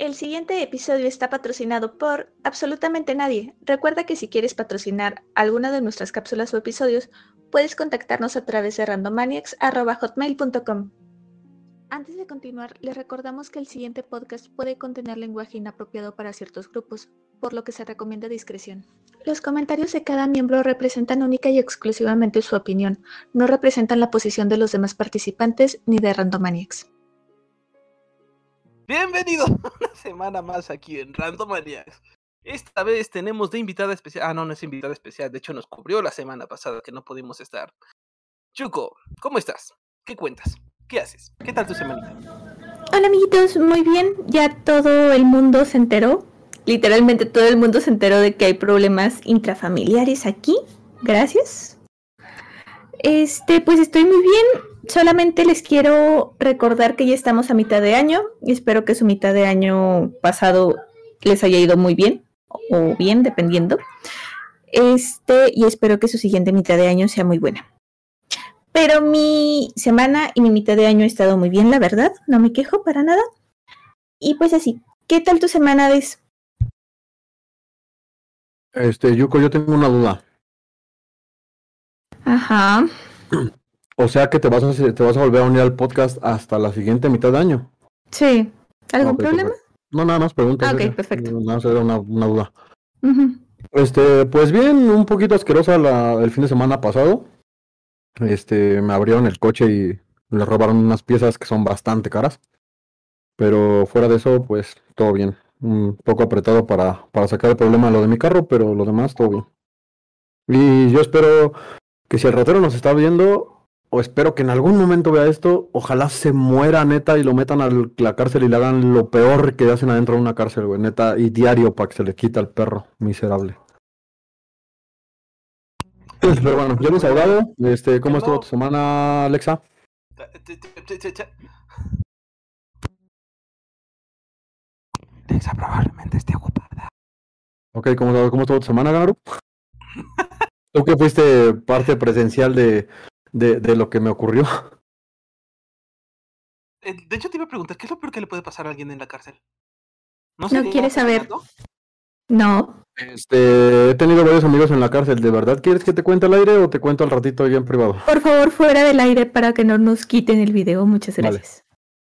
El siguiente episodio está patrocinado por absolutamente nadie. Recuerda que si quieres patrocinar alguna de nuestras cápsulas o episodios, puedes contactarnos a través de randomaniacs@hotmail.com. Antes de continuar, les recordamos que el siguiente podcast puede contener lenguaje inapropiado para ciertos grupos, por lo que se recomienda discreción. Los comentarios de cada miembro representan única y exclusivamente su opinión, no representan la posición de los demás participantes ni de Randomaniacs. Bienvenido una semana más aquí en Randomaniacs. Esta vez tenemos de invitada especial. No es invitada especial, de hecho nos cubrió la semana pasada que no pudimos estar. Chuco, ¿cómo estás? ¿Qué cuentas? ¿Qué haces? ¿Qué tal tu semanita? Hola amiguitos, muy bien, ya todo el mundo se enteró, literalmente todo el mundo se enteró de que hay problemas intrafamiliares aquí, gracias. Pues estoy muy bien, solamente les quiero recordar que ya estamos a mitad de año y espero que su mitad de año pasado les haya ido muy bien, o bien, dependiendo. Y espero que su siguiente mitad de año sea muy buena. Pero mi semana y mi mitad de año ha estado muy bien, la verdad. No me quejo para nada. Y pues así. ¿Qué tal tu semana, Des? Yuko, yo tengo una duda. Ajá. O sea que te vas a volver a unir al podcast hasta la siguiente mitad de año. Sí. ¿Algún problema? Perfecto. No, nada más preguntas. Ok, perfecto. Nada más era una duda. Uh-huh. Pues bien, un poquito asquerosa el fin de semana pasado. Me abrieron el coche y le robaron unas piezas que son bastante caras. Pero fuera de eso, pues todo bien. Un poco apretado para sacar el problema de lo de mi carro, pero lo demás todo bien. Y yo espero que si el ratero nos está viendo, o espero que en algún momento vea esto, ojalá se muera neta y lo metan a la cárcel y le hagan lo peor que hacen adentro de una cárcel, güey, neta, y diario para que se le quita al perro miserable. Pero bueno, yo desahogado. ¿Cómo estuvo tu semana, Alexa? Alexa probablemente esté ocupada. Ok, ¿cómo estuvo tu semana, Ganaru? Tú que fuiste parte presencial de lo que me ocurrió. De hecho te iba a preguntar, ¿qué es lo peor que le puede pasar a alguien en la cárcel? ¿No quieres saber? No. He tenido varios amigos en la cárcel. ¿De verdad quieres que te cuente al aire o te cuento al ratito ahí en privado? Por favor, fuera del aire para que no nos quiten el video. Muchas gracias.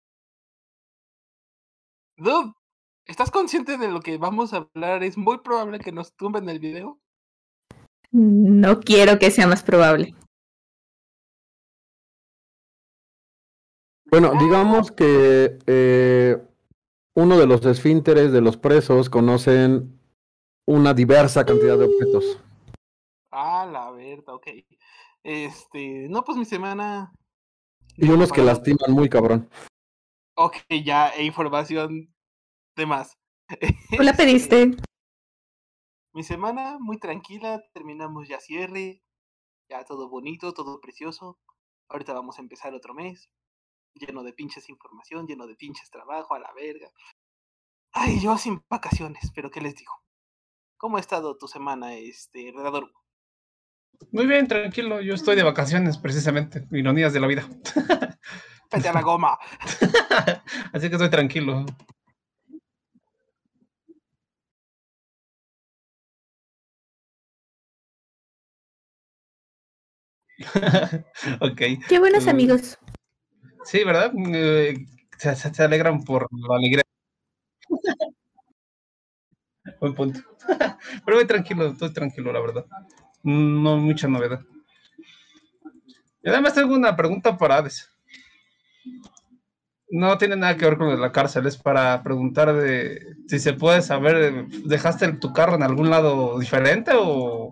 Vale. Dude, ¿estás consciente de lo que vamos a hablar? Es muy probable que nos tumben el video. No quiero que sea más probable. Bueno, digamos que uno de los esfínteres de los presos conocen una diversa cantidad de objetos. La verdad, ok. No, pues mi semana... Y unos que lastiman muy cabrón. Ok, ya, información de más. ¿Tú la pediste? Mi semana muy tranquila, terminamos ya cierre, ya todo bonito, todo precioso. Ahorita vamos a empezar otro mes, lleno de pinches información, lleno de pinches trabajo, a la verga. Ay, yo sin vacaciones, pero ¿qué les digo? ¿Cómo ha estado tu semana, Redador? Muy bien, tranquilo, yo estoy de vacaciones, precisamente, ironías de la vida. Vete a la goma. Así que estoy tranquilo. Ok. Qué buenos amigos. Sí, ¿verdad? Se alegran por la alegría. Buen punto. Pero estoy tranquilo, la verdad. No mucha novedad. Y además tengo una pregunta para Hades. No tiene nada que ver con la cárcel, es para preguntar de si se puede saber, ¿dejaste tu carro en algún lado diferente o...?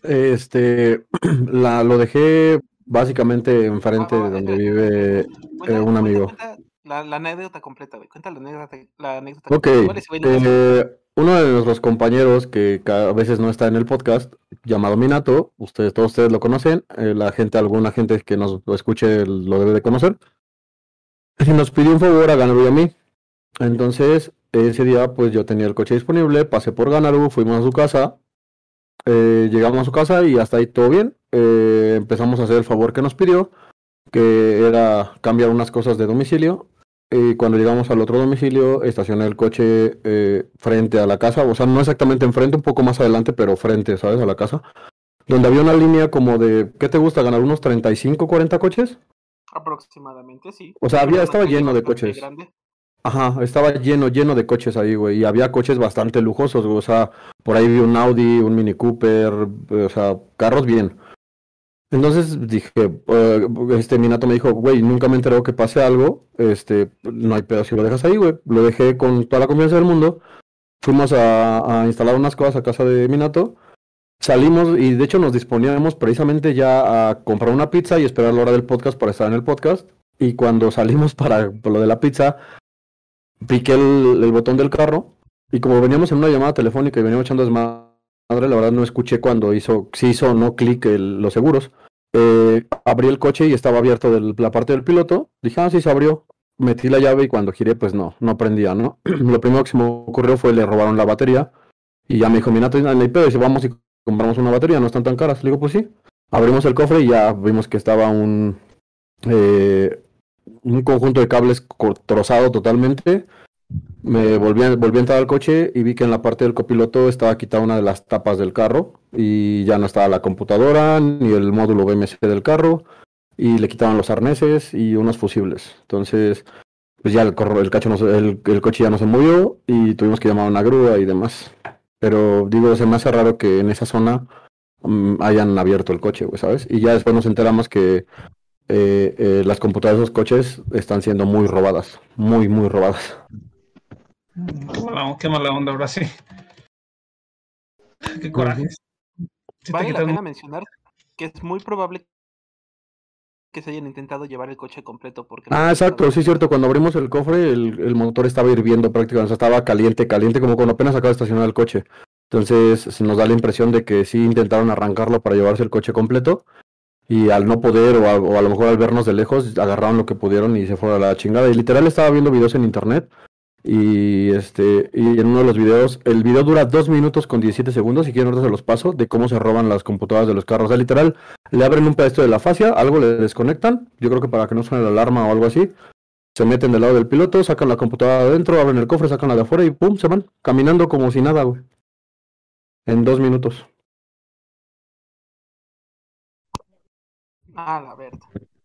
Lo dejé básicamente enfrente de donde vive un amigo. Cuenta la anécdota completa, güey. Cuenta la anécdota Ok, uno de nuestros compañeros que a veces no está en el podcast, llamado Minato, todos ustedes lo conocen, alguna gente que nos lo escuche lo debe de conocer, y nos pidió un favor a Ganaru y a mí. Entonces, ese día pues yo tenía el coche disponible, pasé por Ganaru, fuimos a su casa, llegamos a su casa y hasta ahí todo bien. Empezamos a hacer el favor que nos pidió, que era cambiar unas cosas de domicilio. Y cuando llegamos al otro domicilio, estacioné el coche frente a la casa, o sea, no exactamente enfrente, un poco más adelante, pero frente, ¿sabes? A la casa, donde había una línea como de, ¿qué te gusta? ¿Ganar unos 35, 40 coches? Aproximadamente, sí. O sea, Es una estaba calle lleno de bastante coches. grande. Ajá, estaba lleno de coches ahí, güey, y había coches bastante lujosos, güey, o sea, por ahí vi un Audi, un Mini Cooper, o sea, carros bien. Entonces dije, mi nato me dijo, güey, nunca me enteró que pase algo, no hay pedo si lo dejas ahí, güey. Lo dejé con toda la confianza del mundo. Fuimos a instalar unas cosas a casa de Minato. Salimos y de hecho nos disponíamos precisamente ya a comprar una pizza y esperar la hora del podcast para estar en el podcast. Y cuando salimos para por lo de la pizza, piqué el botón del carro y como veníamos en una llamada telefónica y veníamos echando desmadre, la verdad no escuché cuando si hizo o no clic los seguros. Abrí el coche y estaba abierto la parte del piloto. Dije, sí, se abrió. Metí la llave y cuando giré, pues no prendía, ¿no? Lo primero que se me ocurrió fue le robaron la batería. Y ya me dijo, mira, no hay pedo, dice, vamos y compramos una batería, no están tan caras. Le digo, pues sí. Abrimos el cofre y ya vimos que estaba eh, un conjunto de cables trozado totalmente. Volví a entrar al coche y vi que en la parte del copiloto estaba quitada una de las tapas del carro y ya no estaba la computadora ni el módulo BMC del carro y le quitaban los arneses y unos fusibles. Entonces, pues ya el coche ya no se movió y tuvimos que llamar a una grúa y demás. Pero digo, se me hace raro que en esa zona hayan abierto el coche, güey, ¿sabes? Y ya después nos enteramos que las computadoras de esos coches están siendo muy robadas, muy robadas. Qué mala onda, ahora sí. Qué coraje. Sí te Vale la quitan pena mencionar que es muy probable que se hayan intentado llevar el coche completo porque las Exacto, sí es computadoras cierto, cuando abrimos el cofre el motor estaba hirviendo prácticamente, o sea, estaba caliente como cuando apenas acaba de estacionar el coche. Entonces se nos da la impresión de que sí intentaron arrancarlo para llevarse el coche completo y al no poder o a lo mejor al vernos de lejos agarraron lo que pudieron y se fueron a la chingada. Y literal estaba viendo videos en internet y en uno de los videos, el video dura 2 minutos con 17 segundos, si quieren ahorita se los paso, de cómo se roban las computadoras de los carros. O sea, literal, le abren un pedacito de la fascia, algo le desconectan, yo creo que para que no suene la alarma o algo así, se meten del lado del piloto, sacan la computadora de adentro, abren el cofre, sacan la de afuera y pum, se van, caminando como si nada, güey. En 2 minutos. Ah, la verdad.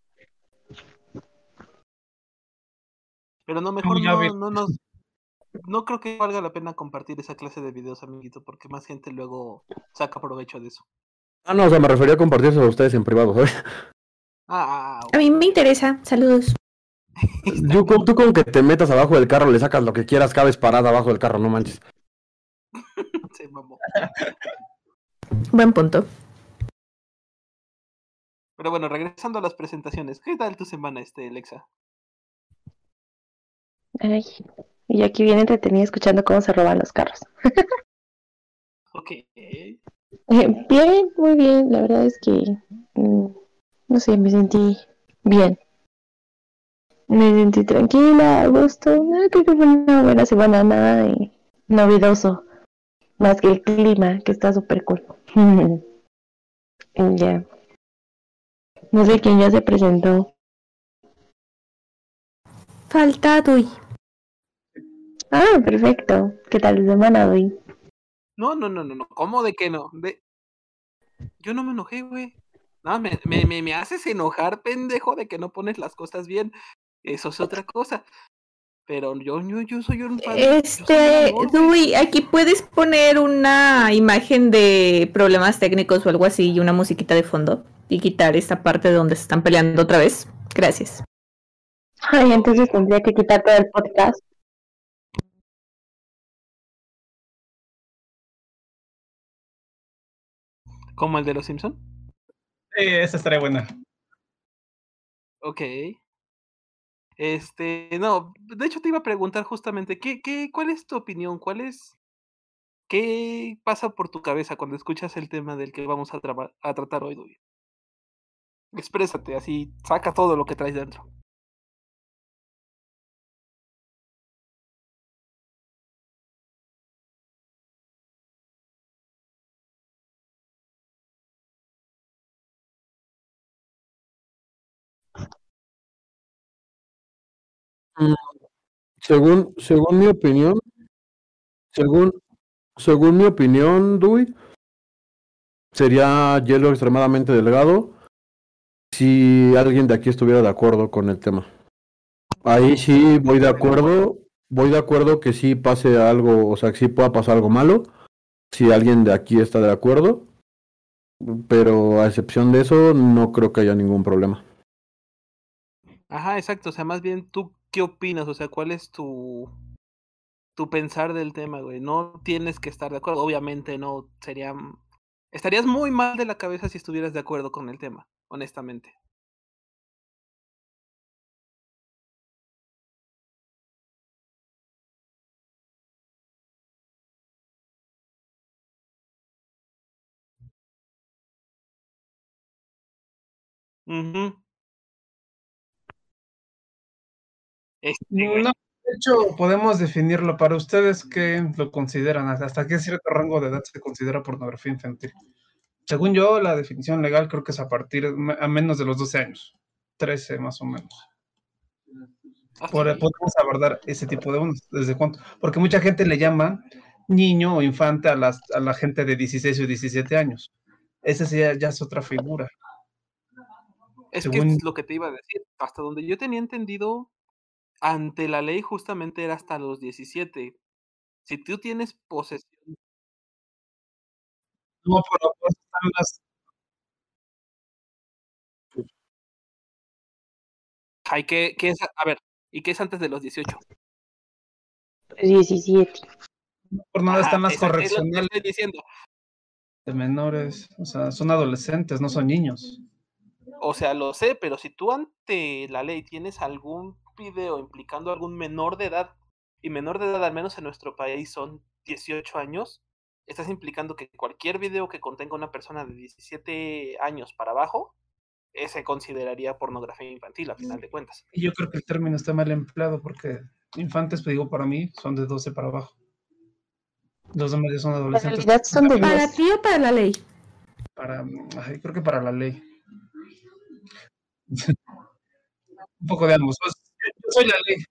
Pero no, mejor ya vi. no creo que valga la pena compartir esa clase de videos, amiguito, porque más gente luego saca provecho de eso. No, o sea, me refería a compartirse a ustedes en privado, ¿sabes? A mí me interesa. Saludos. Tú con que te metas abajo del carro, le sacas lo que quieras, cabes parada abajo del carro, no manches. Se mamó. Buen punto. Pero bueno, regresando a las presentaciones, ¿qué tal tu semana, Lexa? Ay, y aquí bien entretenida escuchando cómo se roban los carros. Ok. Bien, muy bien. La verdad es que, no sé, me sentí bien. Me sentí tranquila, a gusto. Creo que fue una buena semana, nada de novedoso. Más que el clima, que está súper cool. Ya. No sé quién ya se presentó. Falta Dui. Ah, perfecto. ¿Qué tal tu semana, hoy? No. ¿Cómo de que no? Yo no me enojé, güey. No, me haces enojar, pendejo, de que no pones las cosas bien. Eso es otra cosa. Pero yo soy un fan. Yo soy un amor, güey. Dui, aquí puedes poner una imagen de problemas técnicos o algo así y una musiquita de fondo y quitar esta parte donde se están peleando otra vez. Gracias. Ay, entonces tendría que quitar todo el podcast. ¿Como el de los Simpson? Esa estaría buena. Ok. No, de hecho te iba a preguntar justamente, ¿cuál es tu opinión? ¿Qué pasa por tu cabeza cuando escuchas el tema del que vamos a tratar hoy, Dui? Exprésate, así, saca todo lo que traes dentro. Según mi opinión, según, según mi opinión, Dewey, sería hielo extremadamente delgado si alguien de aquí estuviera de acuerdo con el tema. Ahí sí voy de acuerdo que sí pase algo, o sea, que sí pueda pasar algo malo, si alguien de aquí está de acuerdo, pero a excepción de eso, no creo que haya ningún problema. Ajá, exacto. O sea, más bien, ¿tú qué opinas? O sea, ¿cuál es tu pensar del tema, güey? No tienes que estar de acuerdo. Obviamente no sería... Estarías muy mal de la cabeza si estuvieras de acuerdo con el tema, honestamente. Ujú. Güey. No, de hecho, podemos definirlo para ustedes que lo consideran, hasta qué cierto rango de edad se considera pornografía infantil. Según yo, la definición legal creo que es a partir a menos de los 12 años, 13 más o menos. Podemos abordar ese tipo de unos, ¿desde cuánto? Porque mucha gente le llama niño o infante a la gente de 16 o 17 años. Esa sí ya es otra figura. Es que es lo que te iba a decir. Hasta donde yo tenía entendido, ante la ley justamente era hasta los 17. Si tú tienes posesión... No, pero pues están las... Ay, ¿qué es? A ver, ¿y qué es antes de los 18? 17. Por nada están las Es lo que correccionales estoy diciendo. de menores, o sea, son adolescentes, no son niños. O sea, lo sé, pero si tú ante la ley tienes algún video implicando algún menor de edad, y menor de edad al menos en nuestro país son 18 años, estás implicando que cualquier video que contenga una persona de 17 años para abajo, se consideraría pornografía infantil, a final de cuentas. Y yo creo que el término está mal empleado porque infantes, pues digo, para mí son de 12 para abajo. Los demás son adolescentes. En realidad son de ¿Para 10. ti o para la ley? Creo que para la ley. Un poco de ambos. Pues, yo soy la ley.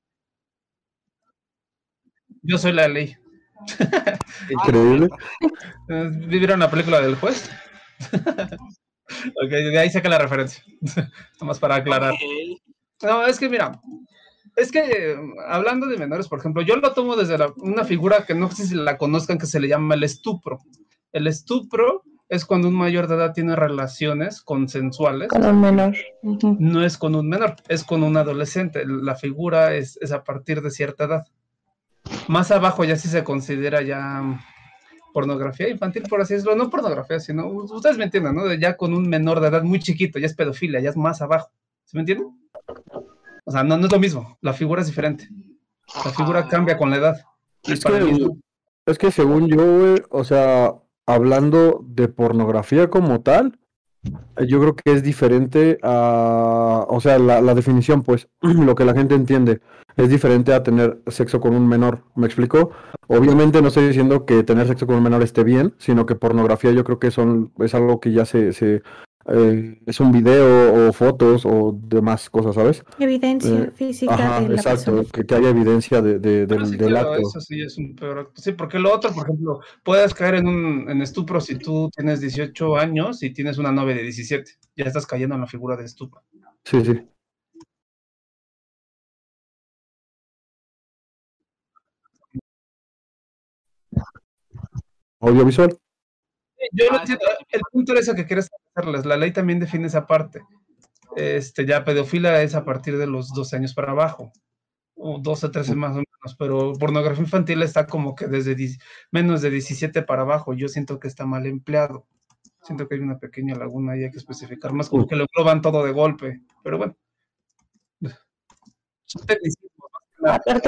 Yo soy la ley. Increíble. ¿Vivieron la película del juez? Ok, de ahí saca la referencia. Nomás para aclarar. Okay. No, es que mira, es que hablando de menores, por ejemplo, yo lo tomo desde una figura que no sé si la conozcan, que se le llama el estupro. El estupro es cuando un mayor de edad tiene relaciones consensuales. Con un menor. No es con un menor, es con un adolescente. La figura es a partir de cierta edad. Más abajo ya sí se considera ya pornografía infantil, por así decirlo. No pornografía, sino, ustedes me entienden, ¿no? Ya con un menor de edad muy chiquito, ya es pedofilia, ya es más abajo. ¿Se me entienden? O sea, no es lo mismo, la figura es diferente. La figura cambia con la edad. Es que según yo, güey, o sea, hablando de pornografía como tal, yo creo que es diferente a, o sea, la definición, pues, lo que la gente entiende, es diferente a tener sexo con un menor, ¿me explico? Obviamente no estoy diciendo que tener sexo con un menor esté bien, sino que pornografía yo creo que es algo que ya es un video o fotos o demás cosas, ¿sabes? Evidencia física Ajá, de la exacto, persona. que haya evidencia del acto. Eso sí es un peor acto. Sí, porque lo otro, por ejemplo, puedes caer en estupro si tú tienes 18 años y tienes una novia de 17. Ya estás cayendo en la figura de estupro. Sí, sí. Audiovisual. Yo lo entiendo. El punto es eso que quieres hacerles. La ley también define esa parte. Ya pedofilia es a partir de los 12 años para abajo. O 12, 13 más o menos. Pero pornografía infantil está como que desde menos de 17 para abajo. Yo siento que está mal empleado. Siento que hay una pequeña laguna y hay que especificar más, como que lo engloban todo de golpe. Pero bueno. Aparte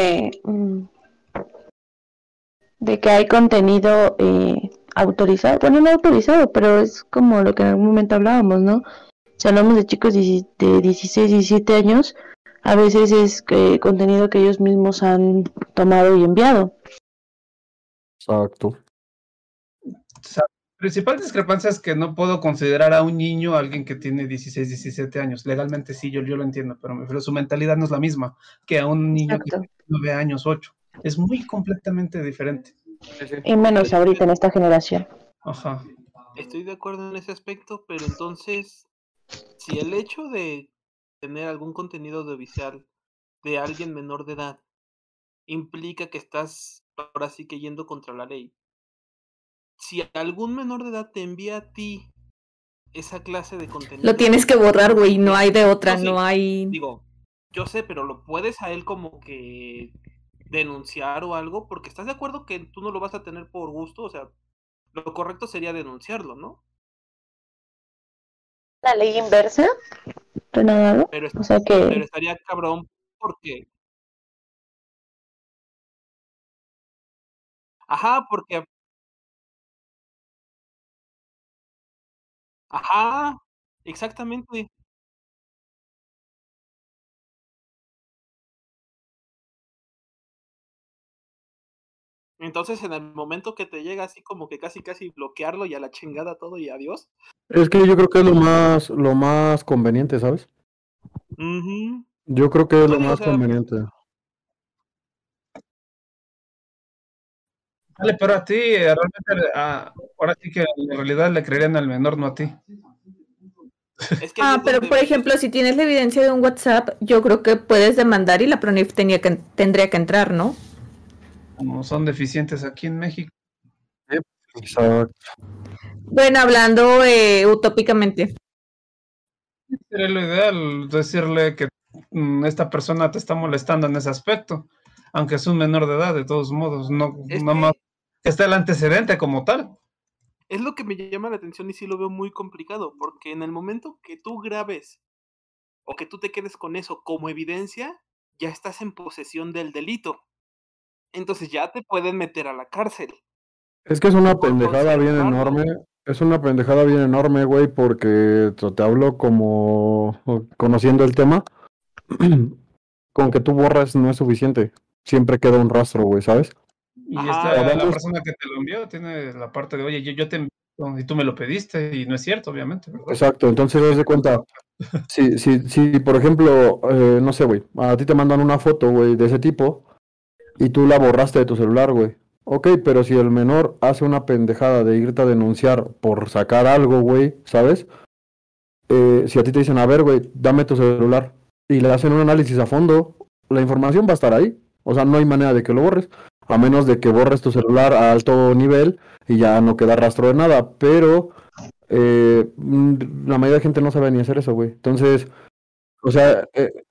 de que hay contenido autorizado, bueno, no autorizado, pero es como lo que en algún momento hablábamos, ¿no? Si hablamos de chicos de 16, 17 años, a veces es contenido que ellos mismos han tomado y enviado. Exacto. principal discrepancia es que no puedo considerar a un niño alguien que tiene 16, 17 años. Legalmente sí, yo lo entiendo, pero su mentalidad no es la misma que a un niño que tiene 9 años, 8. Es muy completamente diferente. Y menos ahorita en esta generación. Ajá. Estoy de acuerdo en ese aspecto, pero entonces, si el hecho de tener algún contenido audiovisual de alguien menor de edad implica que estás ahora sí que yendo contra la ley, si algún menor de edad te envía a ti esa clase de contenido... Lo tienes que borrar, güey, no hay de otra, sí, no hay... Digo, yo sé, pero lo puedes a él como que denunciar o algo, porque estás de acuerdo que tú no lo vas a tener por gusto, o sea, lo correcto sería denunciarlo, ¿no? La ley inversa, Renado. Pero, O sea pero que estaría cabrón porque... Ajá, porque... Ajá, exactamente. Entonces, en el momento que te llega así como que casi bloquearlo y a la chingada todo y adiós. Es que yo creo que es lo más conveniente, ¿sabes? Ujú. Yo creo que es lo Sí, o más sea, conveniente. Vale, pero a ti, realmente, ahora sí que en realidad le creerían al menor, no a ti. es que ahí es pero donde por ejemplo, si tienes la evidencia de un WhatsApp, yo creo que puedes demandar y la PRONIF tendría que entrar, ¿no? Como son deficientes aquí en México. Exacto. Bueno, hablando utópicamente. Sería lo ideal decirle que esta persona te está molestando en ese aspecto, aunque es un menor de edad, de todos modos, no más está el antecedente como tal. Es lo que me llama la atención y sí lo veo muy complicado, porque en el momento que tú grabes o que tú te quedes con eso como evidencia, ya estás en posesión del delito. Entonces ya te pueden meter a la cárcel. Es que es una Por pendejada bien conservarlo. enorme. Es una pendejada bien enorme, güey, porque te hablo como conociendo el tema. Con que tú borras no es suficiente. Siempre queda un rastro, güey, ¿sabes? Y Ajá. la persona que te lo envió tiene la parte de, oye, yo te envío y tú me lo pediste, y no es cierto, obviamente, ¿verdad? Exacto, entonces haz de cuenta. Si, por ejemplo, no sé, güey, a ti te mandan una foto, güey, de ese tipo y tú la borraste de tu celular, güey. Ok, pero si el menor hace una pendejada de irte a denunciar por sacar algo, güey, ¿sabes? Si a ti te dicen, a ver, güey, dame tu celular y le hacen un análisis a fondo, la información va a estar ahí. O sea, no hay manera de que lo borres, a menos de que borres tu celular a alto nivel y ya no queda rastro de nada. Pero la mayoría de gente no sabe ni hacer eso, güey. Entonces, o sea,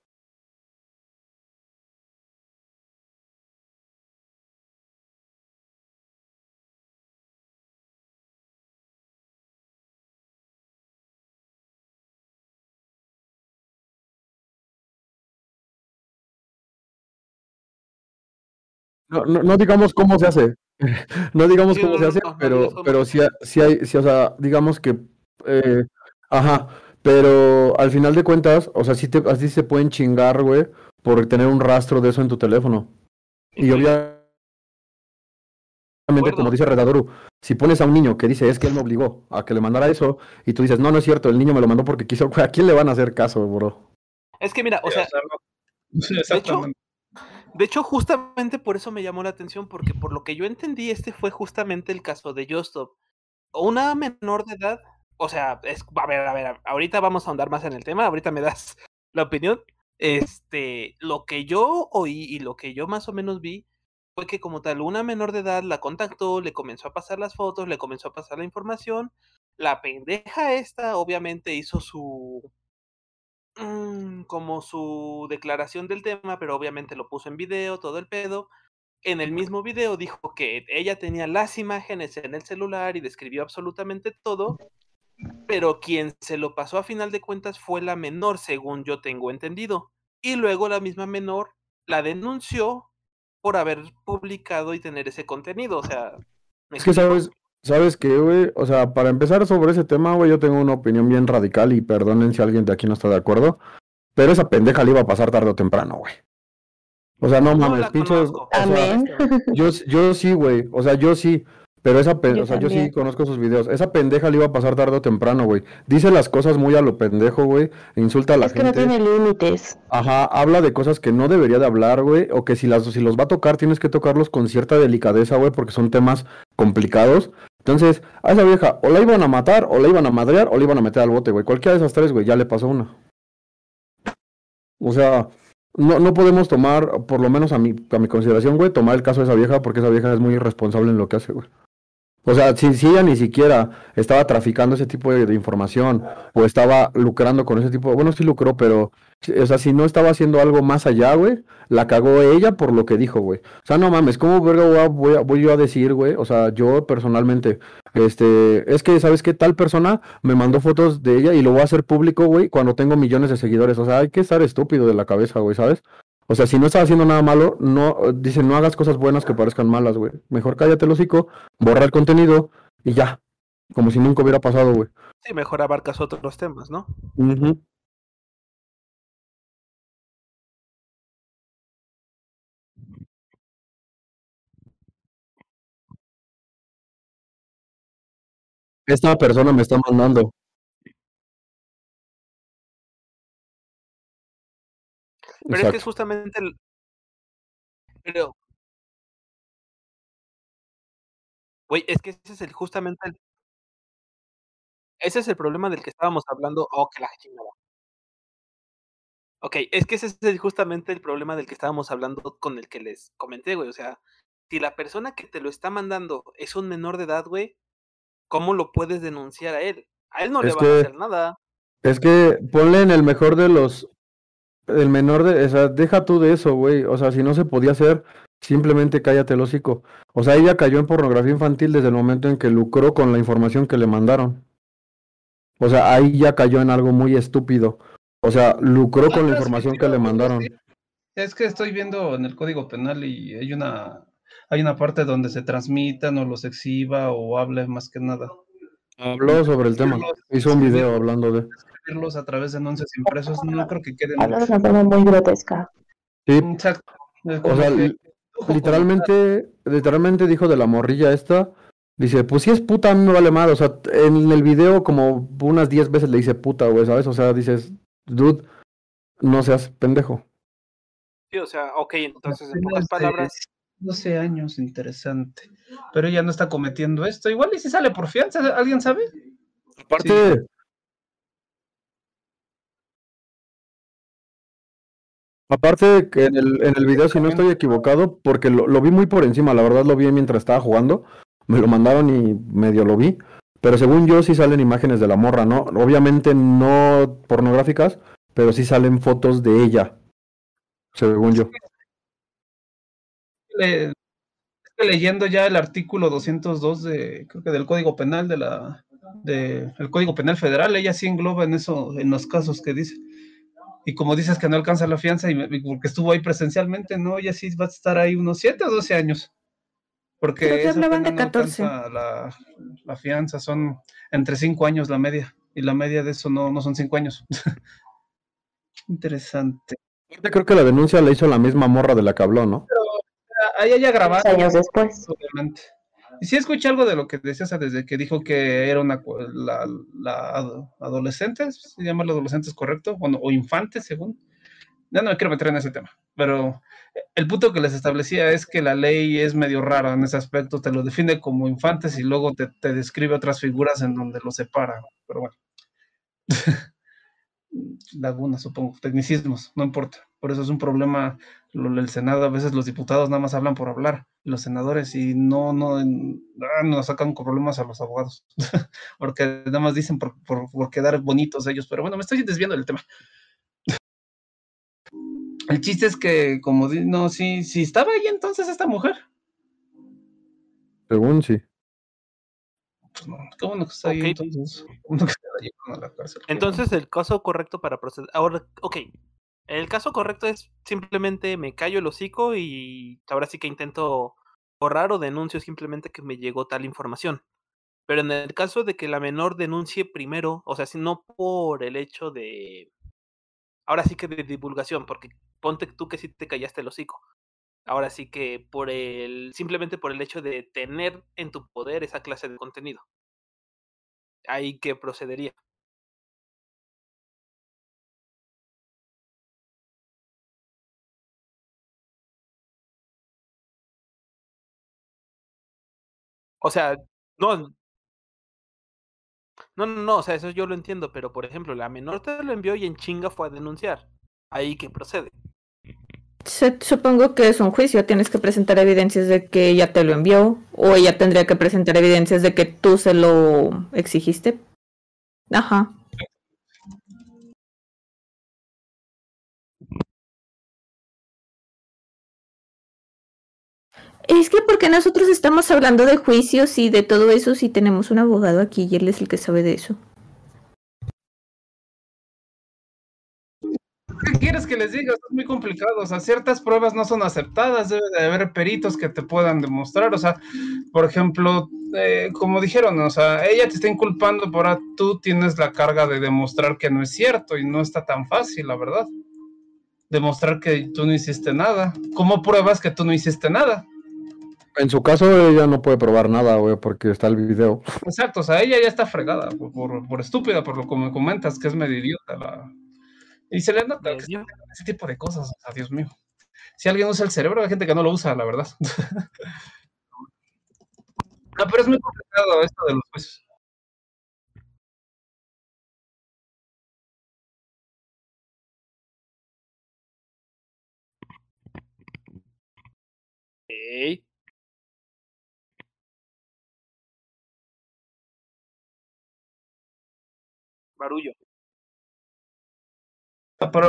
no digamos cómo se hace, no digamos Sí, cómo se hace, no digas cómo. pero sí hay, sí, o sea, digamos que, ajá, pero al final de cuentas, o sea, así se pueden chingar, güey, por tener un rastro de eso en tu teléfono. Y Estoy de obviamente, como acuerdo. dice Redadoru, si pones a un niño que dice, es que él me obligó a que le mandara eso, y tú dices, no, no es cierto, el niño me lo mandó porque quiso, güey, ¿a quién le van a hacer caso, bro? Es que mira, o sea, exactamente. de hecho, justamente por eso me llamó la atención, porque por lo que yo entendí, este fue justamente el caso de Justop. Una menor de edad, o sea, a ver, ahorita vamos a ahondar más en el tema, ahorita me das la opinión. Lo que yo oí y lo que yo más o menos vi fue que como tal, una menor de edad la contactó, le comenzó a pasar las fotos, le comenzó a pasar la información. La pendeja esta obviamente hizo como su declaración del tema, pero obviamente lo puso en video, todo el pedo. En el mismo video dijo que ella tenía las imágenes en el celular y describió absolutamente todo, pero quien se lo pasó a final de cuentas fue la menor, según yo tengo entendido. Y luego la misma menor la denunció por haber publicado y tener ese contenido. O sea, ¿me Es que explico? sabes que, güey, o sea, para empezar sobre ese tema, güey, yo tengo una opinión bien radical y perdonen si alguien de aquí no está de acuerdo, pero esa pendeja le iba a pasar tarde o temprano, güey. O sea, no No mames, la pinches, conozco. o sea, Amén. yo sí, güey, o sea, yo sí, Pero esa, Yo o sea, yo sí también. conozco sus videos. Esa pendeja le iba a pasar tarde o temprano, güey. Dice las cosas muy a lo pendejo, güey. Insulta a la Es que no gente. tiene límites. Ajá, habla de cosas que no debería de hablar, güey. O que si los va a tocar, tienes que tocarlos con cierta delicadeza, güey, porque son temas complicados. Entonces, a esa vieja, o la iban a matar, o la iban a madrear, o la iban a meter al bote, güey. Cualquiera de esas tres, güey, ya le pasó una. O sea, no podemos tomar, por lo menos a mi consideración, güey, tomar el caso de esa vieja, porque esa vieja es muy irresponsable en lo que hace, güey. O sea, si ella ni siquiera estaba traficando ese tipo de información o estaba lucrando con ese tipo, bueno, sí lucró, pero, o sea, si no estaba haciendo algo más allá, güey, la cagó ella por lo que dijo, güey. O sea, no mames, ¿cómo verga voy yo a decir, güey? O sea, yo personalmente, es que, ¿sabes qué? Tal persona me mandó fotos de ella y lo voy a hacer público, güey, cuando tengo millones de seguidores. O sea, hay que estar estúpido de la cabeza, güey, ¿sabes? O sea, si no estás haciendo nada malo, no, dicen, no hagas cosas buenas que parezcan malas, güey. Mejor cállate el hocico, borra el contenido y ya. Como si nunca hubiera pasado, güey. Sí, mejor abarcas otros temas, ¿no? Ujú. Esta persona me está mandando. Pero es que es Exacto. justamente el... Pero, güey, es que ese es ese es el problema del que estábamos hablando. Oh, que la chingada. Ok, es que ese es justamente el problema del que estábamos hablando con el que les comenté, güey. O sea, si la persona que te lo está mandando es un menor de edad, güey, ¿cómo lo puedes denunciar a él? A él no le Es van a que, hacer nada. es que ponle en el mejor de los, el menor de, o sea, deja tú de eso, güey. O sea, si no se podía hacer, simplemente cállate el hocico. O sea, ella cayó en pornografía infantil desde el momento en que lucró con la información que le mandaron. O sea, ahí ya cayó en algo muy estúpido. O sea, lucró con la información que le mandaron. Es que estoy viendo en el Código Penal y hay una parte donde se transmitan o los exhiba o hable más que nada. Habló sobre el tema. Hizo un video hablando de. Escribirlos a través de anuncios impresos, no creo que quede Habla de mucho. una forma muy grotesca. Sí, Exacto. Es o sea, como que ojo con literalmente dijo de la morrilla esta. Dice, pues si es puta, a mí me vale mal. O sea, en el video como unas 10 veces le dice puta, güey, ¿sabes? O sea, dices, dude, no seas pendejo. Sí, o sea, ok, entonces en pocas apenas de palabras, 12 años, interesante. Pero ella no está cometiendo esto. Igual y si sale por fianza, ¿alguien sabe? Aparte, Sí. aparte que en el video, si no estoy equivocado, porque lo vi muy por encima, la verdad lo vi mientras estaba jugando, me lo mandaron y medio lo vi, pero según yo sí salen imágenes de la morra, ¿no? Obviamente no pornográficas, pero sí salen fotos de ella, según yo. Le- Estoy leyendo ya el artículo 202 creo que del Código Penal el Código Penal Federal, ella sí engloba en eso, en los casos que dice. Y como dices que no alcanza la fianza y porque estuvo ahí presencialmente, no, ella sí va a estar ahí unos 7 o 12 años, Creo porque que esa hablaban pena de no 14. alcanza la fianza, son entre 5 años la media, y la media de eso no son 5 años. Interesante. Aparte creo que la denuncia la hizo la misma morra de la que habló, ¿no? Ahí haya 3 grabado, años después. obviamente. Y sí escuché algo de lo que decía, o sea, desde que dijo que era adolescente, se llama los adolescentes correcto, bueno, o infantes, según. Ya no me quiero meter en ese tema, pero el punto que les establecía es que la ley es medio rara en ese aspecto, te lo define como infantes y luego te describe otras figuras en donde lo separa, pero bueno, lagunas, supongo, tecnicismos, no importa. Por eso es un problema el Senado, a veces los diputados nada más hablan por hablar, los senadores, y nos sacan con problemas a los abogados, porque nada más dicen por quedar bonitos ellos, pero bueno, me estoy desviando del tema. El chiste es que, como no, sí estaba ahí entonces esta mujer. Según sí. Pues no, qué bueno que está ahí ok. entonces. Qué bueno que se la llevaron a la cárcel. Entonces el caso correcto para proceder. Ahora, ok. El caso correcto es simplemente me callo el hocico y ahora sí que intento borrar o denuncio simplemente que me llegó tal información. Pero en el caso de que la menor denuncie primero, o sea, si no por el hecho de, ahora sí que de divulgación, porque ponte tú que sí te callaste el hocico, Ahora sí que simplemente por el hecho de tener en tu poder esa clase de contenido. Ahí que procedería. O sea, no, no, o sea, eso yo lo entiendo, pero por ejemplo, la menor te lo envió y en chinga fue a denunciar. Ahí que procede. Supongo que es un juicio, tienes que presentar evidencias de que ella te lo envió, o ella tendría que presentar evidencias de que tú se lo exigiste. Ajá. Es que porque nosotros estamos hablando de juicios y de todo eso, si tenemos un abogado aquí y él es el que sabe de eso. ¿Qué quieres que les diga? Es muy complicado. O sea, ciertas pruebas no son aceptadas. Debe de haber peritos que te puedan demostrar. O sea, por ejemplo, como dijeron, o sea, ella te está inculpando, pero ahora tú tienes la carga de demostrar que no es cierto y no está tan fácil, la verdad. Demostrar que tú no hiciste nada. ¿Cómo pruebas que tú no hiciste nada? En su caso, ella no puede probar nada, güey, porque está el video. Exacto, o sea, ella ya está fregada por estúpida, por lo que me comentas, que es medio idiota. Y se le nota que ese tipo de cosas, o sea, Dios mío. Si alguien usa el cerebro, hay gente que no lo usa, la verdad. No, pero es muy complicado esto de los juicios. Okay. Barullo. Pero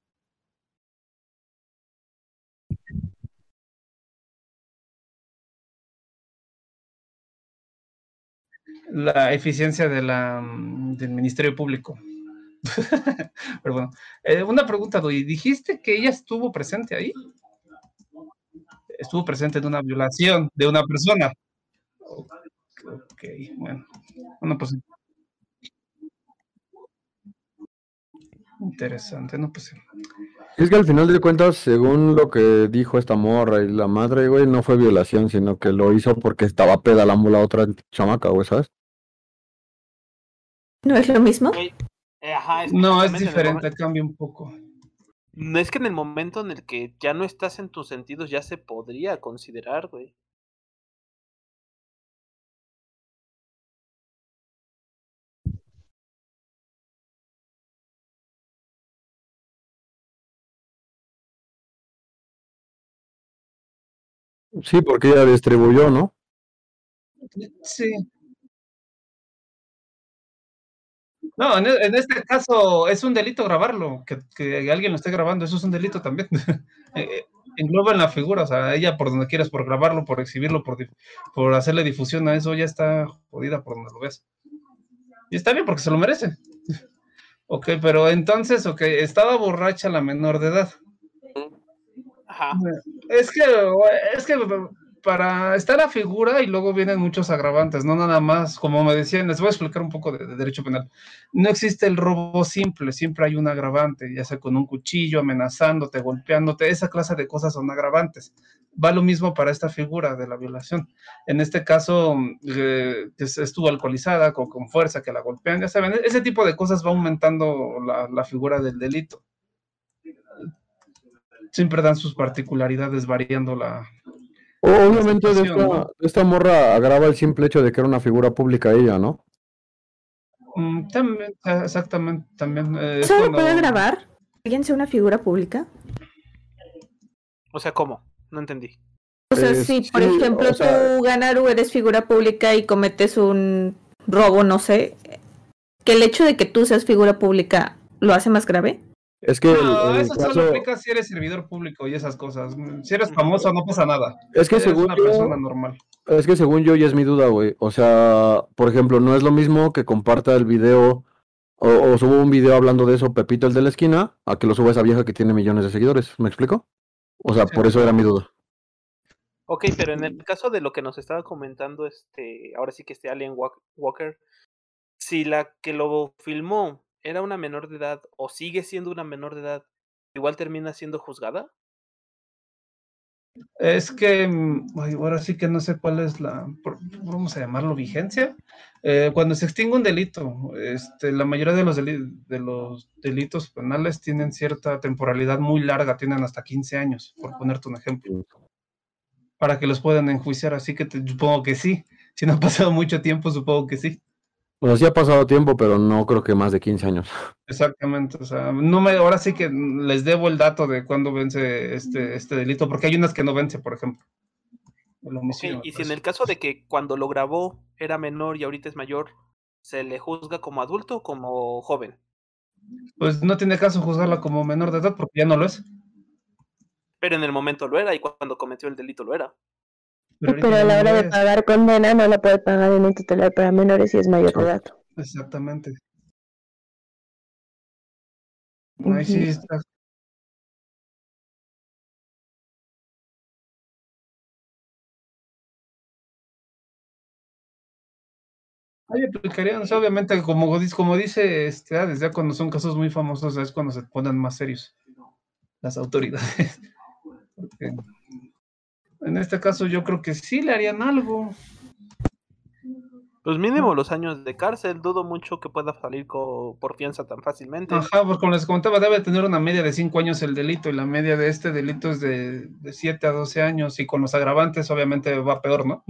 la eficiencia del Ministerio Público. Pero bueno, una pregunta, Doy. ¿Dijiste que ella estuvo presente ahí? Estuvo presente en una violación de una persona. Ok, bueno. Bueno, pues interesante, ¿no? Pues Es que al final de cuentas, según lo que dijo esta morra y la madre, güey, no fue violación, sino que lo hizo porque estaba pedalando la otra chamaca, güey, ¿sabes? ¿No es lo mismo? Ajá, no, es diferente, cambia un poco. No es que en el momento en el que ya no estás en tus sentidos ya se podría considerar, güey. Sí, porque ella distribuyó, ¿no? Sí. No, en este caso es un delito grabarlo, que alguien lo esté grabando, eso es un delito también. Engloba en la figura, o sea, ella por donde quieras, por grabarlo, por exhibirlo, por hacerle difusión a eso, ya está jodida por donde lo ves. Y está bien porque se lo merece. Ok, pero entonces, ok, estaba borracha la menor de edad. Ajá. Es que para estar a figura y luego vienen muchos agravantes, no nada más, como me decían, les voy a explicar un poco de derecho penal. No existe el robo simple, siempre hay un agravante, ya sea con un cuchillo, amenazándote, golpeándote, esa clase de cosas son agravantes. Va lo mismo para esta figura de la violación. En este caso, estuvo alcoholizada, con fuerza, que la golpean, ya saben, ese tipo de cosas va aumentando la figura del delito. Siempre dan sus particularidades variando Obviamente de esta morra agrava el simple hecho de que era una figura pública ella, ¿no? También, exactamente, también. ¿Eso lo puede grabar? ¿Alguien sea una figura pública? O sea, ¿cómo? No entendí. O sea, si por ejemplo o sea, tú, Ganaru, eres figura pública y cometes un robo, no sé, que el hecho de que tú seas figura pública lo hace más grave. Es que no, eso caso... solo aplica si eres servidor público y esas cosas. Si eres famoso no pasa nada. Es que eres una persona normal. Es que según yo ya es mi duda, güey. O sea, por ejemplo, no es lo mismo que comparta el video o subo un video hablando de eso, Pepito el de la esquina, a que lo suba esa vieja que tiene millones de seguidores. ¿Me explico? O sea, sí, por eso era mi duda. Ok, pero en el caso de lo que nos estaba comentando, ahora sí que Alien Walker, si la que lo filmó era una menor de edad o sigue siendo una menor de edad, igual termina siendo juzgada. Es que, ahora sí que no sé cuál es vamos a llamarlo vigencia. Cuando se extingue un delito, la mayoría de los delitos penales tienen cierta temporalidad muy larga, tienen hasta 15 años, por ponerte un ejemplo, para que los puedan enjuiciar, así que supongo que sí. Si no ha pasado mucho tiempo, supongo que sí. Bueno, sí ha pasado tiempo, pero no creo que más de 15 años. Exactamente, o sea, ahora sí que les debo el dato de cuándo vence este delito, porque hay unas que no vence, por ejemplo. El homicidio. Ok, y si en el caso de que cuando lo grabó era menor y ahorita es mayor, ¿se le juzga como adulto o como joven? Pues no tiene caso juzgarla como menor de edad porque ya no lo es. Pero en el momento lo era y cuando cometió el delito lo era. Pero a la hora de pagar condena no la puede pagar en un tutelar para menores si es mayor de edad. Exactamente. Ahí sí está. Ahí aplicarían, o sea, obviamente, como dice Hades, ya cuando son casos muy famosos es cuando se ponen más serios las autoridades. Porque en este caso yo creo que sí le harían algo. Pues mínimo los años de cárcel, dudo mucho que pueda salir por fianza tan fácilmente. Ajá, porque como les comentaba, debe tener una media de 5 años el delito, y la media de este delito es de 7 a 12 años, y con los agravantes obviamente va peor, ¿no?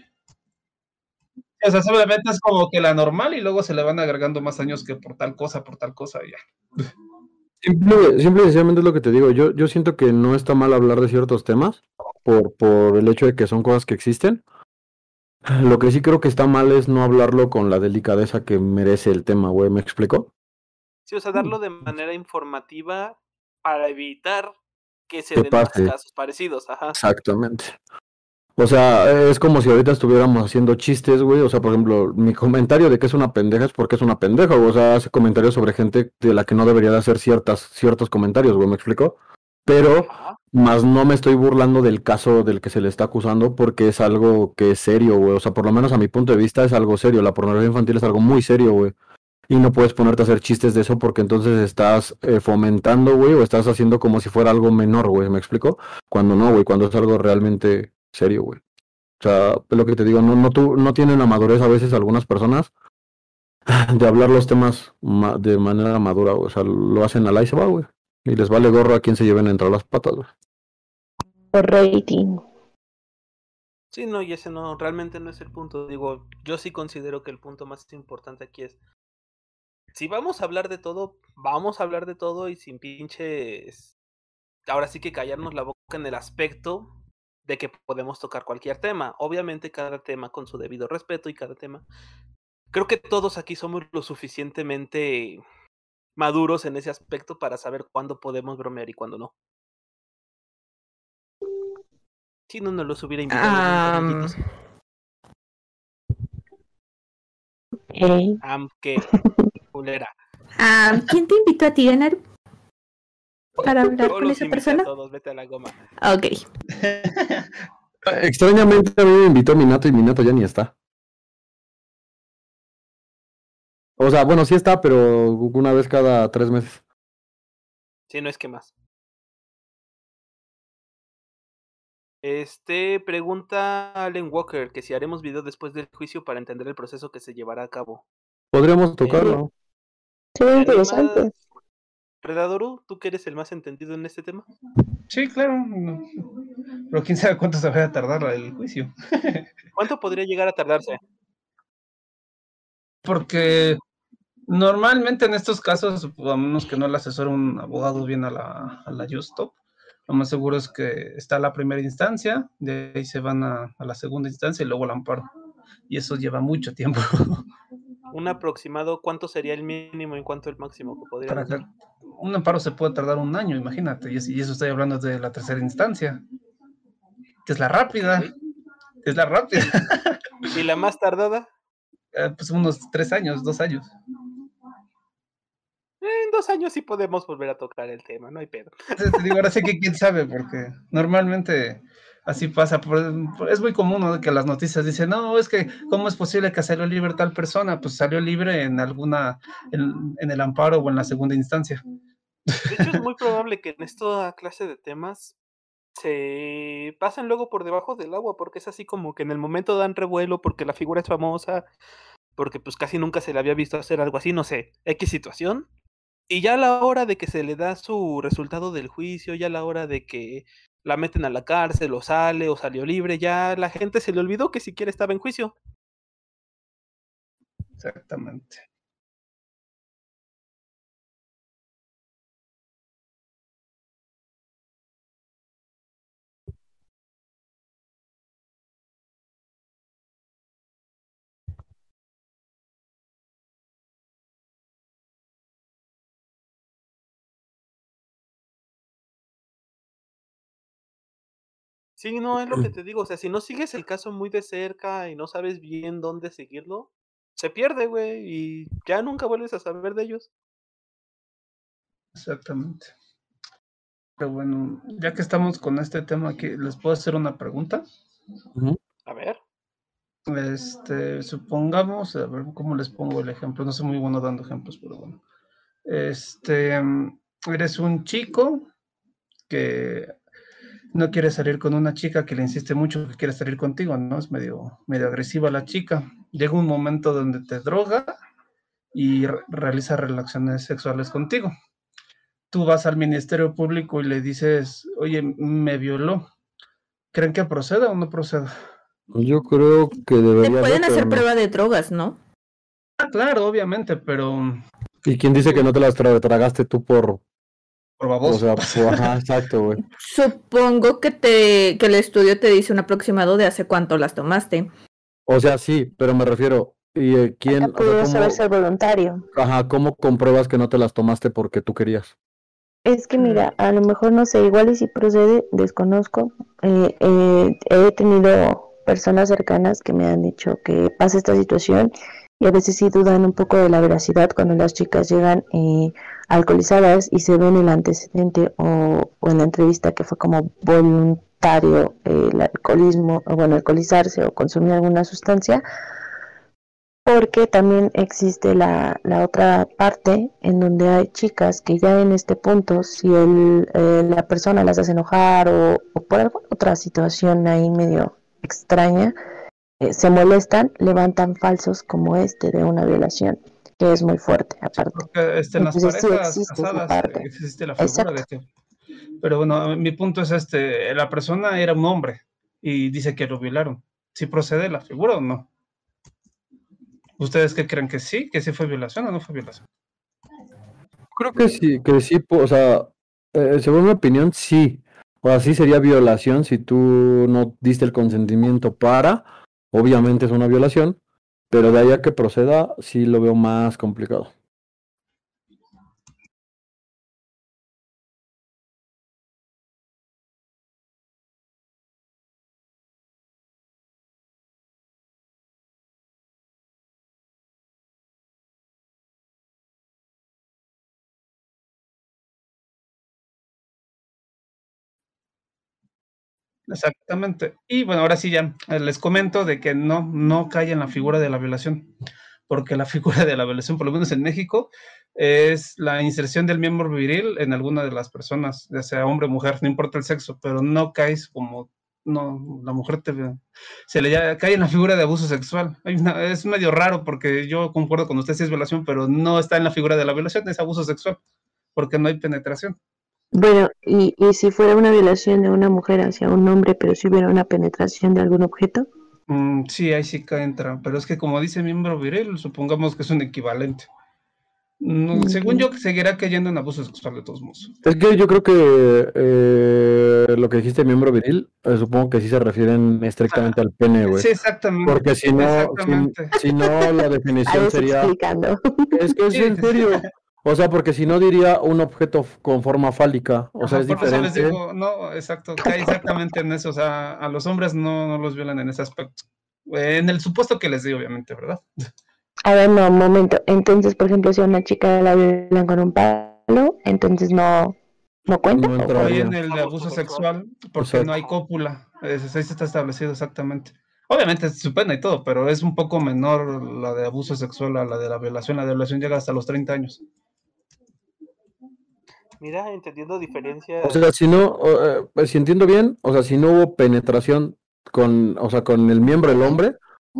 O sea, obviamente es como que la normal, y luego se le van agregando más años que por tal cosa, y ya. Simple y sencillamente es lo que te digo. Yo siento que no está mal hablar de ciertos temas por el hecho de que son cosas que existen. Lo que sí creo que está mal es no hablarlo con la delicadeza que merece el tema, güey. ¿Me explico? Sí, o sea, darlo de manera informativa para evitar que se Que den más pase. casos parecidos, ajá. Exactamente. O sea, es como si ahorita estuviéramos haciendo chistes, güey. O sea, por ejemplo, mi comentario de que es una pendeja es porque es una pendeja, güey. O sea, hace comentarios sobre gente de la que no debería de hacer ciertos comentarios, güey. ¿Me explico? Pero, más no me estoy burlando del caso del que se le está acusando porque es algo que es serio, güey. O sea, por lo menos a mi punto de vista es algo serio. La pornografía infantil es algo muy serio, güey. Y no puedes ponerte a hacer chistes de eso porque entonces estás fomentando, güey, o estás haciendo como si fuera algo menor, güey. ¿Me explico? Cuando no, güey, cuando es algo realmente serio, güey. O sea, es lo que te digo, no tienen la madurez a veces algunas personas de hablar los temas de manera madura, güey. O sea, lo hacen al ahí se va, güey. Y les vale gorro a quien se lleven entre las patas, güey. Por rating. Sí, no, y ese no, realmente no es el punto. Digo, yo sí considero que el punto más importante aquí es, si vamos a hablar de todo, vamos a hablar de todo y sin pinches, ahora sí que callarnos la boca en el aspecto de que podemos tocar cualquier tema. Obviamente cada tema con su debido respeto y cada tema. Creo que todos aquí somos lo suficientemente maduros en ese aspecto para saber cuándo podemos bromear y cuándo no. Si no, nos los hubiera invitado nunca, amiguitos. ¿Qué? Culera. ¿Quién te invitó a ti, Ganaru? Para hablar con esa persona. Todos, vete a la goma. Ok. Extrañamente a mí me invitó Minato y Minato ya ni está. O sea, bueno, sí está, pero una vez cada 3 meses. Sí, no es que más. Pregunta Allen Walker que si haremos video después del juicio para entender el proceso que se llevará a cabo. Podríamos tocarlo. Sí, interesante. Predadoru, ¿tú que eres el más entendido en este tema? Sí, claro. Pero quién sabe cuánto se vaya a tardar el juicio. ¿Cuánto podría llegar a tardarse? Porque normalmente en estos casos, a menos que no le asesore un abogado bien a la Justop, lo más seguro es que está la primera instancia, de ahí se van a la segunda instancia y luego al amparo. Y eso lleva mucho tiempo. Un aproximado, ¿cuánto sería el mínimo y cuánto el máximo que podría dar? Un amparo se puede tardar 1 año, imagínate, y eso estoy hablando de la tercera instancia, que es la rápida. Okay. Es la rápida. ¿Y la más tardada? Pues unos 3 años, 2 años. En 2 años sí podemos volver a tocar el tema, no hay pedo. Te digo, ahora sí que quién sabe, porque normalmente así pasa. Es muy común, ¿no?, que las noticias dicen, no, es que ¿cómo es posible que salió libre tal persona? Pues salió libre en el amparo o en la segunda instancia. De hecho, es muy probable que en esta clase de temas se pasan luego por debajo del agua, porque es así como que en el momento dan revuelo, porque la figura es famosa, porque pues casi nunca se le había visto hacer algo así, no sé, X situación. Y ya a la hora de que se le da su resultado del juicio, ya a la hora de que la meten a la cárcel o sale o salió libre, ya la gente se le olvidó que siquiera estaba en juicio. Exactamente. Sí, no, es lo que te digo, o sea, si no sigues el caso muy de cerca y no sabes bien dónde seguirlo, se pierde, güey, y ya nunca vuelves a saber de ellos. Exactamente. Pero bueno, ya que estamos con este tema aquí, ¿les puedo hacer una pregunta? A ver. Supongamos, a ver cómo les pongo el ejemplo, no soy muy bueno dando ejemplos, pero bueno. Eres un chico que no quiere salir con una chica que le insiste mucho que quiere salir contigo, ¿no? Es medio agresiva la chica. Llega un momento donde te droga y realiza relaciones sexuales contigo. Tú vas al Ministerio Público y le dices, oye, me violó. ¿Creen que proceda o no proceda? Yo creo que Te debería pueden pero hacer no. prueba de drogas, ¿no? Ah, claro, obviamente, pero ¿Y quién dice que no te las tragaste tú por por baboso. O sea, ajá, exacto, güey. Supongo que el estudio te dice un aproximado de hace cuánto las tomaste. O sea, sí, pero me refiero, ¿y quién, o sea, Pudo saber ser voluntario. ajá, cómo compruebas que no te las tomaste porque tú querías? Es que mira, a lo mejor no sé, igual y si procede, desconozco. He tenido personas cercanas que me han dicho que pasa esta situación y a veces sí dudan un poco de la veracidad cuando las chicas llegan alcoholizadas y se ven el antecedente o en la entrevista que fue como voluntario el alcoholismo, o bueno, alcoholizarse o consumir alguna sustancia. Porque también existe la otra parte en donde hay chicas que ya en este punto, si la persona las hace enojar o por alguna otra situación ahí medio extraña, se molestan, levantan falsos como este de una violación, que es muy fuerte aparte. Porque en las Entonces sí parejas existe esa casadas parte. existe la figura de Exacto. que... Pero bueno, mi punto es la persona era un hombre y dice que lo violaron. ¿Sí procede la figura o no? ¿Ustedes qué creen? ¿Que sí fue violación o no fue violación? Creo que sí, o sea, según mi opinión, sí. O sea, sí sería violación si tú no diste el consentimiento para, obviamente es una violación, pero de ahí a que proceda, sí lo veo más complicado. Exactamente. Y bueno, ahora sí ya les comento de que no cae en la figura de la violación, porque la figura de la violación, por lo menos en México, es la inserción del miembro viril en alguna de las personas, ya sea hombre o mujer, no importa el sexo, pero no caes como, no, la mujer se le cae en la figura de abuso sexual. Es medio raro porque yo concuerdo con usted si es violación, pero no está en la figura de la violación, es abuso sexual, porque no hay penetración. Bueno, y si fuera una violación de una mujer hacia un hombre, pero si hubiera una penetración de algún objeto. Sí, ahí sí entra, pero es que como dice miembro viril, supongamos que es un equivalente. Según yo, seguirá cayendo en abuso sexual de todos modos. Es que yo creo que lo que dijiste miembro viril, supongo que sí se refieren estrictamente al pene, güey. Sí, exactamente. Porque si no la definición sería... explicando. Es que es Sí. en serio. O sea, porque si no diría un objeto con forma fálica. O sea, es Por eso les diferente. digo, no, exacto, cae exactamente en eso. O sea, a los hombres no los violan en ese aspecto. En el supuesto que les di, obviamente, ¿verdad? A ver, no, un momento. Entonces, por ejemplo, si a una chica la violan con un palo, entonces no cuenta. No Cae entraría. en el abuso sexual porque no hay cópula. Ahí sí está establecido exactamente. Obviamente es su pena y todo, pero es un poco menor la de abuso sexual a la de la violación. La de violación llega hasta los 30 años. Mira, entendiendo diferencias. O sea, si no, si entiendo bien, o sea, si no hubo penetración o sea, con el miembro del hombre,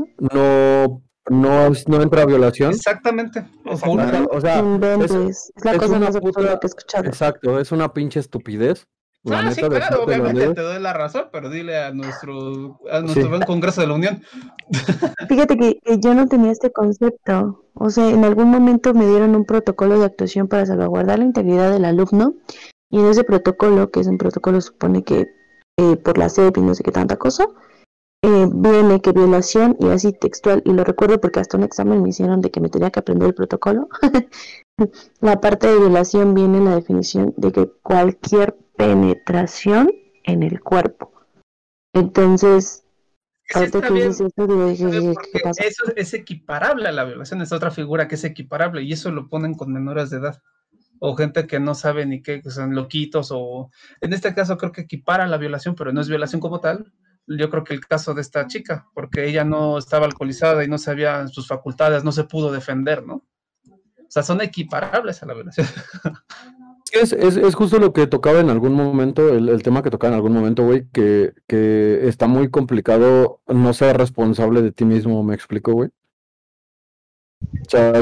no entra violación. Exactamente. O sea, es la cosa una más absurda puta, que he escuchado. exacto, es una pinche estupidez. La neta, Sí, claro, decírtelo, obviamente te doy la razón, pero dile a nuestro Sí. buen Congreso de la Unión. Fíjate que yo no tenía este concepto. O sea, en algún momento me dieron un protocolo de actuación para salvaguardar la integridad del alumno. Y en ese protocolo, que es un protocolo, supone que por la SEP y no sé qué tanta cosa, viene que violación, y así textual, y lo recuerdo porque hasta un examen me hicieron de que me tenía que aprender el protocolo. La parte de violación viene en la definición de que cualquier penetración en el cuerpo. Entonces, Sí, ahorita está que bien, dices esto, digo, porque ¿qué pasa? eso es equiparable a la violación, es otra figura que es equiparable, y eso lo ponen con menores de edad, o gente que no sabe ni qué, que son loquitos, o en este caso creo que equipara la violación, pero no es violación como tal. Yo creo que el caso de esta chica, porque ella no estaba alcoholizada y no sabía sus facultades, no se pudo defender, ¿no? O sea, son equiparables a la violación. Es justo lo que tocaba en algún momento, el tema que tocaba en algún momento, güey, que está muy complicado no ser responsable de ti mismo, ¿me explico, güey? O sea,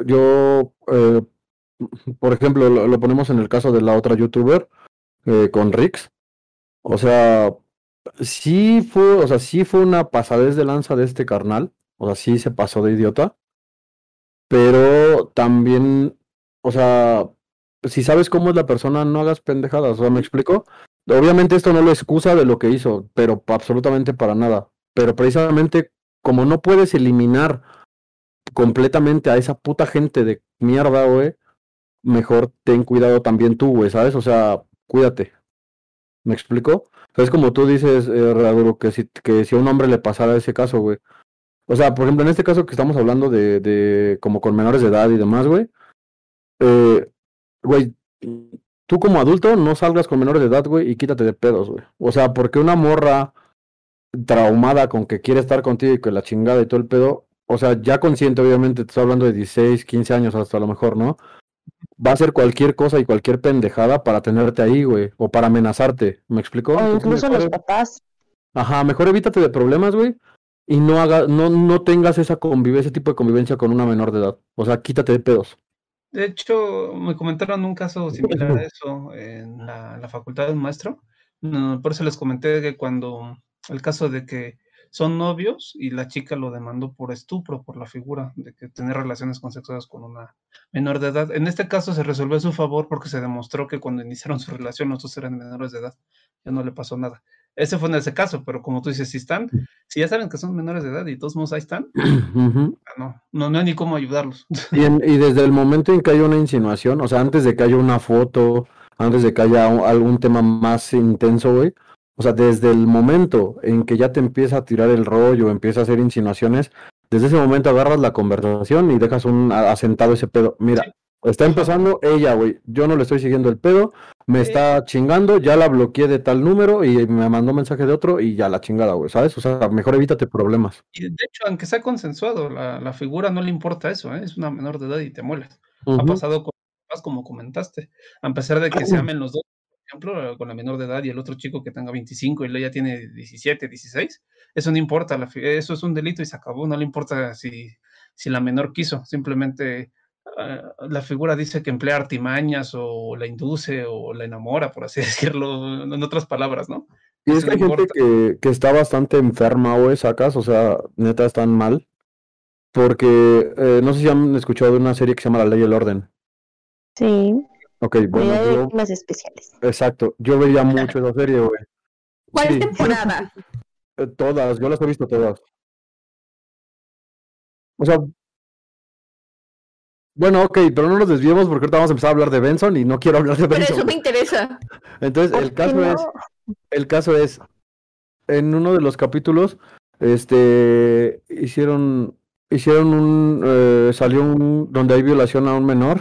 por ejemplo, lo ponemos en el caso de la otra youtuber, con Rix. O sea, sí fue una pasadez de lanza de este carnal. O sea, sí se pasó de idiota. Pero también, o sea, si sabes cómo es la persona, no hagas pendejadas. O sea, ¿me explico? Obviamente esto no lo excusa de lo que hizo, pero absolutamente para nada. Pero precisamente como no puedes eliminar completamente a esa puta gente de mierda, güey, mejor ten cuidado también tú, güey, ¿sabes? O sea, cuídate. ¿Me explico? O sea, es como tú dices, Raduro, que si a un hombre le pasara ese caso, güey. O sea, por ejemplo, en este caso que estamos hablando de como con menores de edad y demás, güey. Güey, tú como adulto no salgas con menores de edad, güey, y quítate de pedos, güey. O sea, porque una morra traumada con que quiere estar contigo y que la chingada y todo el pedo, o sea, ya consciente, obviamente, te estoy hablando de 16, 15 años hasta a lo mejor, ¿no? Va a hacer cualquier cosa y cualquier pendejada para tenerte ahí, güey, o para amenazarte, ¿me explico? O Entonces, incluso los papás. Ajá, mejor evítate de problemas, güey, y no tengas ese tipo de convivencia con una menor de edad. O sea, quítate de pedos. De hecho, me comentaron un caso similar a eso en la facultad de un maestro. Por eso les comenté que cuando el caso de que son novios y la chica lo demandó por estupro, por la figura de que tener relaciones consensuadas con una menor de edad. En este caso se resolvió a su favor porque se demostró que cuando iniciaron su relación los dos eran menores de edad. Ya no le pasó nada. Ese fue en ese caso, pero como tú dices, si ya saben que son menores de edad y todos modos ahí están, no hay ni cómo ayudarlos. Y desde el momento en que hay una insinuación, o sea, antes de que haya una foto, antes de que haya algún tema más intenso, güey, o sea, desde el momento en que ya te empieza a tirar el rollo, empieza a hacer insinuaciones, desde ese momento agarras la conversación y dejas asentado ese pedo. Mira, está empezando ella, güey, yo no le estoy siguiendo el pedo, me está chingando, ya la bloqueé de tal número y me mandó mensaje de otro y ya la chingada, güey, ¿sabes? O sea, mejor evítate problemas. Y de hecho, aunque sea consensuado, la figura no le importa eso, ¿eh? Es una menor de edad y te mueles. Ha pasado con papás, como comentaste, a pesar de que se amen los dos, por ejemplo, con la menor de edad y el otro chico que tenga 25 y ella tiene 17, 16, eso no importa, eso es un delito y se acabó, no le importa si la menor quiso, simplemente la figura dice que emplea artimañas o la induce o la enamora, por así decirlo, en otras palabras, ¿no? Y es que hay gente que está bastante enferma, güey, sacas, o sea, neta están mal. Porque no sé si han escuchado de una serie que se llama La Ley y el Orden. Sí. Ok, bueno. Hay víctimas especiales. Exacto, yo veía mucho esa serie, güey. ¿Cuál temporada? Todas, yo las he visto todas. O sea, bueno, ok, pero no nos desviemos porque ahorita vamos a empezar a hablar de Benson y no quiero hablar de Benson. Pero eso me interesa. Entonces, el caso es, en uno de los capítulos, salió donde hay violación a un menor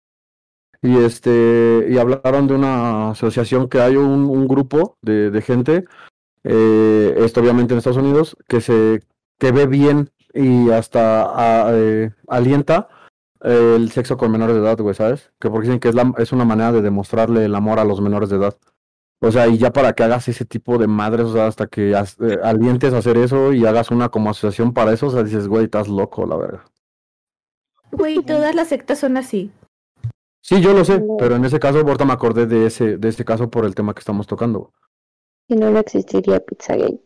y hablaron de una asociación que hay un grupo de gente, esto obviamente en Estados Unidos, que ve bien y hasta alienta el sexo con menores de edad, güey, ¿sabes? Que porque dicen que es una manera de demostrarle el amor a los menores de edad. O sea, y ya para que hagas ese tipo de madres, o sea, hasta que alientes a hacer eso y hagas una como asociación para eso, o sea, dices, güey, estás loco, la verdad. Güey, todas las sectas son así. Sí, yo lo sé, pero en ese caso, ahorita me acordé de ese caso por el tema que estamos tocando. Si no, no existiría Pizzagate.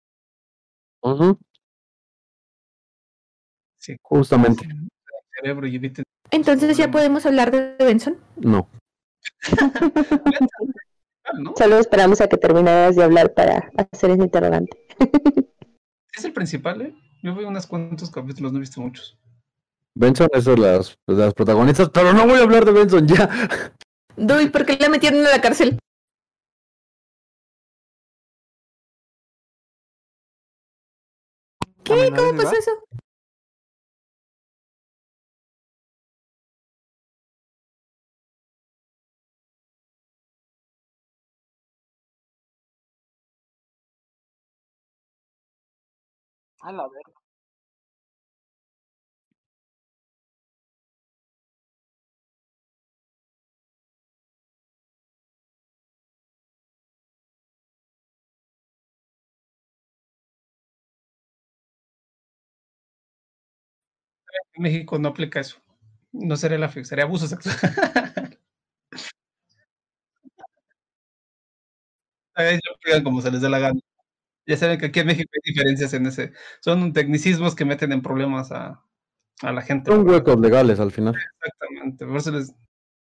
Sí, Justamente. cerebro y eviten. Entonces ya podemos hablar de Benson. No. ¿No? Solo esperamos a que terminaras de hablar para hacer ese interrogante. Es el principal, ¿eh? Yo vi unos cuantos capítulos, no he visto muchos. Benson es de las protagonistas, pero no voy a hablar de Benson ya. Duy, ¿por qué la metieron en la cárcel? ¿Qué? ¿Cómo pasó eso? A la verga. En México no aplica eso. No sería la sería abuso sexual. Ellos aplican como se les dé la gana. Ya saben que aquí en México hay diferencias en ese. Son tecnicismos que meten en problemas a la gente. Son huecos legales al final. Exactamente. Por eso les.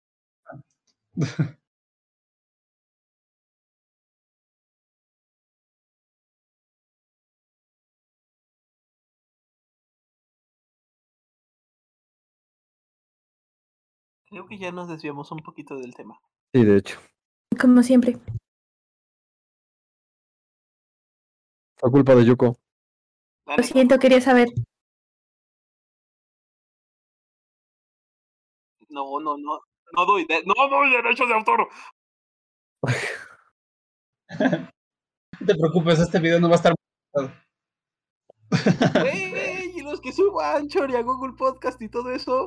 Creo que ya nos desviamos un poquito del tema. Sí, de hecho. Como siempre. Fue culpa de Yuko. La Lo neta, siento, quería saber. no doy derechos de autor. No te preocupes, este video no va a estar. Güey, y los que subo a Anchor y a Google Podcast y todo eso.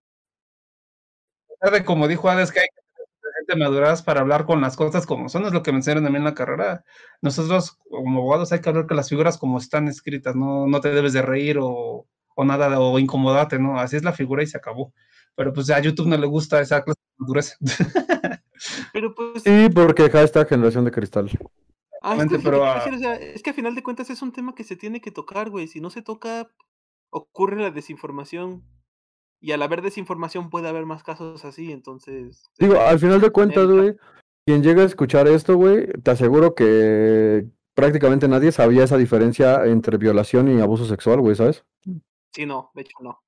Como dijo Hades, que hay que tener gente maduradas para hablar con las cosas como son, es lo que me enseñaron a mí en la carrera. Nosotros, como abogados, hay que hablar con las figuras como están escritas, no te debes de reír o nada, o incomodarte, ¿no? Así es la figura y se acabó. Pero pues a YouTube no le gusta esa clase de madurez. Pero pues. Sí, porque hashtag generación de cristal. Es que a final de cuentas es un tema que se tiene que tocar, güey. Si no se toca, ocurre la desinformación. Y al haber desinformación puede haber más casos así, entonces. Digo, al final de cuentas, güey, quien llega a escuchar esto, güey, te aseguro que prácticamente nadie sabía esa diferencia entre violación y abuso sexual, güey, ¿sabes? Sí, no, de hecho no.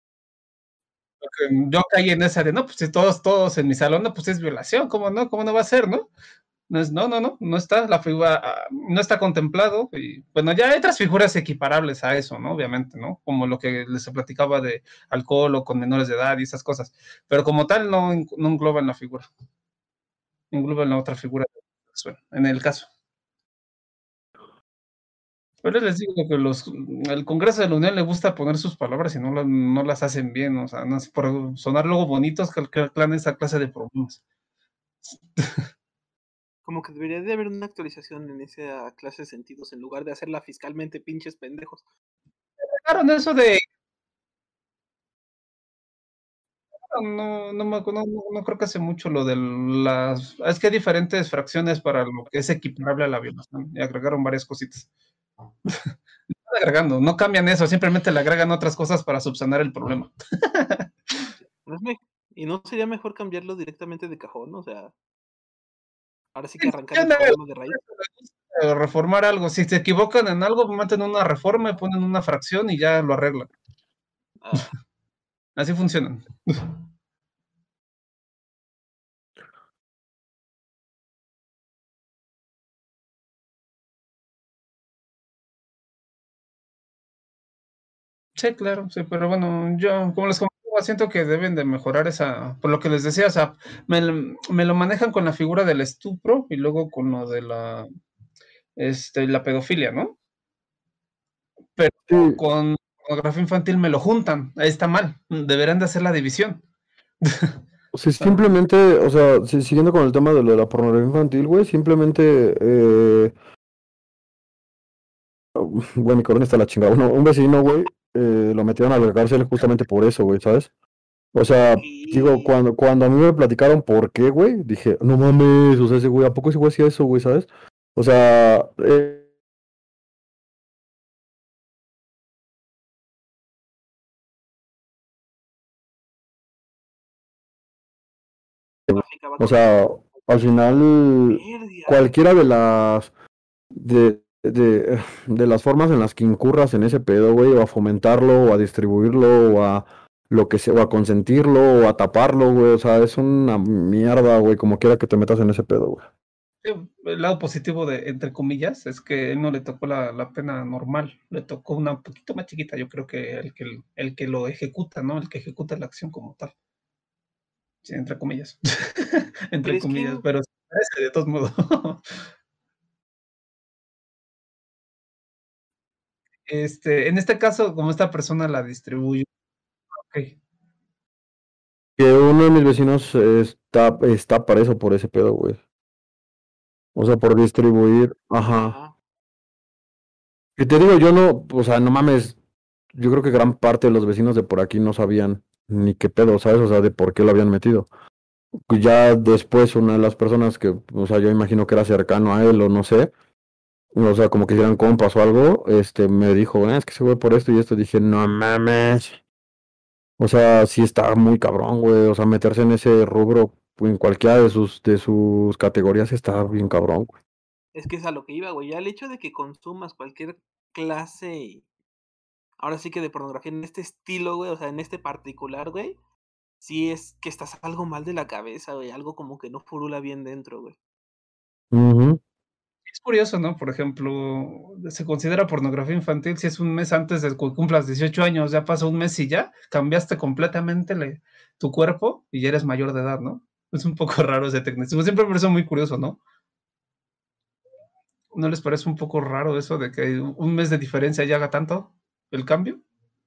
Yo caí en esa de, no, pues si todos en mi salón, no, pues es violación, ¿cómo no? ¿Cómo no va a ser, no? No está, la figura no está contemplado. Y bueno, ya hay otras figuras equiparables a eso, ¿no? Obviamente, ¿no? Como lo que les platicaba de alcohol o con menores de edad y esas cosas. Pero como tal, no engloba en la figura. Engloba en la otra figura, en el caso. Pero les digo que el Congreso de la Unión le gusta poner sus palabras y no las hacen bien, o sea, no es por sonar luego bonitos que crean esa clase de problemas. Como que debería de haber una actualización en esa clase de sentidos en lugar de hacerla fiscalmente pinches pendejos. Claro, eso de no creo que hace mucho lo de las. Es que hay diferentes fracciones para lo que es equiparable a la violación y agregaron varias cositas. Agregando, no cambian eso, simplemente le agregan otras cosas para subsanar el problema. ¿Y no sería mejor cambiarlo directamente de cajón? O sea, ahora sí que arrancar el problema de raíz. Reformar algo, si se equivocan en algo, meten una reforma y ponen una fracción y ya lo arreglan. Así funcionan. Sí, claro, sí, pero bueno, yo, como les comentaba, siento que deben de mejorar esa, por lo que les decía, o sea, me lo manejan con la figura del estupro y luego con lo de la pedofilia, ¿no? Pero Sí. con pornografía infantil me lo juntan. Ahí está mal. Deberían de hacer la división. Sí, simplemente, o sea, siguiendo con el tema de lo de la pornografía infantil, güey, simplemente, güey, mi corona está la chingada. Un vecino, güey, lo metieron a la cárcel justamente por eso, güey, ¿sabes? O sea, digo, cuando a mí me platicaron por qué, güey, dije, no mames, o sea, ese güey, ¿a poco ese güey hacía eso, güey, ¿sabes? O sea, o sea, al final, cualquiera de las de las formas en las que incurras en ese pedo, güey, o a fomentarlo, o a distribuirlo, o a lo que sea, o a consentirlo, o a taparlo, güey, o sea, es una mierda, güey, como quiera que te metas en ese pedo, güey. El lado positivo de, entre comillas, es que él no le tocó la pena normal, le tocó una un poquito más chiquita, yo creo que el que lo ejecuta, ¿no? El que ejecuta la acción como tal. Sí, entre comillas. Entre comillas, pero parece de todos modos. En este caso, como esta persona la distribuye, ok. Que uno de mis vecinos está preso por ese pedo, güey. O sea, por distribuir, ajá. Y te digo, yo no, o sea, no mames, yo creo que gran parte de los vecinos de por aquí no sabían ni qué pedo, ¿sabes? O sea, de por qué lo habían metido. Ya después una de las personas que, o sea, yo imagino que era cercano a él o no sé, o sea, como que eran compas o algo, me dijo, es que se fue por esto y esto, dije, no mames. O sea, sí está muy cabrón, güey, o sea, meterse en ese rubro en cualquiera de sus categorías está bien cabrón, güey. Es que es a lo que iba, güey, ya el hecho de que consumas cualquier clase, ahora sí que de pornografía en este estilo, güey, o sea, en este particular, güey, sí es que estás algo mal de la cabeza, güey, algo como que no furula bien dentro, güey. Es curioso, ¿no? Por ejemplo, se considera pornografía infantil si es un mes antes de que cumplas 18 años, ya pasó un mes y ya cambiaste completamente tu cuerpo y ya eres mayor de edad, ¿no? Es un poco raro ese tecnicismo. Siempre me parece muy curioso, ¿no? ¿No les parece un poco raro eso de que un mes de diferencia ya haga tanto el cambio?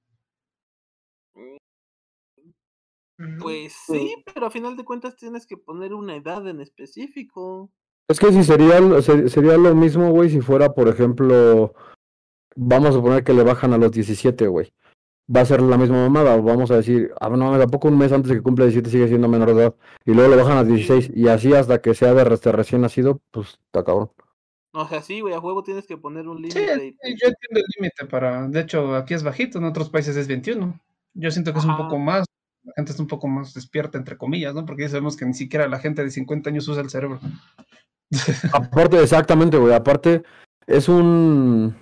Pues sí, pero a final de cuentas tienes que poner una edad en específico. Es que si sería lo mismo, güey, si fuera, por ejemplo, vamos a suponer que le bajan a los 17, güey. Va a ser la misma mamada, vamos a decir, no, ¿a poco un mes antes de que cumpla 17 sigue siendo menor de edad? Y luego le bajan a 16, y así hasta que sea de recién nacido, pues está cabrón. O sea, sí, güey, a juego tienes que poner un Sí, límite. yo entiendo el límite de hecho, aquí es bajito, en otros países es 21. Yo siento que es un poco más, la gente está un poco más despierta, entre comillas, ¿no? Porque ya sabemos que ni siquiera la gente de 50 años usa el cerebro. Aparte, exactamente, güey, aparte, es una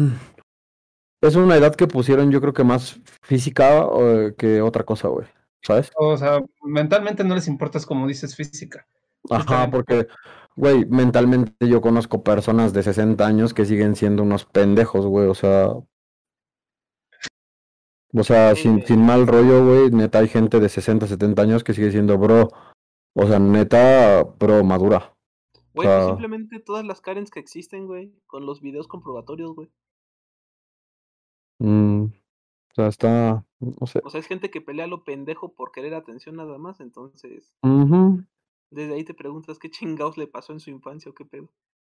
edad que pusieron, yo creo que más física que otra cosa, güey, ¿sabes? O sea, mentalmente no les importa, es como dices, física. Ajá, porque, güey, mentalmente yo conozco personas de 60 años que siguen siendo unos pendejos, güey, o sea, sin mal rollo, güey, neta hay gente de 60, 70 años que sigue siendo bro, o sea, neta, bro, madura. Güey, pues simplemente todas las Karens que existen, güey, con los videos comprobatorios, güey. O sea, está, no sé. O sea, es gente que pelea a lo pendejo por querer atención nada más, entonces. Desde ahí te preguntas qué chingados le pasó en su infancia o qué pedo.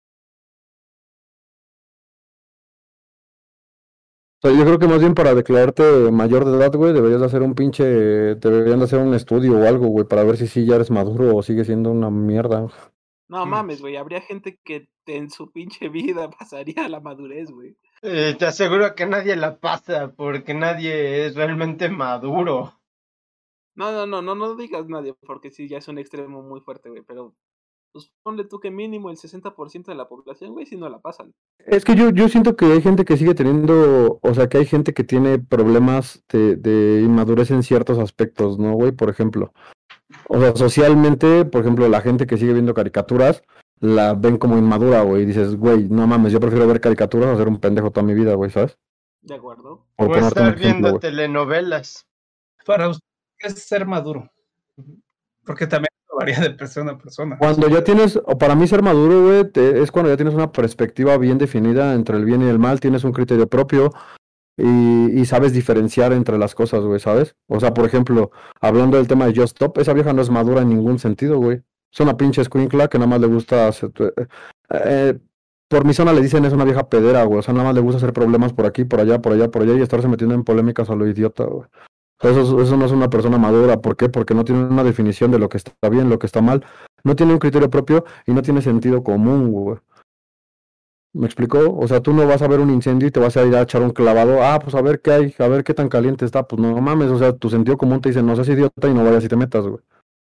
O sea, yo creo que más bien para declararte mayor de edad, güey, deberían de hacer un estudio o algo, güey, para ver si sí ya eres maduro o sigue siendo una mierda. No mames, güey, habría gente que en su pinche vida pasaría a la madurez, güey. Te aseguro que nadie la pasa porque nadie es realmente maduro. No digas nadie, porque sí, ya es un extremo muy fuerte, güey, pero pues ponle tú que mínimo el 60% de la población, güey, si no la pasan. Es que yo siento que hay gente que sigue teniendo, o sea, que hay gente que tiene problemas de inmadurez en ciertos aspectos, ¿no, güey? Por ejemplo, o sea, socialmente, por ejemplo, la gente que sigue viendo caricaturas, la ven como inmadura, güey, y dices, güey, no mames, yo prefiero ver caricaturas a ser un pendejo toda mi vida, güey, ¿sabes? De acuerdo. O estar viendo telenovelas. Para usted, ¿qué es ser maduro? Porque también varía de persona a persona. Cuando ya tienes, o para mí ser maduro, güey, es cuando ya tienes una perspectiva bien definida entre el bien y el mal, tienes un criterio propio, y sabes diferenciar entre las cosas, güey, ¿sabes? O sea, por ejemplo, hablando del tema de Just Stop, esa vieja no es madura en ningún sentido, güey. Es una pinche escuincla que nada más le gusta eh, por mi zona le dicen es una vieja pedera, güey. O sea, nada más le gusta hacer problemas por aquí, por allá, por allá, por allá y estarse metiendo en polémicas a lo idiota, güey. O sea, eso no es una persona madura. ¿Por qué? Porque no tiene una definición de lo que está bien, lo que está mal. No tiene un criterio propio y no tiene sentido común, güey. ¿Me explicó? O sea, tú no vas a ver un incendio y te vas a ir a echar un clavado. Ah, pues a ver qué hay, a ver qué tan caliente está. Pues no mames, o sea, tu sentido común te dice, no seas idiota y no vayas y te metas, güey.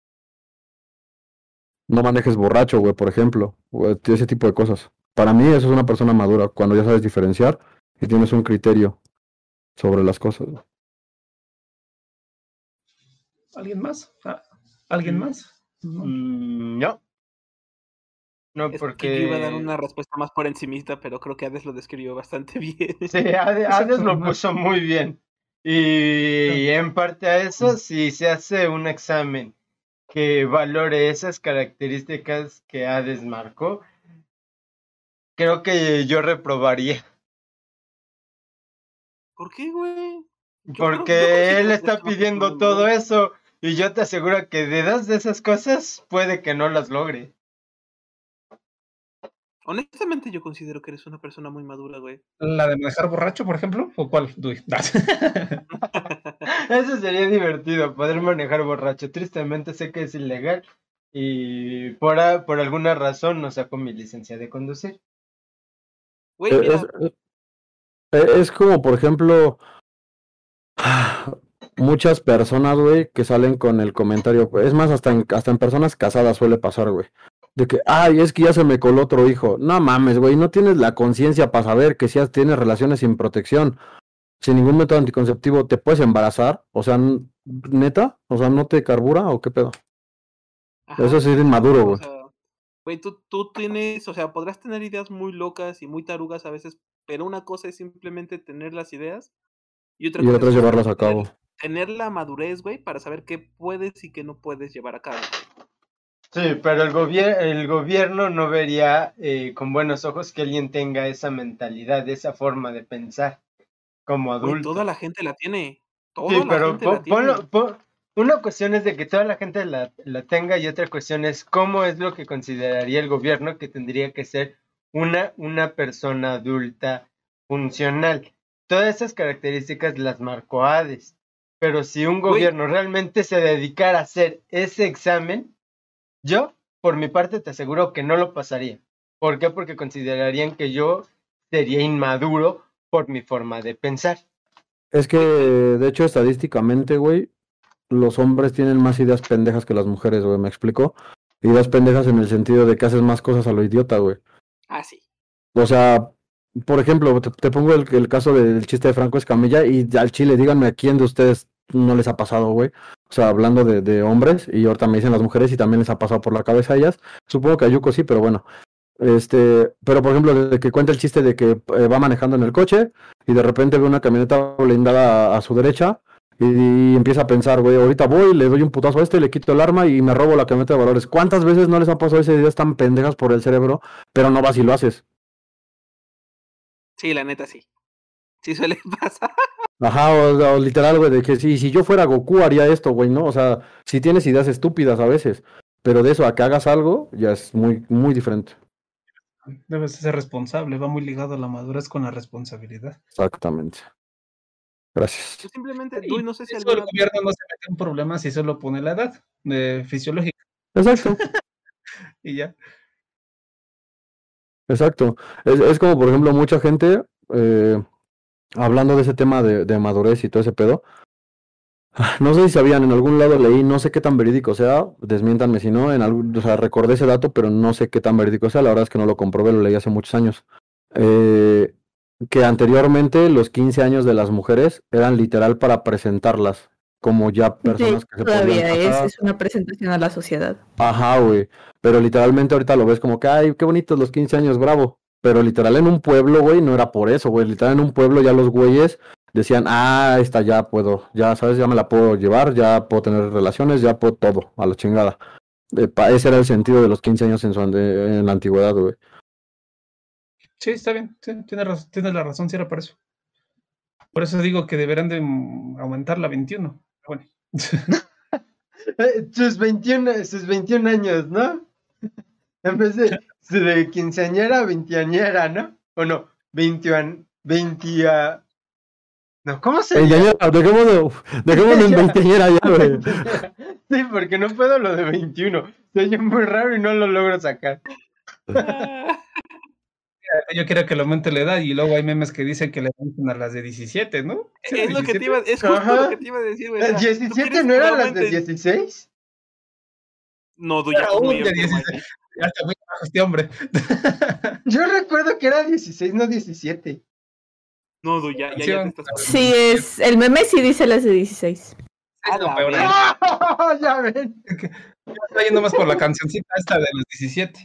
No manejes borracho, güey, por ejemplo. O ese tipo de cosas. Para mí eso es una persona madura, cuando ya sabes diferenciar y tienes un criterio sobre las cosas, güey. ¿Alguien más? ¿Alguien más? No. No, Es porque... que yo iba a dar una respuesta más por encimista, pero creo que Hades lo describió bastante bien. Sí, Hades lo puso muy bien. Y en parte a eso, si se hace un examen que valore esas características que Hades marcó, creo que yo reprobaría. ¿Por qué, güey? Porque él está pidiendo todo eso y yo te aseguro que de esas cosas puede que no las logre. Honestamente yo considero que eres una persona muy madura, güey. ¿La de manejar borracho, por ejemplo? ¿O cuál? Eso sería divertido, poder manejar borracho. Tristemente sé que es ilegal y por alguna razón no saco mi licencia de conducir. Güey, mira. Es como, por ejemplo, muchas personas, güey, que salen con el comentario, es más, hasta en personas casadas suele pasar, güey. De que, ay, es que ya se me coló otro hijo. No mames, güey, no tienes la conciencia para saber que si tienes relaciones sin protección, sin ningún método anticonceptivo, te puedes embarazar. O sea, neta, o sea, ¿no te carbura o qué pedo? Ajá, eso sí es inmaduro, güey. O sea, güey, tú tienes, o sea, podrás tener ideas muy locas y muy tarugas a veces, pero una cosa es simplemente tener las ideas y otra cosa es es llevarlas a cabo. Tener la madurez, güey, para saber qué puedes y qué no puedes llevar a cabo. Sí, pero el gobierno no vería con buenos ojos que alguien tenga esa mentalidad, esa forma de pensar como adulto. Güey, toda la gente la tiene. Sí, pero una cuestión es de que toda la gente la tenga y otra cuestión es cómo es lo que consideraría el gobierno que tendría que ser una persona adulta funcional. Todas esas características las marcó Hades, pero si un gobierno realmente se dedicara a hacer ese examen, yo, por mi parte, te aseguro que no lo pasaría. ¿Por qué? Porque considerarían que yo sería inmaduro por mi forma de pensar. Es que, de hecho, estadísticamente, güey, los hombres tienen más ideas pendejas que las mujeres, güey, ¿me explico? Ideas pendejas en el sentido de que haces más cosas a lo idiota, güey. Ah, sí. O sea, por ejemplo, te pongo el caso del chiste de Franco Escamilla y al chile, díganme a quién de ustedes no les ha pasado, güey. O sea, hablando de hombres, y ahorita me dicen las mujeres y también les ha pasado por la cabeza a ellas. Supongo que a Yuko sí, pero bueno. Pero por ejemplo, de que cuenta el chiste de que va manejando en el coche y de repente ve una camioneta blindada a su derecha y empieza a pensar, güey, ahorita voy, le doy un putazo a le quito el arma y me robo la camioneta de valores. ¿Cuántas veces no les ha pasado esas ideas tan pendejas por el cerebro, pero no vas y lo haces? Sí, la neta sí. Sí suele pasar. Ajá, o literal, güey, de que si yo fuera Goku haría esto, güey, ¿no? O sea, si tienes ideas estúpidas a veces, pero de eso a que hagas algo, ya es muy, muy diferente. Debes ser responsable, va muy ligado a la madurez con la responsabilidad. Exactamente. Gracias. Yo simplemente, no sé si el gobierno no se mete en problemas y solo pone la edad fisiológica. Exacto. Y ya. Exacto. Es como, por ejemplo, mucha gente, hablando de ese tema de madurez y todo ese pedo, no sé si sabían, en algún lado leí, no sé qué tan verídico sea, desmiéntanme si no, o sea, recordé ese dato, pero no sé qué tan verídico sea, la verdad es que no lo comprobé, lo leí hace muchos años, que anteriormente los 15 años de las mujeres eran literal para presentarlas, como ya personas que se todavía podían casar. es una presentación a la sociedad. Ajá, güey, pero literalmente ahorita lo ves como que, ay, qué bonitos los 15 años, bravo, pero literal en un pueblo, güey, no era por eso, güey, literal en un pueblo ya los güeyes decían, esta ya puedo, ya sabes, ya me la puedo llevar, ya puedo tener relaciones, ya puedo todo, a la chingada. Ese era el sentido de los 15 años en la antigüedad, güey. Sí, está bien, sí, tienes la razón, sí era por eso. Por eso digo que deberán de aumentar la 21. Bueno. sus 21 años, ¿no? En vez de quinceañera a veinteañera, ¿no? O no, 20 no, ¿cómo se llama? Dejémoslo en veinteañera ya, güey. Sí, porque no puedo lo de 21. Se oye muy raro y no lo logro sacar. Yo quiero que lo aumente la edad y luego hay memes que dicen que le aumenten a las de 17, ¿no? ¿Sí, es lo que te iba, es justo lo que te iba a decir, güey. ¿El 17 no eran las de 16? No, tú ya estás muy de 16. Ya está muy bajo este hombre. Yo recuerdo que era 16, no 17. No, tú ya te estás... Sí, es... El meme sí dice las de 16. A la peor. ¡Oh, ya ven! Está yendo más por la cancioncita esta de los 17.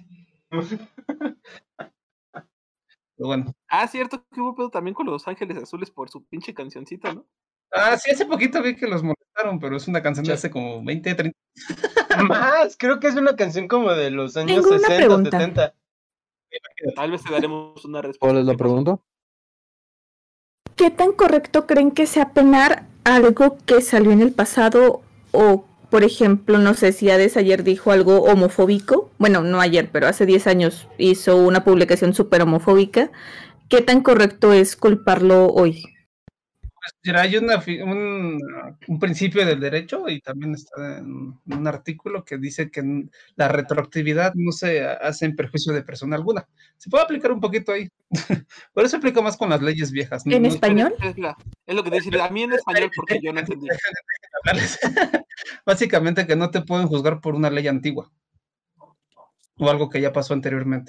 Pero bueno. Cierto que hubo pedo también con Los Ángeles Azules por su pinche cancioncita, ¿no? Sí, hace poquito vi que los molestaron, pero es una canción de hace como 20, 30. Más, creo que es una canción como de los años Tengo una 60, pregunta. 70. Tal vez te daremos una respuesta. ¿Cuál es la pregunta? ¿Qué tan correcto creen que sea penar algo que salió en el pasado? O, por ejemplo, no sé si Hades ayer dijo algo homofóbico. Bueno, no ayer, pero hace 10 años hizo una publicación súper homofóbica. ¿Qué tan correcto es culparlo hoy? Pues hay un principio del derecho y también está en un artículo que dice que la retroactividad no se hace en perjuicio de persona alguna. Se puede aplicar un poquito ahí. Por eso aplica más con las leyes viejas. ¿En No, español? Es lo que te decía, a mí en español porque yo no entendí. Básicamente que no te pueden juzgar por una ley antigua o algo que ya pasó anteriormente.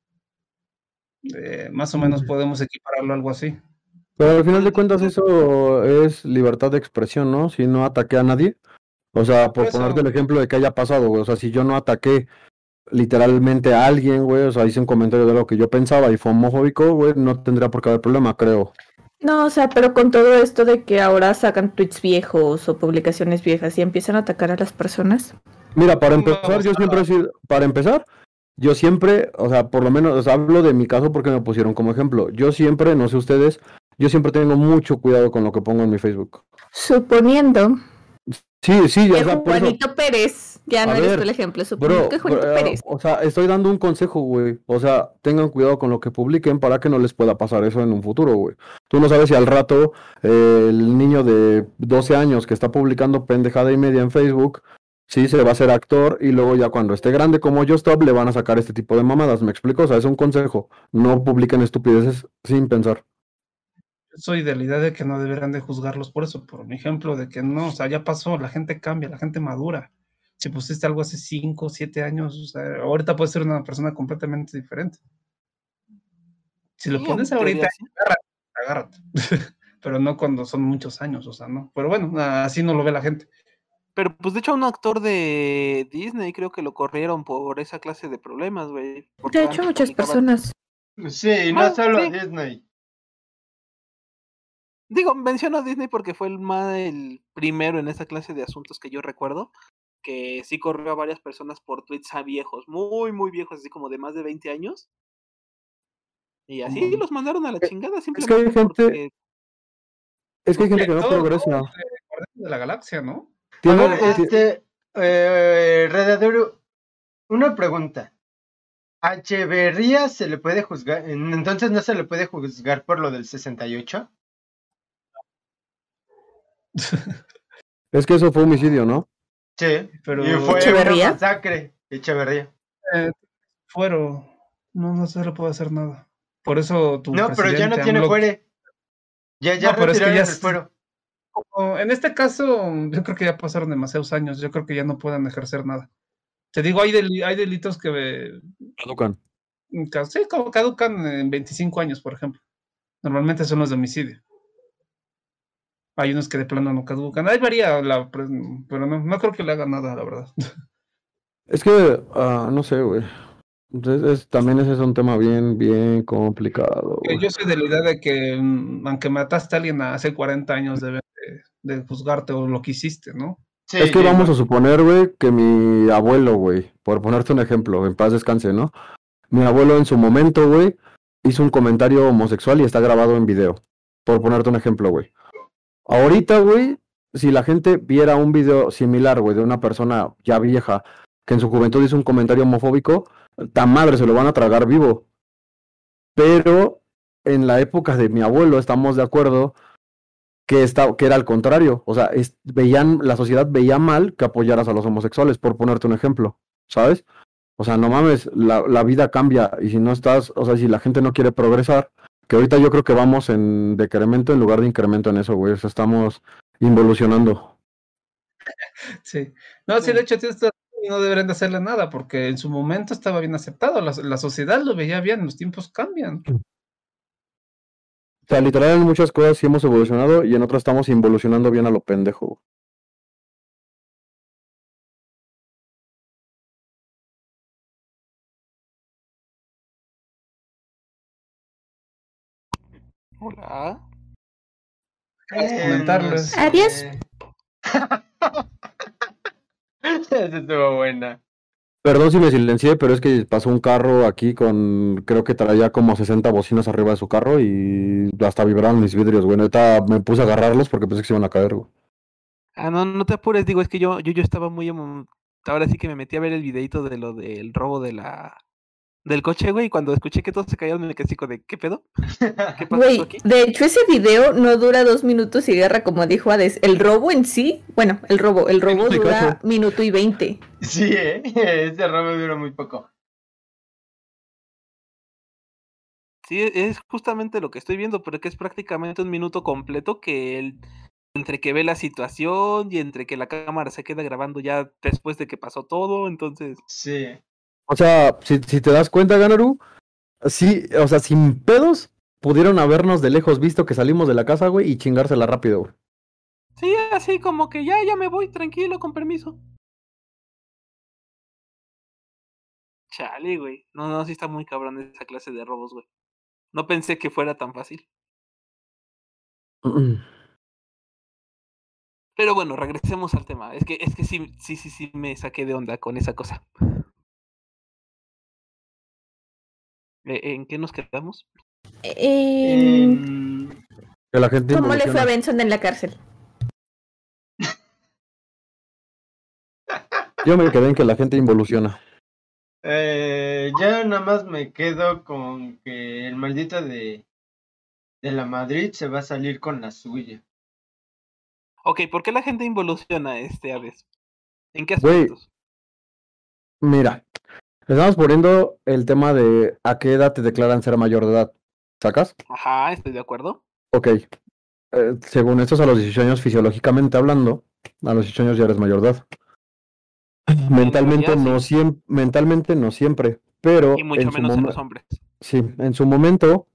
Más o menos podemos equipararlo a algo así. Pero al final de cuentas eso es libertad de expresión, ¿no? Si no ataqué a nadie. O sea, por ponerte el ejemplo de que haya pasado, güey. O sea, si yo no ataqué literalmente a alguien, güey, o sea, hice un comentario de lo que yo pensaba y fue homofóbico, güey, no tendría por qué haber problema, creo. No, o sea, pero con todo esto de que ahora sacan tweets viejos o publicaciones viejas y empiezan a atacar a las personas. Mira, para empezar, yo siempre, o sea, por lo menos, o sea, hablo de mi caso porque me pusieron como ejemplo. Yo siempre, no sé ustedes, yo siempre tengo mucho cuidado con lo que pongo en mi Facebook. Suponiendo Sí, ya que sea, por eso. Juanito Pérez, ya no eres tú el ejemplo, suponiendo que Juanito Pérez. O sea, estoy dando un consejo, güey. O sea, tengan cuidado con lo que publiquen para que no les pueda pasar eso en un futuro, güey. Tú no sabes si al rato el niño de 12 años que está publicando pendejada y media en Facebook, sí se va a hacer actor y luego ya cuando esté grande como Justop le van a sacar este tipo de mamadas, ¿me explico? O sea, es un consejo. No publiquen estupideces sin pensar. Soy de la idea de que no deberán de juzgarlos por eso, por mi ejemplo de que no, o sea, ya pasó, la gente cambia, la gente madura. Si pusiste algo hace 5, 7 años, o sea, ahorita puedes ser una persona completamente diferente. Si lo pones ahorita, agárrate. Pero no cuando son muchos años, o sea, no. Pero bueno, así no lo ve la gente. Pero pues de hecho un actor de Disney creo que lo corrieron por esa clase de problemas, güey. De hecho muchas personas. Sí, no solo Disney. Digo, menciono a Disney porque fue el primero en esta clase de asuntos que yo recuerdo, que sí corrió a varias personas por tweets viejos, muy, muy viejos, así como de más de 20 años. Y así los mandaron a la chingada simplemente. Es que hay gente que no progresa. De la galaxia, ¿no? Redadero, una pregunta. ¿A Echeverría se le puede juzgar? Entonces no se le puede juzgar por lo del 68. Es que eso fue homicidio, ¿no? Sí, pero y fue ¿Echeverría? una masacre. Echeverría. Fuero. No se le puede hacer nada. Por eso tu No, pero ya no tiene fuero. Ya retiraron el fuero. En este caso, yo creo que ya pasaron demasiados años. Yo creo que ya no pueden ejercer nada. Te digo, hay delitos que caducan. Sí, como caducan en 25 años, por ejemplo. Normalmente son los de homicidio. Hay unos que de plano no caducan. Ahí varía, pero no creo que le haga nada, la verdad. Es que, no sé, güey. También ese es un tema bien complicado. Güey. Yo soy de la idea de que, aunque mataste a alguien hace 40 años, debe de juzgarte o lo que hiciste, ¿no? Sí, es que vamos a suponer, güey, que mi abuelo, güey, por ponerte un ejemplo, en paz descanse, ¿no? Mi abuelo en su momento, güey, hizo un comentario homosexual y está grabado en video. por ponerte un ejemplo, güey. Ahorita, güey, si la gente viera un video similar, güey, de una persona ya vieja que en su juventud hizo un comentario homofóbico, tan madre se lo van a tragar vivo. Pero en la época de mi abuelo estamos de acuerdo que era al contrario. O sea, la sociedad veía mal que apoyaras a los homosexuales, por ponerte un ejemplo, ¿sabes? O sea, no mames, la vida cambia y si no estás, o sea, si la gente no quiere progresar, que ahorita yo creo que vamos en decremento en lugar de incremento en eso, güey. O sea, estamos involucionando. Sí. No, sí, de hecho, no deberían de hacerle nada, porque en su momento estaba bien aceptado, la sociedad lo veía bien, los tiempos cambian. O sea, literal en muchas cosas sí hemos evolucionado y en otras estamos involucionando bien a lo pendejo. Hola. Comentarles. Adiós. Esa estuvo buena. Perdón si me silencié, pero es que pasó un carro aquí creo que traía como 60 bocinas arriba de su carro y hasta vibraron mis vidrios, güey. Ahorita me puse a agarrarlos porque pensé que se iban a caer, güey. No te apures, digo, es que yo estaba muy ahora sí que me metí a ver el videito de lo del robo del coche, güey, y cuando escuché que todos se cayeron me quedé así como de, ¿qué pedo? ¿Qué pasó Güey, aquí? de hecho ese video no dura 2 minutos y guerra, como dijo Hades. El robo en sí, bueno, el robo dura 1:20. Sí, ese robo dura muy poco. Sí, es justamente lo que estoy viendo, pero que es prácticamente 1 minuto completo que entre que ve la situación y entre que la cámara se queda grabando ya después de que pasó todo, entonces... Sí. O sea, si te das cuenta, Ganaru, sí, o sea, sin pedos, pudieron habernos de lejos visto que salimos de la casa, güey, y chingársela rápido, güey. Sí, así como que ya me voy, tranquilo, con permiso. Chale, güey. No, sí está muy cabrón esa clase de robos, güey. No pensé que fuera tan fácil. Pero bueno, regresemos al tema. Es que sí me saqué de onda con esa cosa. ¿En qué nos quedamos? Que la gente ¿Cómo le fue a involuciona. Benson en la cárcel? Yo me quedé en que la gente involuciona. Ya nada más me quedo con que el maldito de la Madrid se va a salir con la suya. Ok, ¿por qué la gente involuciona Aves? ¿En qué Güey, aspectos? mira, estamos poniendo el tema de a qué edad te declaran ser mayor de edad. ¿Sacas? Ajá, estoy de acuerdo. Ok. Según estos, a los 18 años, fisiológicamente hablando, a los 18 años ya eres mayor de edad. Mentalmente no siempre, pero y mucho menos en los hombres. Sí, en su momento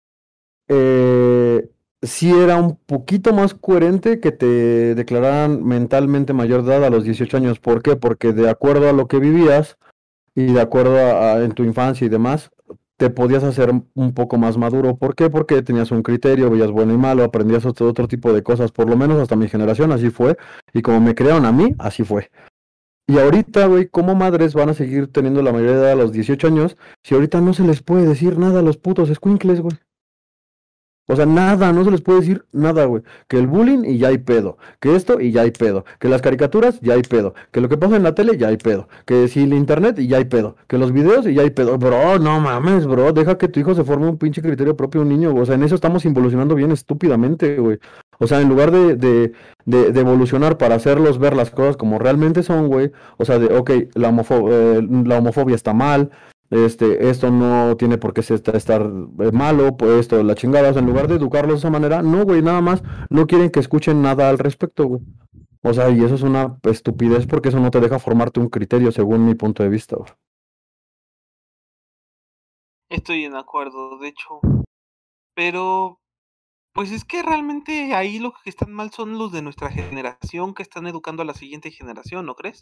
sí era un poquito más coherente que te declararan mentalmente mayor de edad a los 18 años. ¿Por qué? Porque de acuerdo a lo que vivías y de acuerdo en tu infancia y demás, te podías hacer un poco más maduro. ¿Por qué? Porque tenías un criterio, veías bueno y malo, aprendías otro tipo de cosas, por lo menos hasta mi generación así fue, y como me crearon a mí, así fue. Y ahorita, güey, ¿cómo madres van a seguir teniendo la mayoría de edad a los 18 años si ahorita no se les puede decir nada a los putos escuincles, güey? O sea, nada, no se les puede decir nada, güey. Que el bullying y ya hay pedo. Que esto y ya hay pedo. Que las caricaturas ya hay pedo. Que lo que pasa en la tele ya hay pedo. Que si el internet y ya hay pedo. Que los videos y ya hay pedo. Bro, no mames, bro. Deja que tu hijo se forme un pinche criterio propio de un niño. O sea, en eso estamos involucionando bien estúpidamente, güey. O sea, en lugar de evolucionar para hacerlos ver las cosas como realmente son, güey. O sea, ok, la homofobia está mal. Esto no tiene por qué estar malo, pues esto, la chingada, o sea, en lugar de educarlos de esa manera, no, güey, nada más, no quieren que escuchen nada al respecto, güey. O sea, y eso es una estupidez porque eso no te deja formarte un criterio según mi punto de vista, güey. Estoy en acuerdo, de hecho. Pero, pues es que realmente ahí lo que están mal son los de nuestra generación que están educando a la siguiente generación, ¿no crees?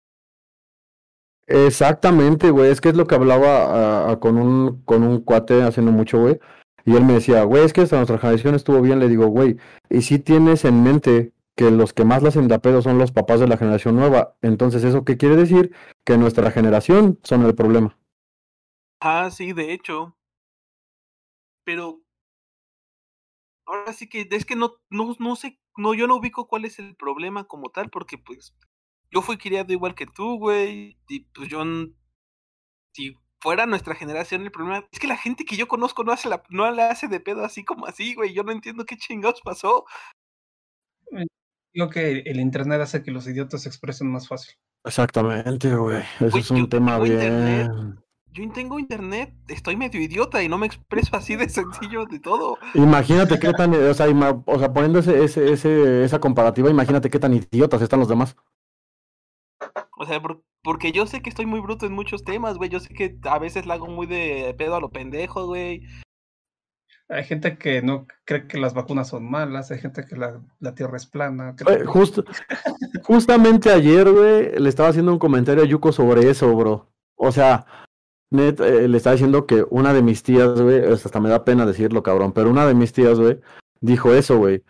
Exactamente, güey, es que es lo que hablaba con un cuate hace no mucho, güey, y él me decía, güey, es que hasta nuestra generación estuvo bien, le digo, güey, y si tienes en mente que los que más la hacen de a pedo son los papás de la generación nueva, entonces ¿eso qué quiere decir? Que nuestra generación son el problema. Ah, sí, de hecho. Pero ahora sí que es que no sé, yo no ubico cuál es el problema como tal, porque pues yo fui criado igual que tú, güey, y pues si fuera nuestra generación el problema, es que la gente que yo conozco no la hace de pedo así como así, güey, yo no entiendo qué chingados pasó. Digo que el internet hace que los idiotas se expresen más fácil. Exactamente, güey. Eso Güey, es un tema bien. Yo tengo internet, estoy medio idiota y no me expreso así de sencillo de todo. Imagínate qué tan, o sea, poniendo esa comparativa, imagínate qué tan idiotas están los demás. O sea, porque yo sé que estoy muy bruto en muchos temas, güey. Yo sé que a veces la hago muy de pedo a lo pendejo, güey. Hay gente que no cree que las vacunas son malas, hay gente que la tierra es plana. Justamente ayer, güey, le estaba haciendo un comentario a Yuko sobre eso, bro. O sea, le estaba diciendo que una de mis tías, güey, hasta me da pena decirlo, cabrón, pero una de mis tías, güey, dijo eso, güey.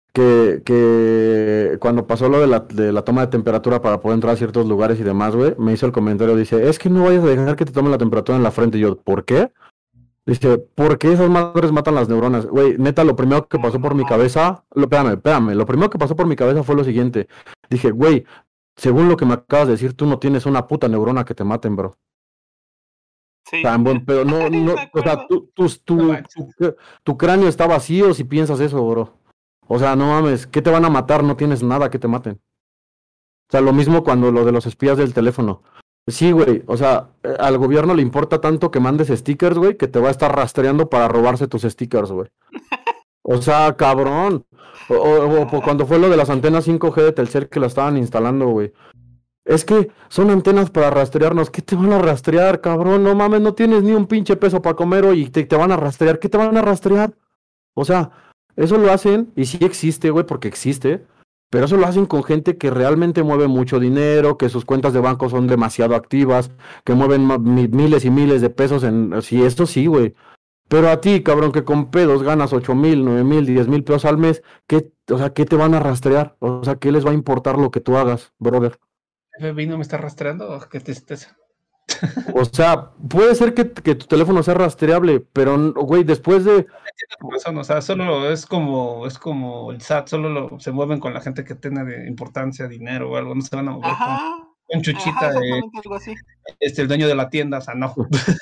Que cuando pasó lo de la toma de temperatura para poder entrar a ciertos lugares y demás, güey, me hizo el comentario, dice, es que no vayas a dejar que te tomen la temperatura en la frente. Y yo, ¿por qué? Dice, ¿por qué esas madres matan las neuronas? Güey, neta, lo primero que pasó por mi cabeza, espérame, lo primero que pasó por mi cabeza fue lo siguiente. Dije, güey, según lo que me acabas de decir, tú no tienes una puta neurona que te maten, bro. Sí. Tan buen pedo, no, o sea, tu cráneo está vacío si piensas eso, bro. O sea, no mames, ¿qué te van a matar? No tienes nada que te maten. O sea, lo mismo cuando lo de los espías del teléfono. Sí, güey, o sea, al gobierno le importa tanto que mandes stickers, güey, que te va a estar rastreando para robarse tus stickers, güey. O sea, cabrón. O cuando fue lo de las antenas 5G de Telcel que la estaban instalando, güey. Es que son antenas para rastrearnos. ¿Qué te van a rastrear, cabrón? No mames, no tienes ni un pinche peso para comer hoy y te van a rastrear. ¿Qué te van a rastrear? O sea, eso lo hacen y sí existe, güey, porque existe. Pero eso lo hacen con gente que realmente mueve mucho dinero, que sus cuentas de banco son demasiado activas, que mueven miles y miles de pesos en... Sí, esto sí, güey. Pero a ti, cabrón, que con pedos ganas 8,000, 9,000, 10,000 pesos al mes, o sea, ¿qué te van a rastrear? O sea, ¿qué les va a importar lo que tú hagas, brother? FBI no me está rastreando, oh, qué tristeza. O sea, puede ser que tu teléfono sea rastreable, pero, güey, después de... O sea, solo es como el SAT, solo se mueven con la gente que tenga de importancia, dinero o algo, no se van a mover con Chuchita, exactamente algo así. El dueño de la tienda, o sea, no.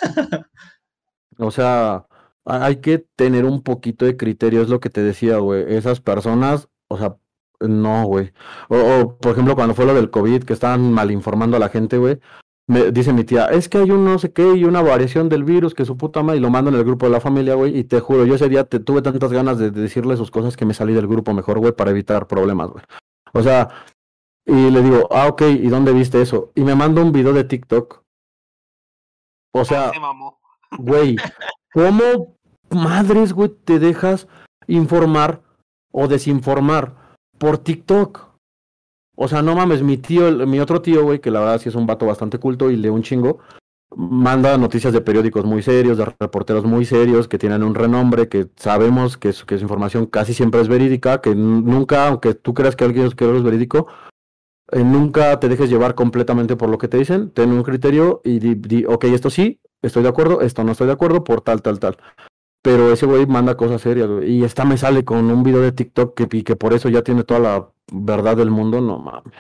O sea, hay que tener un poquito de criterio, es lo que te decía, güey. Esas personas, o sea, no, güey. O, por ejemplo, cuando fue lo del COVID, que estaban mal informando a la gente, güey. Me dice mi tía, es que hay un no sé qué y una variación del virus que su puta madre, y lo mando en el grupo de la familia, güey. Y te juro, yo ese día tuve tantas ganas de decirle sus cosas que me salí del grupo mejor, güey, para evitar problemas, güey. O sea, y le digo, ok, ¿y dónde viste eso? Y me manda un video de TikTok. O sea, güey, ¿cómo madres, güey, te dejas informar o desinformar por TikTok? O sea, no mames, mi otro tío, güey, que la verdad sí es un vato bastante culto y lee un chingo, manda noticias de periódicos muy serios, de reporteros muy serios, que tienen un renombre, que sabemos que su información casi siempre es verídica, que nunca, aunque tú creas que alguien es verídico, nunca te dejes llevar completamente por lo que te dicen, ten un criterio y di, ok, esto sí, estoy de acuerdo, esto no estoy de acuerdo por tal. Pero ese güey manda cosas serias, güey. Y esta me sale con un video de TikTok que por eso ya tiene toda la verdad del mundo, no mames.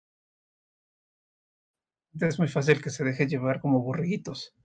Es muy fácil que se deje llevar como borriguitos.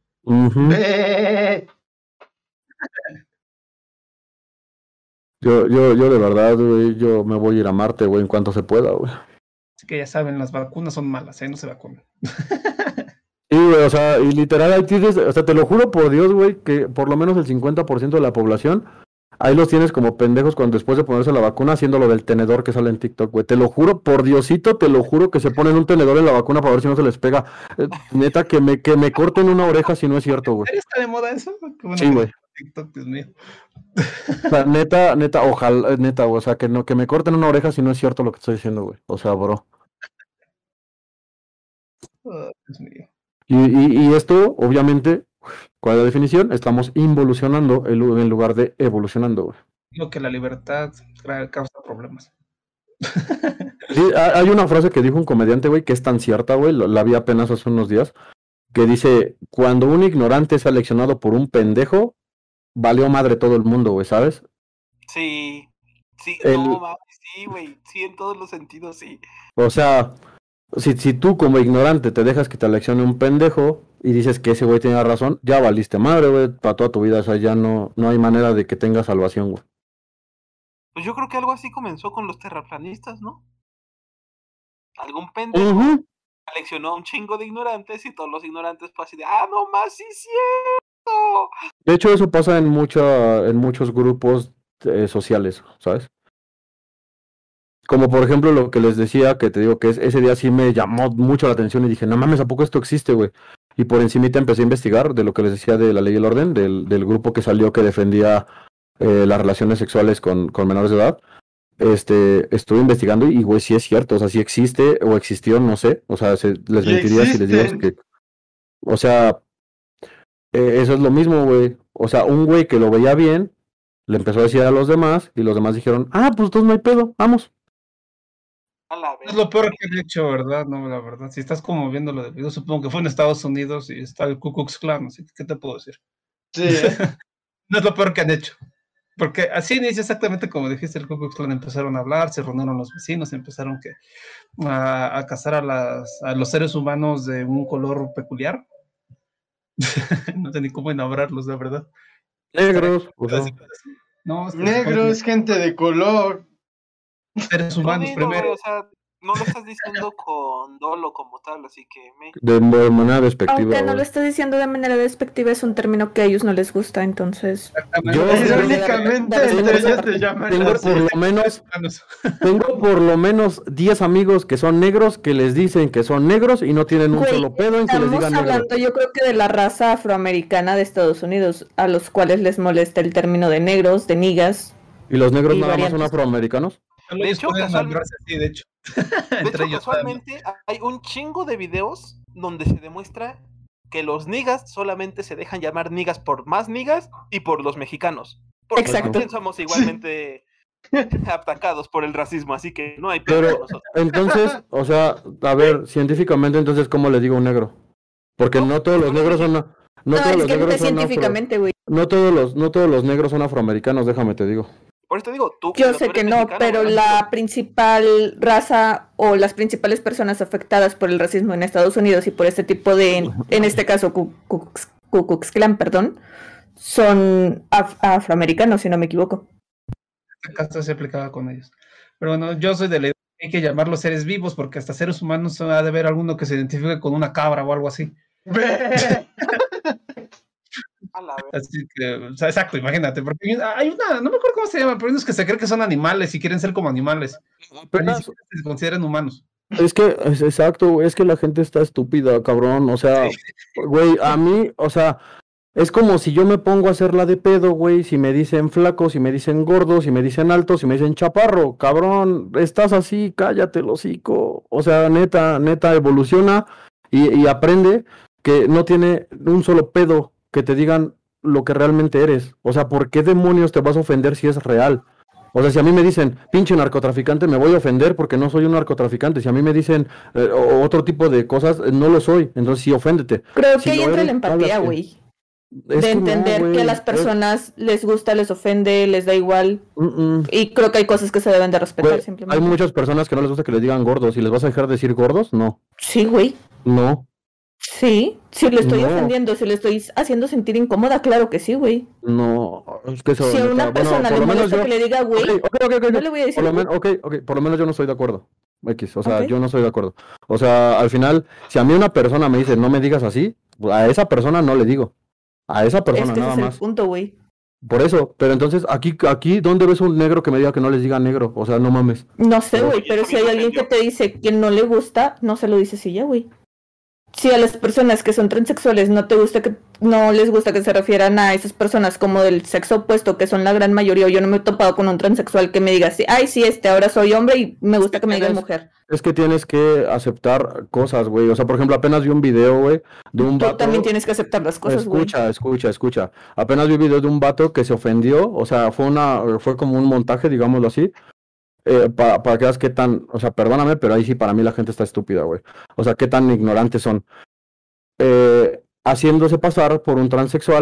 Yo de verdad, güey, yo me voy a ir a Marte, güey, en cuanto se pueda, güey. Así que ya saben, las vacunas son malas, no se vacunan. Sí, güey, o sea, y literal, ahí tienes, o sea, te lo juro por Dios, güey, que por lo menos el 50% de la población, ahí los tienes como pendejos cuando después de ponerse la vacuna haciendo lo del tenedor que sale en TikTok, güey. Te lo juro, por Diosito, te lo juro que se ponen un tenedor en la vacuna para ver si no se les pega. Neta, que me corten una oreja si no es cierto, güey. ¿Está de moda eso? Bueno, sí, güey. TikTok, Dios mío. O sea, neta, ojalá, neta, o sea, que me corten una oreja si no es cierto lo que estoy diciendo, güey. O sea, bro. Oh, Dios mío. Y esto, obviamente, ¿cuál es la definición? Estamos involucionando en lugar de evolucionando, güey. Digo que la libertad causa problemas. Sí, hay una frase que dijo un comediante, güey, que es tan cierta, güey, la vi apenas hace unos días, que dice, cuando un ignorante es seleccionado por un pendejo, valió madre todo el mundo, güey, ¿sabes? Sí. Sí, El- no, mames, sí, güey. Sí, en todos los sentidos, sí. O sea, si tú como ignorante te dejas que te leccione un pendejo y dices que ese güey tiene razón, ya valiste madre, güey, para toda tu vida. O sea, ya no hay manera de que tengas salvación, güey. Pues yo creo que algo así comenzó con los terraplanistas, ¿no? Algún pendejo Ujú. seleccionó a un chingo de ignorantes y todos los ignorantes fue así de, ¡ah, no más, sí es cierto! De hecho, eso pasa en muchos grupos sociales, ¿sabes? Como por ejemplo lo que les decía, que te digo que ese día sí me llamó mucho la atención y dije, no mames, ¿a poco esto existe, güey? Y por encimita empecé a investigar de lo que les decía de la ley y el orden, del grupo que salió que defendía las relaciones sexuales con menores de edad. Estuve investigando y, güey, sí es cierto, o sea, sí existe o existió, no sé, o sea, les Y mentiría si les digo existen. que, o sea, eso es lo mismo, güey. O sea, un güey que lo veía bien, le empezó a decir a los demás y los demás dijeron, ah, pues entonces no hay pedo, vamos. A la Es vez. lo peor que han hecho, ¿verdad? No, la verdad. Si estás como viendo lo del video, supongo que fue en Estados Unidos y está el Ku Klux Klan, así que, ¿qué te puedo decir? Sí, ¿eh? No es lo peor que han hecho. Porque así inicia exactamente como dijiste, el Ku Klux Klan empezaron a hablar, se reunieron los vecinos, empezaron a cazar a los seres humanos de un color peculiar. No sé ni cómo nombrarlos, la verdad. Negros, o sea, No, es que Negros, gente de color. seres No humanos dilo, primero. güey, o sea, no lo estás diciendo con dolo como tal, así que de manera despectiva, Aunque no lo güey. estás diciendo de manera despectiva, es un término que a ellos no les gusta, entonces. Yo- Irónicamente, entre ellos te llaman Tengo así. por lo menos 10 amigos que son negros que les dicen que son negros y no tienen un Güey, solo pedo en que les estamos digan negro. hablando, yo creo que de la raza afroamericana de Estados Unidos, a los cuales les molesta el término de negros, de niggas. ¿Y los negros y nada más son variantes. afroamericanos? De hecho, Sí, de hecho. Entre ellos. casualmente hay un chingo de videos donde se demuestra que los niggas solamente se dejan llamar niggas por más niggas y por los mexicanos. Porque Exacto. también somos igualmente atacados por el racismo, así que no hay pedo con Pero nosotros. entonces, o sea, a ver, científicamente entonces, ¿cómo le digo un negro? Porque no todos los negros son... No todos es los que no negros es son científicamente, güey. no todos los negros son afroamericanos, déjame te digo. Por eso te digo, tú. Yo pero sé tú que eres no, mexicano, pero ¿verdad? la principal raza o las principales personas afectadas por el racismo en Estados Unidos y por este tipo de, en este caso, Ku Klux Klan, perdón, son afroamericanos, si no me equivoco. En este caso se aplicaba con ellos. Pero bueno, yo soy de la idea que hay que llamarlos seres vivos, porque hasta seres humanos ha de haber alguno que se identifique con una cabra o algo así. A la vez. Así que, o sea, exacto, imagínate, porque hay una, no me acuerdo cómo se llama, pero hay unos que se creen que son animales y quieren ser como animales. Pero ni siquiera se consideran humanos. Es que, es exacto, güey, es que la gente está estúpida, cabrón, o sea, güey, a mí, o sea, es como si yo me pongo a hacerla de pedo, güey, si me dicen flaco, si me dicen gordo, si me dicen alto, si me dicen chaparro, cabrón, estás así, cállate el hocico, o sea, neta, evoluciona y aprende que no tiene un solo pedo que te digan lo que realmente eres, o sea, ¿por qué demonios te vas a ofender si es real? O sea, si a mí me dicen, pinche narcotraficante, me voy a ofender porque no soy un narcotraficante. Si a mí me dicen otro tipo de cosas, no lo soy. Entonces sí, oféndete. Creo Si que ahí lo entra la eres, empatía, háblate. güey. Es De que no, entender que a güey, las personas les gusta, les ofende, les da igual. Y creo que hay cosas que se deben de respetar, Güey, simplemente. hay muchas personas que no les gusta que les digan gordos. ¿Y les vas a dejar de decir gordos? No. Sí, güey. No. Sí. Si lo estoy No. ofendiendo, si le estoy haciendo sentir incómoda, claro que sí, güey. No. Es que eso, Si a neta, una bueno, persona por le lo menos molesta yo... que le diga güey, Ok. no le voy a decir Por lo güey. menos, por lo menos yo no estoy de acuerdo. X, o sea, Ok. yo no estoy de acuerdo. O sea, al final, si a mí una persona me dice, no me digas así, a esa persona no le digo. A esa Es persona que ese nada es el más. punto, güey. Por eso, pero entonces, aquí, ¿dónde ves un negro que me diga que no les diga negro? O sea, no mames. No sé, Pero- güey, pero Eso si hay me alguien que ofendió. te dice que no le gusta, no se lo dices y ya, güey. Si a las personas que son transexuales no les gusta que se refieran a esas personas como del sexo opuesto, que son la gran mayoría, o yo no me he topado con un transexual que me diga así, ay, sí, ahora soy hombre y me gusta que me digan mujer. Es que tienes que aceptar cosas, güey. O sea, por ejemplo, apenas vi un video, güey, de un Tú vato. también tienes que aceptar las cosas, güey. Escucha. Apenas vi un video de un vato que se ofendió. O sea, fue como un montaje, digámoslo así. Para que veas qué tan, o sea, perdóname, pero ahí sí para mí la gente está estúpida, güey. O sea, qué tan ignorantes son. Haciéndose pasar por un transexual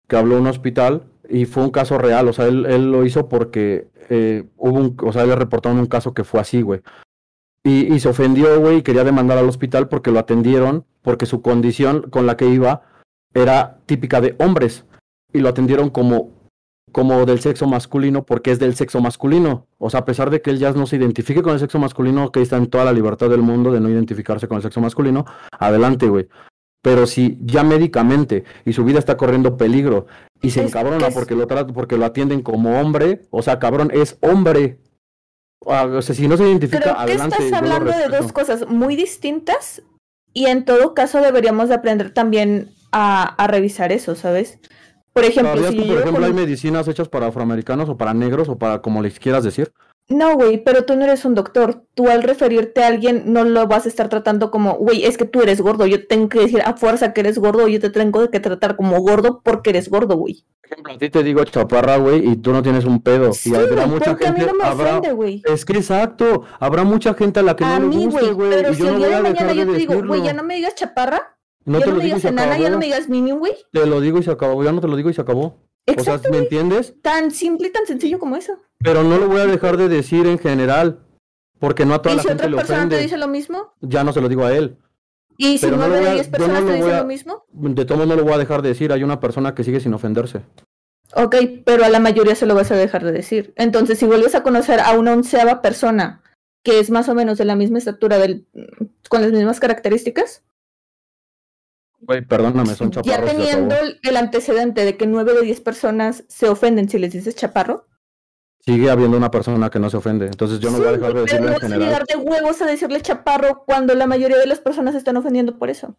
que habló en un hospital y fue un caso real, o sea, él lo hizo porque o sea, le reportaron un caso que fue así, güey. Y se ofendió, güey, y quería demandar al hospital porque lo atendieron, porque su condición con la que iba era típica de hombres. Y lo atendieron como del sexo masculino porque es del sexo masculino. O sea, a pesar de que él ya no se identifique con el sexo masculino, que está en toda la libertad del mundo de no identificarse con el sexo masculino, adelante, güey. Pero si ya médicamente y su vida está corriendo peligro y se encabrona porque lo atienden como hombre, o sea, cabrón, es hombre. O sea, si no se identifica, creo que adelante. Estás hablando de dos cosas muy distintas y en todo caso deberíamos de aprender también a revisar eso, ¿sabes? Por ejemplo, ¿Sabías que, por ejemplo, hay medicinas hechas para afroamericanos o para negros o para como les quieras decir? No, güey, pero tú no eres un doctor. Tú al referirte a alguien no lo vas a estar tratando como, güey, es que tú eres gordo. Yo tengo que decir a fuerza que eres gordo. Yo te tengo que tratar como gordo porque eres gordo, güey. Por ejemplo, a ti te digo chaparra, güey, y tú no tienes un pedo. Sí, y habrá mucha porque gente, a mí no me ofende, güey. Es que exacto, habrá mucha gente a la que A no le mí, guste, güey. pero Y si yo el no día voy de a mañana dejar yo de te digo, güey, decirlo. ya no me digas chaparra, No ya te no lo me digo y digas se enana, ya no acabó. me digas minion, güey. Te lo digo y se acabó, ya no te lo digo y se acabó. Exacto, O sea, ¿me entiendes? Tan simple y tan sencillo como eso. Pero no lo voy a dejar de decir en general, porque no a toda ¿Y la si gente otra le persona ofende. te dice lo mismo? Ya no se lo digo a él. ¿Y si Pero no 9 lo voy de a- 10 yo personas no te lo voy dicen a- lo mismo? De todos modos no lo voy a dejar de decir, hay una persona que sigue sin ofenderse. Ok, pero a la mayoría se lo vas a dejar de decir. Entonces, si vuelves a conocer a una 11ª persona que es más o menos de la misma estatura, con las mismas características, Güey, perdóname, son ya chaparros y se teniendo acabó. el antecedente de que 9 de 10 personas se ofenden si les dices chaparro, Sigue habiendo una persona que no se ofende, entonces yo no voy a dejar de pero decirlo no en vas a general. llegar de huevos a decirle chaparro cuando la mayoría de las personas se están ofendiendo por eso.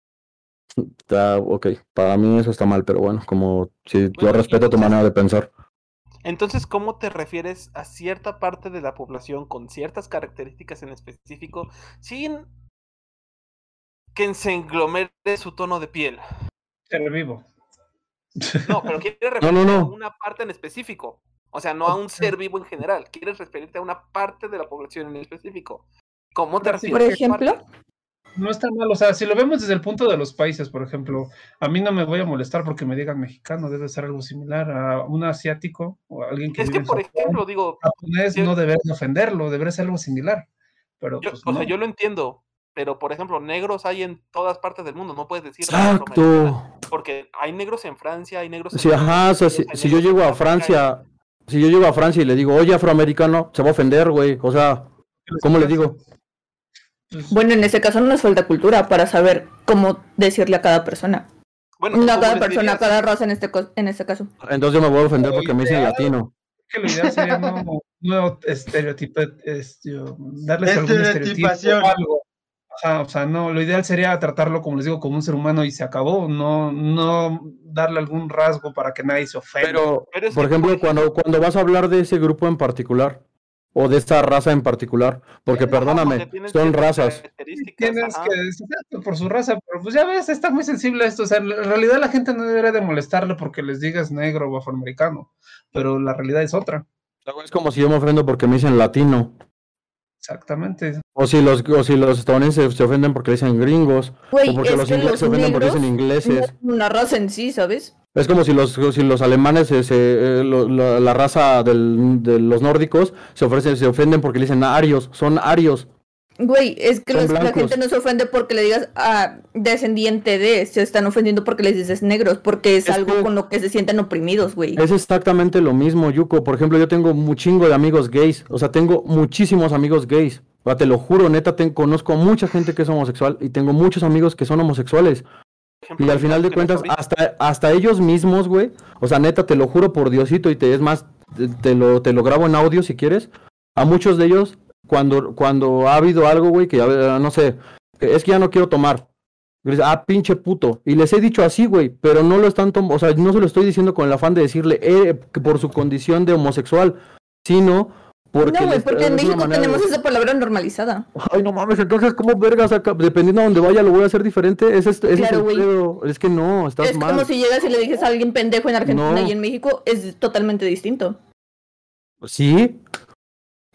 Ok, para mí eso está mal, pero bueno, como si yo Bueno, respeto tu entonces- manera de pensar. Entonces, ¿cómo te refieres a cierta parte de la población con ciertas características en específico sin que se englomere su tono de piel? Ser vivo. No, pero quieres referirte no. a una parte en específico. O sea, no a un ser vivo en general. Quieres referirte a una parte de la población en específico. ¿Cómo te Ahora sí, refieres? Por ejemplo, No está mal, o sea, si lo vemos desde el punto de los países, por ejemplo, a mí no me voy a molestar porque me digan mexicano, debe ser algo similar a un asiático o a alguien que Es vive que, en por Japón, ejemplo, digo, japonés, yo- no debería de ofenderlo, debería ser algo similar, pero yo, pues o no. sea, yo lo entiendo, pero por ejemplo, negros hay en todas partes del mundo. No puedes decir raza afroamericana, Exacto. porque hay negros en Francia, hay negros en Sí, ajá, o sea, Estados Unidos, hay si yo negros en llego a África, Francia, si yo llego a Francia y le digo, oye, afroamericano, se va a ofender, güey. O sea, ¿cómo le digo? Pues, bueno, en ese caso no nos falta cultura para saber cómo decirle a cada persona. Bueno, No a ¿cómo cada les persona, a dirías? cada raza en este caso. Entonces yo me voy a ofender porque me dicen latino. que lo ideal sería no darles algún estereotipo Estereotipación. o algo. Ajá, o sea, no, lo ideal sería tratarlo, como les digo, como un ser humano y se acabó, no darle algún rasgo para que nadie se ofenda. Pero es por que, ejemplo, cuando vas a hablar de ese grupo en particular, o de esta raza en particular, porque ajá, perdóname, porque tienen son ciertas razas. características, Tienes ajá. que decir por su raza, pero pues ya ves, está muy sensible esto. O sea, en realidad la gente no debería de molestarle porque les digas negro o afroamericano, pero la realidad es otra. Es como si yo me ofendo porque me dicen latino. Exactamente. O si los estadounidenses se ofenden porque dicen gringos. Güey, o porque es los que ingleses los se ofenden porque dicen negros ingleses. no es una raza en sí, ¿sabes? Es como si los alemanes, la raza de los nórdicos, se ofenden porque le dicen arios. Son arios. Güey, es que Son la blancos. gente no se ofende porque le digas descendiente de, se están ofendiendo porque les dices negros, porque es algo que- con lo que se sienten oprimidos, güey. Es exactamente lo mismo, Yuko. Por ejemplo, yo tengo un chingo de amigos gays. O sea, tengo muchísimos amigos gays. O sea, te lo juro, neta, conozco a mucha gente que es homosexual y tengo muchos amigos que son homosexuales. Por ejemplo, Y al final de que no cuentas, ahorita. hasta ellos mismos, güey. O sea, neta, te lo juro por Diosito y es más, te lo grabo en audio si quieres. A muchos de ellos, cuando ha habido algo, güey, que no sé, es que ya no quiero tomar. Y les, pinche puto. Y les he dicho así, güey, pero no lo están o sea, no se lo estoy diciendo con el afán de decirle que por su condición de homosexual, sino porque... No, güey, porque en es una México manera tenemos de- esa palabra normalizada. Ay, no mames, entonces, ¿cómo vergas acá? Dependiendo a donde vaya, lo voy a hacer diferente. Ese es Claro, el güey. pedo. Es que no, estás Es mal. como si llegas y le dices a alguien pendejo en Argentina No. y en México es totalmente distinto. Sí,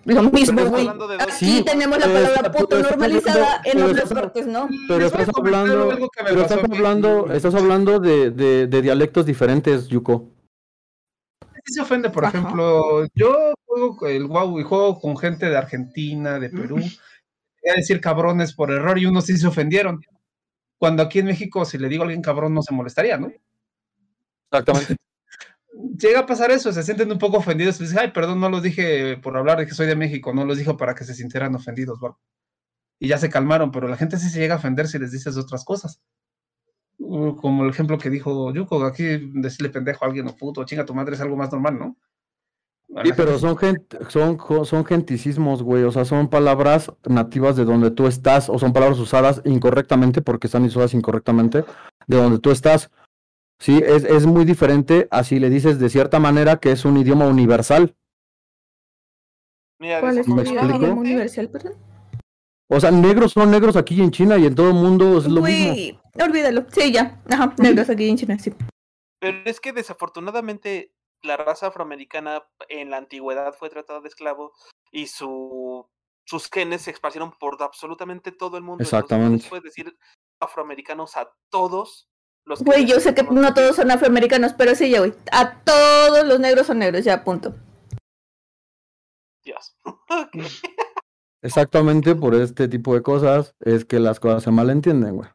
Lo mismo, Pero güey. hablando de dos- Aquí Sí, tenemos la pero palabra puto estás normalizada, hablando- en pero otras estás- partes no. Pero Les voy a estás comentar hablando, algo que me pero pasó a mí. estás hablando de dialectos diferentes, Yuko. Sí se ofende, por Ajá. ejemplo, yo juego el WoW y juego con gente de Argentina, de Perú. Voy a decir cabrones por error y unos sí se ofendieron. Cuando aquí en México, si le digo a alguien cabrón, no se molestaría, ¿no? Exactamente. Llega a pasar eso, se sienten un poco ofendidos. Y dicen, ay, perdón, no los dije por hablar de que soy de México, no los dijo para que se sintieran ofendidos, ¿va? Y ya se calmaron, pero la gente sí se llega a ofender si les dices otras cosas. Como el ejemplo que dijo Yuko, aquí decirle pendejo a alguien o puto, chinga tu madre es algo más normal, ¿no? A Sí, la pero gente son genticismos, güey. O sea, son palabras nativas de donde tú estás, o son palabras usadas incorrectamente porque están usadas incorrectamente de donde tú estás. Sí, es muy diferente así le dices de cierta manera que es un idioma universal. Mira, ¿Cuál es tu ¿Me explico? idioma universal, perdón? O sea, negros son negros aquí en China y en todo el mundo es lo mismo. Güey, olvídalo. Sí, ya. Ajá, negros aquí en China, sí. Pero es que desafortunadamente la raza afroamericana en la antigüedad fue tratada de esclavo y sus genes se esparcieron por absolutamente todo el mundo. Entonces no Exactamente. les puedes decir afroamericanos a todos los que Güey, yo sé que deseen no todos son afroamericanos, pero sí, ya, güey. A todos los negros son negros, ya, punto. Dios. Exactamente por este tipo de cosas es que las cosas se malentienden, güey.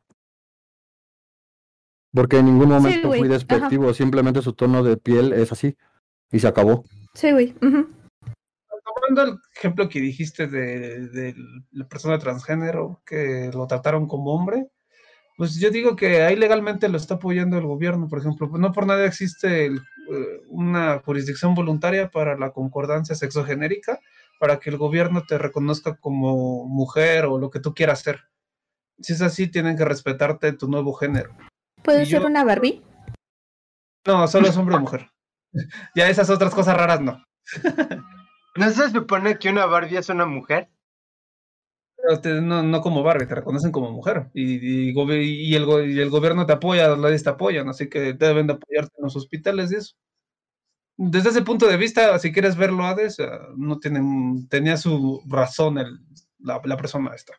Porque en ningún momento güey, fui despectivo, simplemente su tono de piel es así y se acabó. Sí, güey. Ujú. tomando el ejemplo que dijiste de la persona transgénero que lo trataron como hombre, pues yo digo que ahí legalmente lo está apoyando el gobierno, por ejemplo. No por nada existe una jurisdicción voluntaria para la concordancia sexogenérica, para que el gobierno te reconozca como mujer o lo que tú quieras ser. Si es así, tienen que respetarte tu nuevo género. ¿Puede Y ser yo- una Barbie? No, solo es hombre o mujer. Ya esas otras cosas raras no. ¿No se supone que una Barbie es una mujer? Pero no como Barbie, te reconocen como mujer. Y el gobierno te apoya, las leyes te apoyan, así que deben de apoyarte en los hospitales y eso. Desde ese punto de vista, si quieres verlo, Hades, no tenía su razón la persona esta.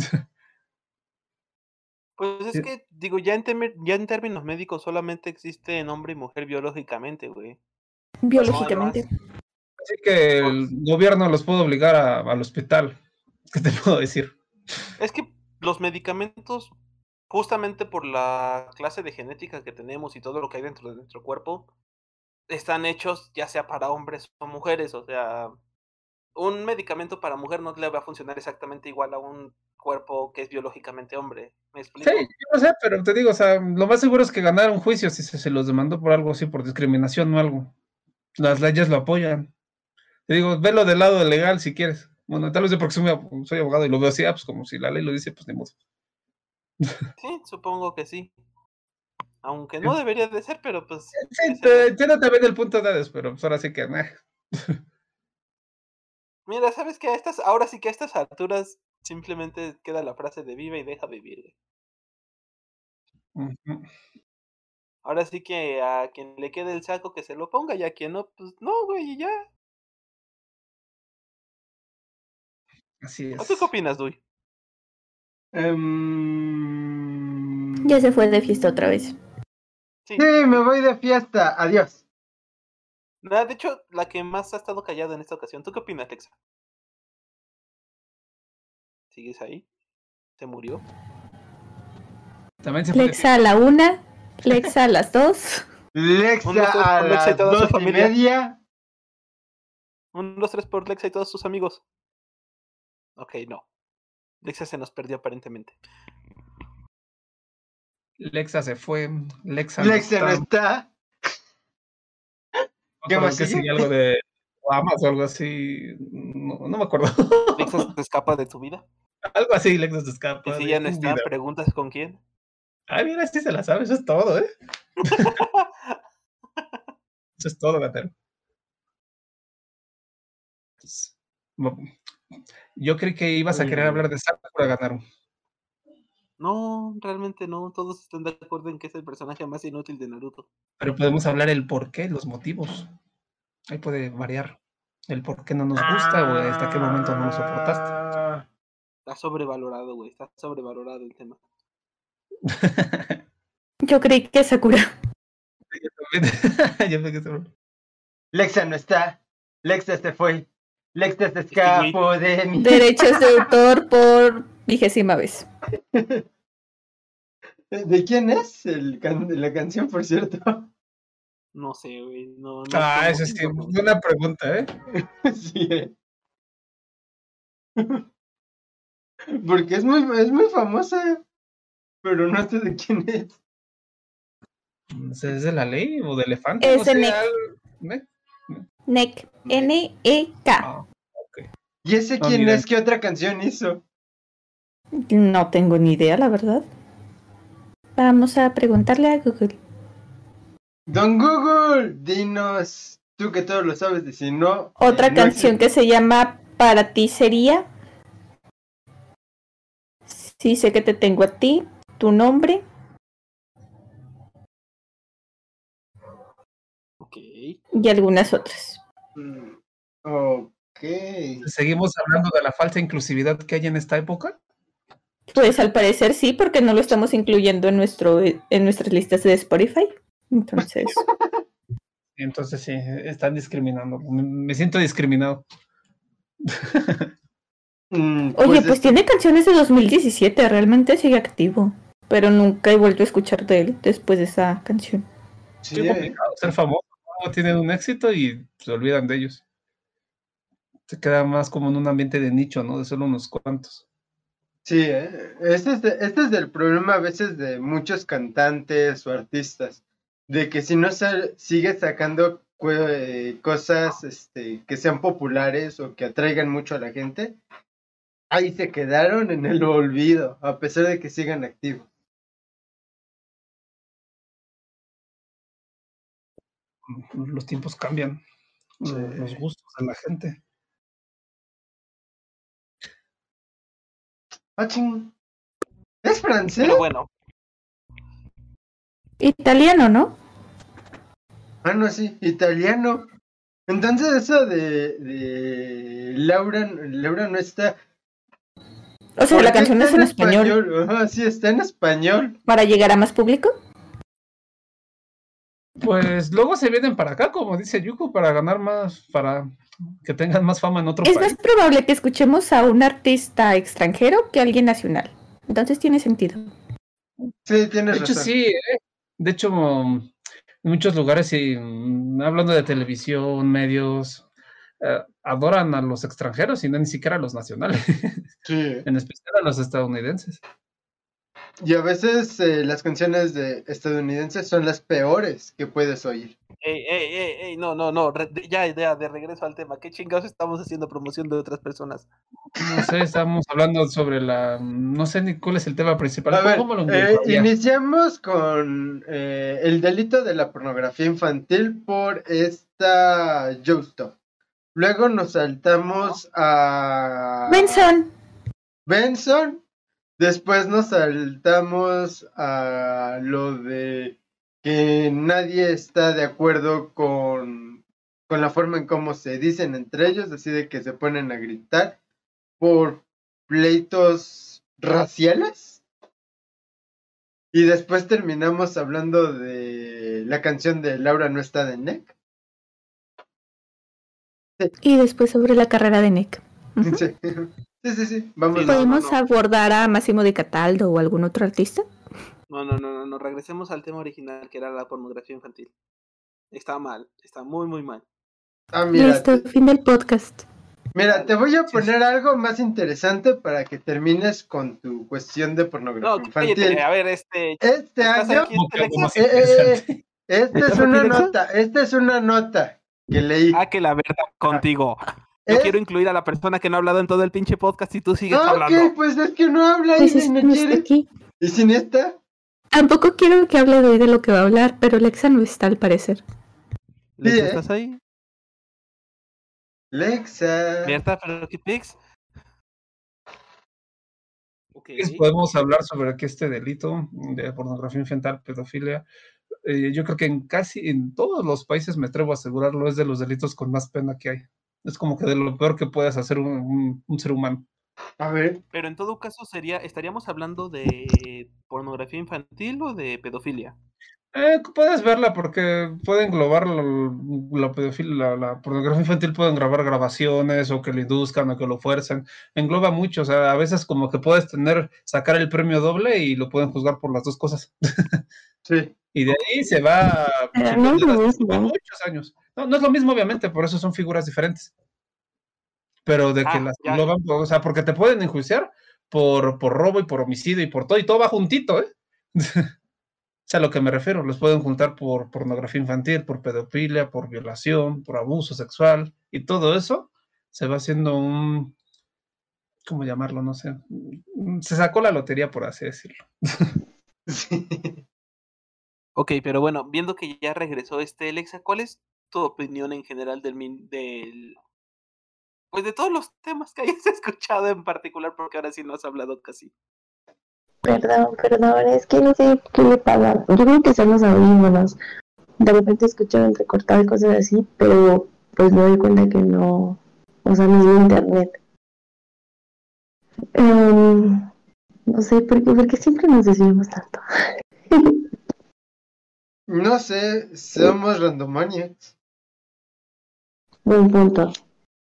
Pues es Sí. que, digo, ya en términos médicos solamente existen hombre y mujer biológicamente, güey. Biológicamente. Así que el gobierno los puede obligar al hospital. ¿Qué te puedo decir? Es que los medicamentos, justamente por la clase de genética que tenemos y todo lo que hay dentro de nuestro cuerpo, están hechos ya sea para hombres o mujeres. O sea, un medicamento para mujer no le va a funcionar exactamente igual a un cuerpo que es biológicamente hombre. ¿Me explico? Sí, yo no sé, pero te digo, o sea, lo más seguro es que ganaron juicio si se los demandó por algo así, por discriminación o algo. Las leyes lo apoyan. Te digo, velo del lado legal si quieres. Bueno, tal vez yo porque soy abogado y lo veo así, pues como si la ley lo dice, pues ni modo. Sí, supongo que sí. Aunque no debería de ser, pero pues... Sí, entiendo también el punto de Hades, pero pues ahora sí que... Mira, ¿sabes qué? Ahora sí que a estas alturas simplemente queda la frase de vive y deja vivir. Ujú. Ahora sí que a quien le quede el saco que se lo ponga y a quien no, pues no, güey, y ya. Así ¿O tú qué es. opinas, Dui? Ya se fue de fiesta otra vez. Sí. Sí, me voy de fiesta. Adiós. Nada, de hecho, la que más ha estado callada en esta ocasión. ¿Tú qué opinas, Lexa? ¿Sigues ahí? ¿Se murió? También se puede... Lexa a la 1, Lexa a las 2. Lexa Un, dos, tres, a por Lexa y las toda su familia. 2:30. 1, 2, 3 por Lexa y todos sus amigos. Ok, no. Lexa se nos perdió aparentemente. Lexa se fue. Lexa Lexa no no está. ¿Qué más que sigue? sigue algo de Amas o algo así. No me acuerdo. Lexa se escapa de tu vida. Algo así, Lexa se Y escapa. si de ya no un está, video. preguntas con quién. Ay, mira, sí se la sabe, eso es todo, ¿eh? Eso es todo, Gatero. Yo creí que ibas a querer hablar de Sakura, Ganaru. No, realmente no. Todos están de acuerdo en que es el personaje más inútil de Naruto. Pero podemos hablar el por qué, los motivos. Ahí puede variar. el por qué no nos gusta o hasta qué momento no lo soportaste. Está sobrevalorado, güey. Está sobrevalorado el tema. Yo creí que Sakura. Lexa no está. Lexa se fue. Lexa se escapó de mí. Derechos de autor por 20ª vez. ¿De quién es la canción, por cierto? No sé, güey. No, esa es una pregunta, ¿eh? Sí. Porque es muy famosa, pero no sé de quién es. ¿Es de la ley o de elefante? Es de NEK. NEK. N-E-K. Okay. ¿Y ese quién es? ¿Qué otra canción hizo? No tengo ni idea, la verdad. Vamos a preguntarle a Google. Don Google, dinos, tú que todo lo sabes, de si no... Otra canción que se llama Para ti sería... Sí, sé que te tengo a ti, tu nombre. Ok. Y algunas otras. Ok. ¿Seguimos hablando de la falsa inclusividad que hay en esta época? Pues al parecer sí, porque no lo estamos incluyendo en nuestras listas de Spotify. Entonces sí, están discriminando. Me siento discriminado. Oye, pues tiene canciones de 2017, realmente sigue activo. Pero nunca he vuelto a escuchar de él después de esa canción. Sí, es complicado ser famoso. No tienen un éxito y se olvidan de ellos. Se queda más como en un ambiente de nicho, ¿no? De solo unos cuantos. Sí, este es el problema a veces de muchos cantantes o artistas, de que si no sigue sacando cosas que sean populares o que atraigan mucho a la gente, ahí se quedaron en el olvido, a pesar de que sigan activos. Los tiempos cambian, sí. Los gustos de la gente. ¿Es francés? Pero bueno. Italiano, ¿no? No, sí, italiano. Entonces eso de Laura no está... O sea, la canción es en español. Sí, está en español. ¿Para llegar a más público? Pues luego se vienen para acá, como dice Yuko, para ganar más, para que tengan más fama en otro país. Es más probable que escuchemos a un artista extranjero que a alguien nacional. Entonces tiene sentido. Sí, tienes razón. De hecho, sí. De hecho, en muchos lugares, y hablando de televisión, medios, adoran a los extranjeros y no ni siquiera a los nacionales. Sí. En especial a los estadounidenses. Y a veces las canciones de estadounidenses son las peores que puedes oír. No, ya de regreso al tema. ¿Qué chingados estamos haciendo promoción de otras personas? No sé, estamos hablando sobre no sé ni cuál es el tema principal. A ver, iniciamos con el delito de la pornografía infantil por esta Justo. Luego nos saltamos a... Benson. Después nos saltamos a lo de que nadie está de acuerdo con la forma en cómo se dicen entre ellos, así de que se ponen a gritar por pleitos raciales. Y después terminamos hablando de la canción de Laura no está de NEK. Sí. Y después sobre la carrera de NEK. Sí. Sí. Vamos. ¿Podemos abordar a Massimo Di Cataldo o algún otro artista? No. Regresemos al tema original, que era la pornografía infantil. Está mal, está muy, muy mal. Listo, fin del podcast. Mira, te voy a poner algo más interesante para que termines con tu cuestión de pornografía infantil. Cállate, a ver, este año, esta es una nota que leí. Que la verdad contigo. Yo quiero incluir a la persona que no ha hablado en todo el pinche podcast y tú sigues hablando. Ok, pues es que no habla pues y no quiere. Aquí. ¿Y sin esta? Tampoco quiero que hable de hoy de lo que va a hablar, pero Lexa no está al parecer. ¿Lexa, estás ahí? Lexa. ¿Verdad? ¿Pero qué pics? Okay. Podemos hablar sobre este delito de pornografía infantil, pedofilia. Yo creo que en todos los países, me atrevo a asegurarlo, es de los delitos con más pena que hay. Es como que de lo peor que puedes hacer un ser humano. A ver. Pero en todo caso ¿estaríamos hablando de pornografía infantil o de pedofilia? Puedes verla porque puede englobar la pedofilia, la pornografía infantil, pueden grabar grabaciones o que lo induzcan o que lo fuercen. Engloba mucho, o sea, a veces como que puedes sacar el premio doble y lo pueden juzgar por las dos cosas. Sí. Y de ahí se va No es lo mismo. muchos años. No es lo mismo, obviamente, por eso son figuras diferentes. Pero de que las engloban, o sea, porque te pueden enjuiciar por robo y por homicidio y todo va juntito, ¿eh? O sea, a lo que me refiero, los pueden juntar por pornografía infantil, por pedofilia, por violación, por abuso sexual, y todo eso se va haciendo ¿cómo llamarlo? No sé. Se sacó la lotería, por así decirlo. Sí. Ok, pero bueno, viendo que ya regresó Alexa, ¿cuál es tu opinión en general pues de todos los temas que hayas escuchado en particular, porque ahora sí no has hablado casi? Perdón, es que no sé qué le pasa. Yo creo que son los audífonos. De repente escucho entrecortado y cosas así, pero pues me doy cuenta que no, o sea, no es mi internet. No sé, porque siempre nos desviamos tanto. No sé, somos randomaniacs. Buen punto.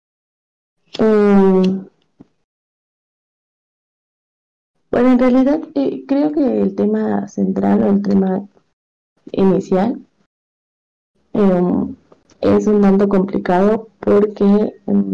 Bueno, en realidad creo que el tema central o el tema inicial es un tanto complicado porque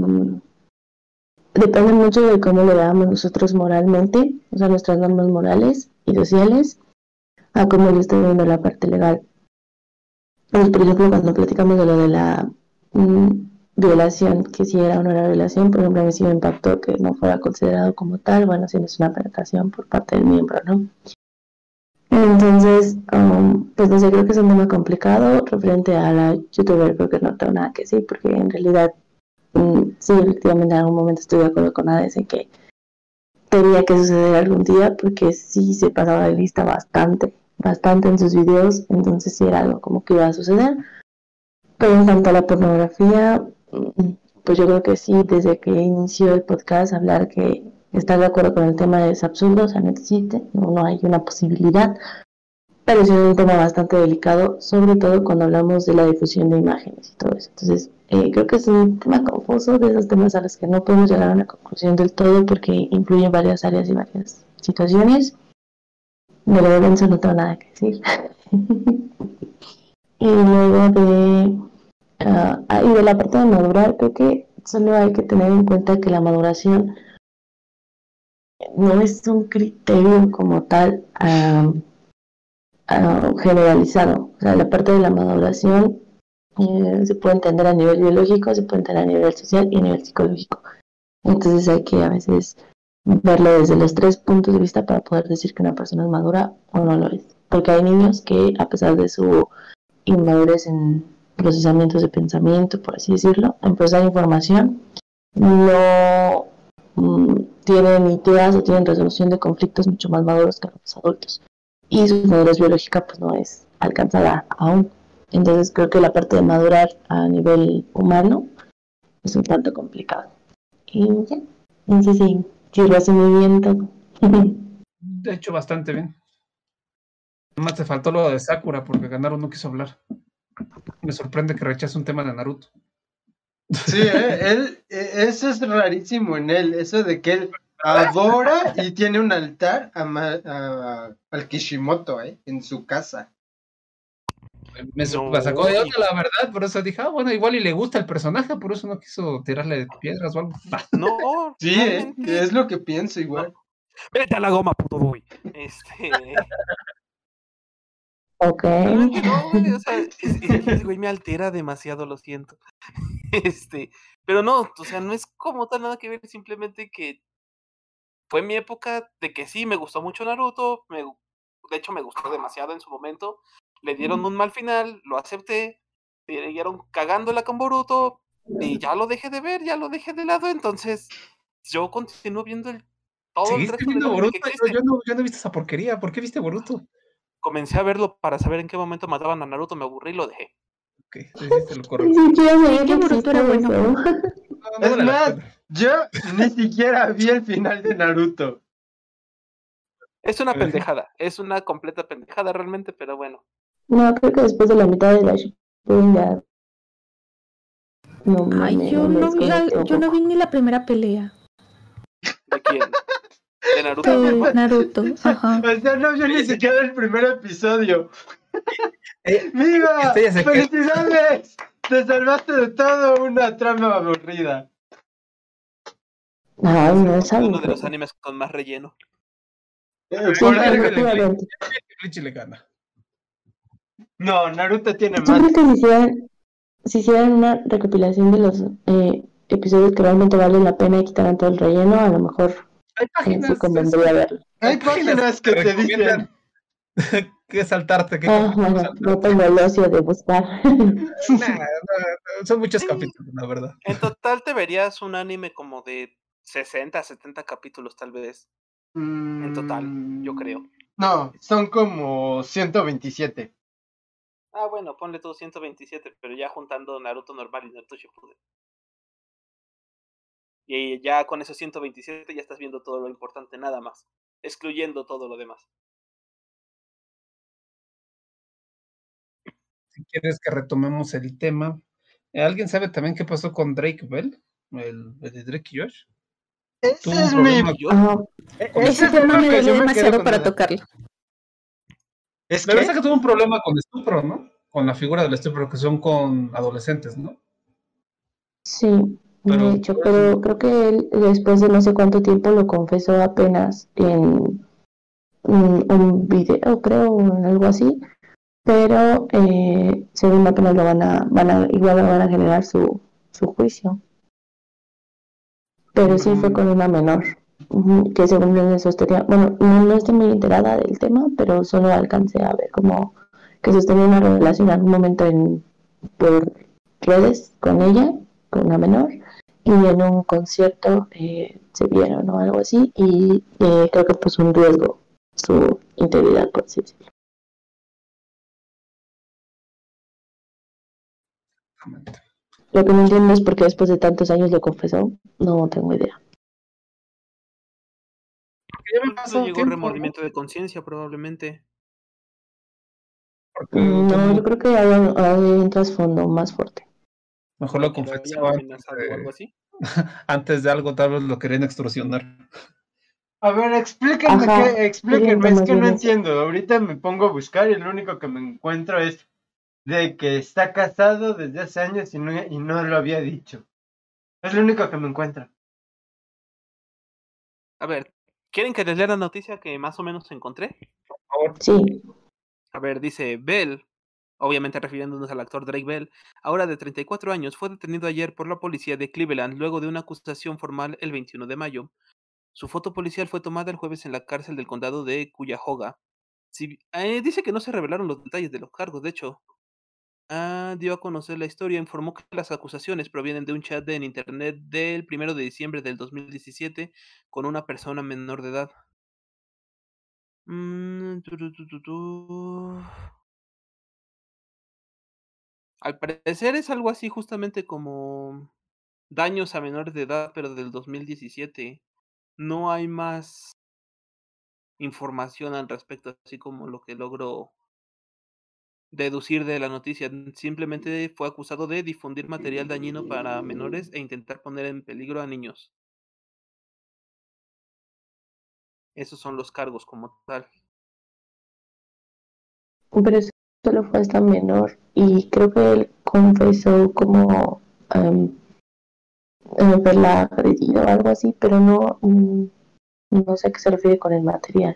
depende mucho de cómo lo veamos nosotros moralmente, o sea, nuestras normas morales y sociales, a cómo yo estoy viendo la parte legal. Pues, por ejemplo, cuando platicamos de lo de la violación, que si era o no era violación, por ejemplo, a mí sí me impactó que no fuera considerado como tal, bueno, si no es una penetración por parte del miembro, ¿no? Entonces, pues no sé, creo que es un tema complicado referente a la youtuber, creo que no tengo nada que decir, porque en realidad sí, efectivamente en algún momento estoy de acuerdo con Hades en que tenía que suceder algún día, porque sí se pasaba de lista bastante en sus videos, entonces sí era algo como que iba a suceder. Pero en cuanto a la pornografía, pues yo creo que sí, desde que inició el podcast, hablar que estar de acuerdo con el tema es absurdo, o sea, no existe, no hay una posibilidad, pero sí es un tema bastante delicado, sobre todo cuando hablamos de la difusión de imágenes y todo eso. Entonces, creo que es un tema confuso, de esos temas a los que no podemos llegar a una conclusión del todo porque influyen varias áreas y varias situaciones. De lo de Benzo no tengo nada que decir. Y luego y de la parte de madurar, creo que solo hay que tener en cuenta que la maduración no es un criterio como tal generalizado. O sea, la parte de la maduración se puede entender a nivel biológico, se puede entender a nivel social y a nivel psicológico. Entonces hay que a veces verlo desde los 3 puntos de vista para poder decir que una persona es madura o no lo es. Porque hay niños que, a pesar de su inmadurez en procesamientos de pensamiento, por así decirlo, en procesar información, no tienen ideas o tienen resolución de conflictos mucho más maduros que los adultos. Y su madurez biológica pues no es alcanzada aún. Entonces creo que la parte de madurar a nivel humano es un tanto complicado. Y ya, no sé si lo hace muy bien todo. De hecho, bastante bien. Nomás te faltó lo de Sakura porque Ganaru no quiso hablar. Me sorprende que rechace un tema de Naruto. Sí, eso es rarísimo en él, eso de que él adora y tiene un altar al Kishimoto, en su casa. Me sacó de onda, la verdad, por eso dije, bueno, igual y le gusta el personaje, por eso no quiso tirarle piedras o algo. No, sí, es lo que pienso igual. No. Vete a la goma, puto boy. Ok. No, güey, o sea, ese güey me altera demasiado, lo siento. Pero no, o sea, no es como tal nada que ver, simplemente que fue mi época de que sí, me gustó mucho Naruto, de hecho me gustó demasiado en su momento, le dieron un mal final, lo acepté, siguieron cagándola con Boruto, y ya lo dejé de ver, ya lo dejé de lado, entonces yo continúo viendo todo el resto viendo del Boruto? que existe. Yo no he visto esa porquería, ¿por qué viste Boruto? Comencé a verlo para saber en qué momento mataban a Naruto, me aburrí y lo dejé. Ok, hiciste lo correcto. Ni siquiera sabía que que Boruto era bueno. No Es vale la más, pena. yo ni siquiera vi el final de Naruto. Es una pendejada, es una completa pendejada realmente, pero bueno. No, creo que después de la mitad de la Shippuden ya... No, Ay, yo me no vi desconecté un yo no poco. vi ni la primera pelea ¿De quién? ¿De Naruto? de Naruto. Ajá. O sea, no vio ni siquiera el primer episodio. ¡Viva! Este ya se quedó. ¡Felicidades! Te salvaste de toda una trama aburrida. Ay, no, Es ¿sabes? uno de los animes con más relleno. Sí, Por algo efectivamente. Bleach le gana. No, Naruto tiene Yo más. creo que si hicieran una recopilación de los episodios que realmente valen la pena y quitaran todo el relleno, a lo mejor Hay páginas. sí convendría verlo. Hay páginas que te dicen. que saltarte. Que Bueno, no tengo el ocio de buscar. Son muchos Sí. capítulos, la verdad. En total te verías un anime como de 60, 70 capítulos tal vez. En total, yo creo. No, son como 127. Ah, bueno, ponle tú 127, pero ya juntando Naruto normal y Naruto Shippuden. Y ya con esos 127 ya estás viendo todo lo importante, nada más. Excluyendo todo lo demás. Si quieres que retomemos el tema. ¿Alguien sabe también qué pasó con Drake Bell? El de Drake y Josh. Ese Tuvo un es problema mi... Ajá. Ese tema me duele demasiado para tocarlo. Es La verdad es que que tuvo un problema con estupro, ¿no? Con la figura del estupro, que son con adolescentes, ¿no? Sí, Pero- de hecho, pero creo que él después de no sé cuánto tiempo lo confesó apenas en un video, creo, o en algo así, pero según apenas lo igual van a generar su juicio. Pero sí fue con una menor, que según él sostenía, bueno, no estoy muy enterada del tema, pero solo alcancé a ver como que sostenía una relación en algún momento por redes con ella, con una menor, y en un concierto se vieron o algo así, y creo que puso en riesgo su integridad, por así decirlo. Lo que no entiendo es por qué después de tantos años lo confesó, no tengo idea. Ya me Pues pasó le llegó tiempo, remordimiento de conciencia probablemente. porque No, yo creo que hay un trasfondo más fuerte. mejor lo Que lo confesó hayan amenazado o algo así. antes de algo, tal vez lo querían extorsionar. A ver, explíquenme, Ajá, explíquenme, es más que no bien eso. entiendo. Ahorita me pongo a buscar y lo único que me encuentro es de que está casado desde hace años y no lo había dicho. Es lo único que me encuentro. A ver, ¿quieren que les lea la noticia que más o menos encontré? Por favor. Sí, A ver, dice Bell, obviamente refiriéndonos al actor Drake Bell, ahora de 34 años, fue detenido ayer por la policía de Cleveland luego de una acusación formal el 21 de mayo. Su foto policial fue tomada el jueves en la cárcel del condado de Cuyahoga. Dice que no se revelaron los detalles de los cargos, de hecho. Dio a conocer la historia, informó que las acusaciones provienen de un chat en internet del 1 de diciembre del 2017 con una persona menor de edad. Al parecer es algo así justamente como daños a menores de edad, pero del 2017. No hay más información al respecto, así como lo que logro deducir de la noticia. Simplemente fue acusado de difundir material dañino para menores e intentar poner en peligro a niños. Esos son los cargos como tal. pero eso solo fue hasta menor y creo que él confesó como haberla agredido o algo así, pero no sé a qué se refiere con el material.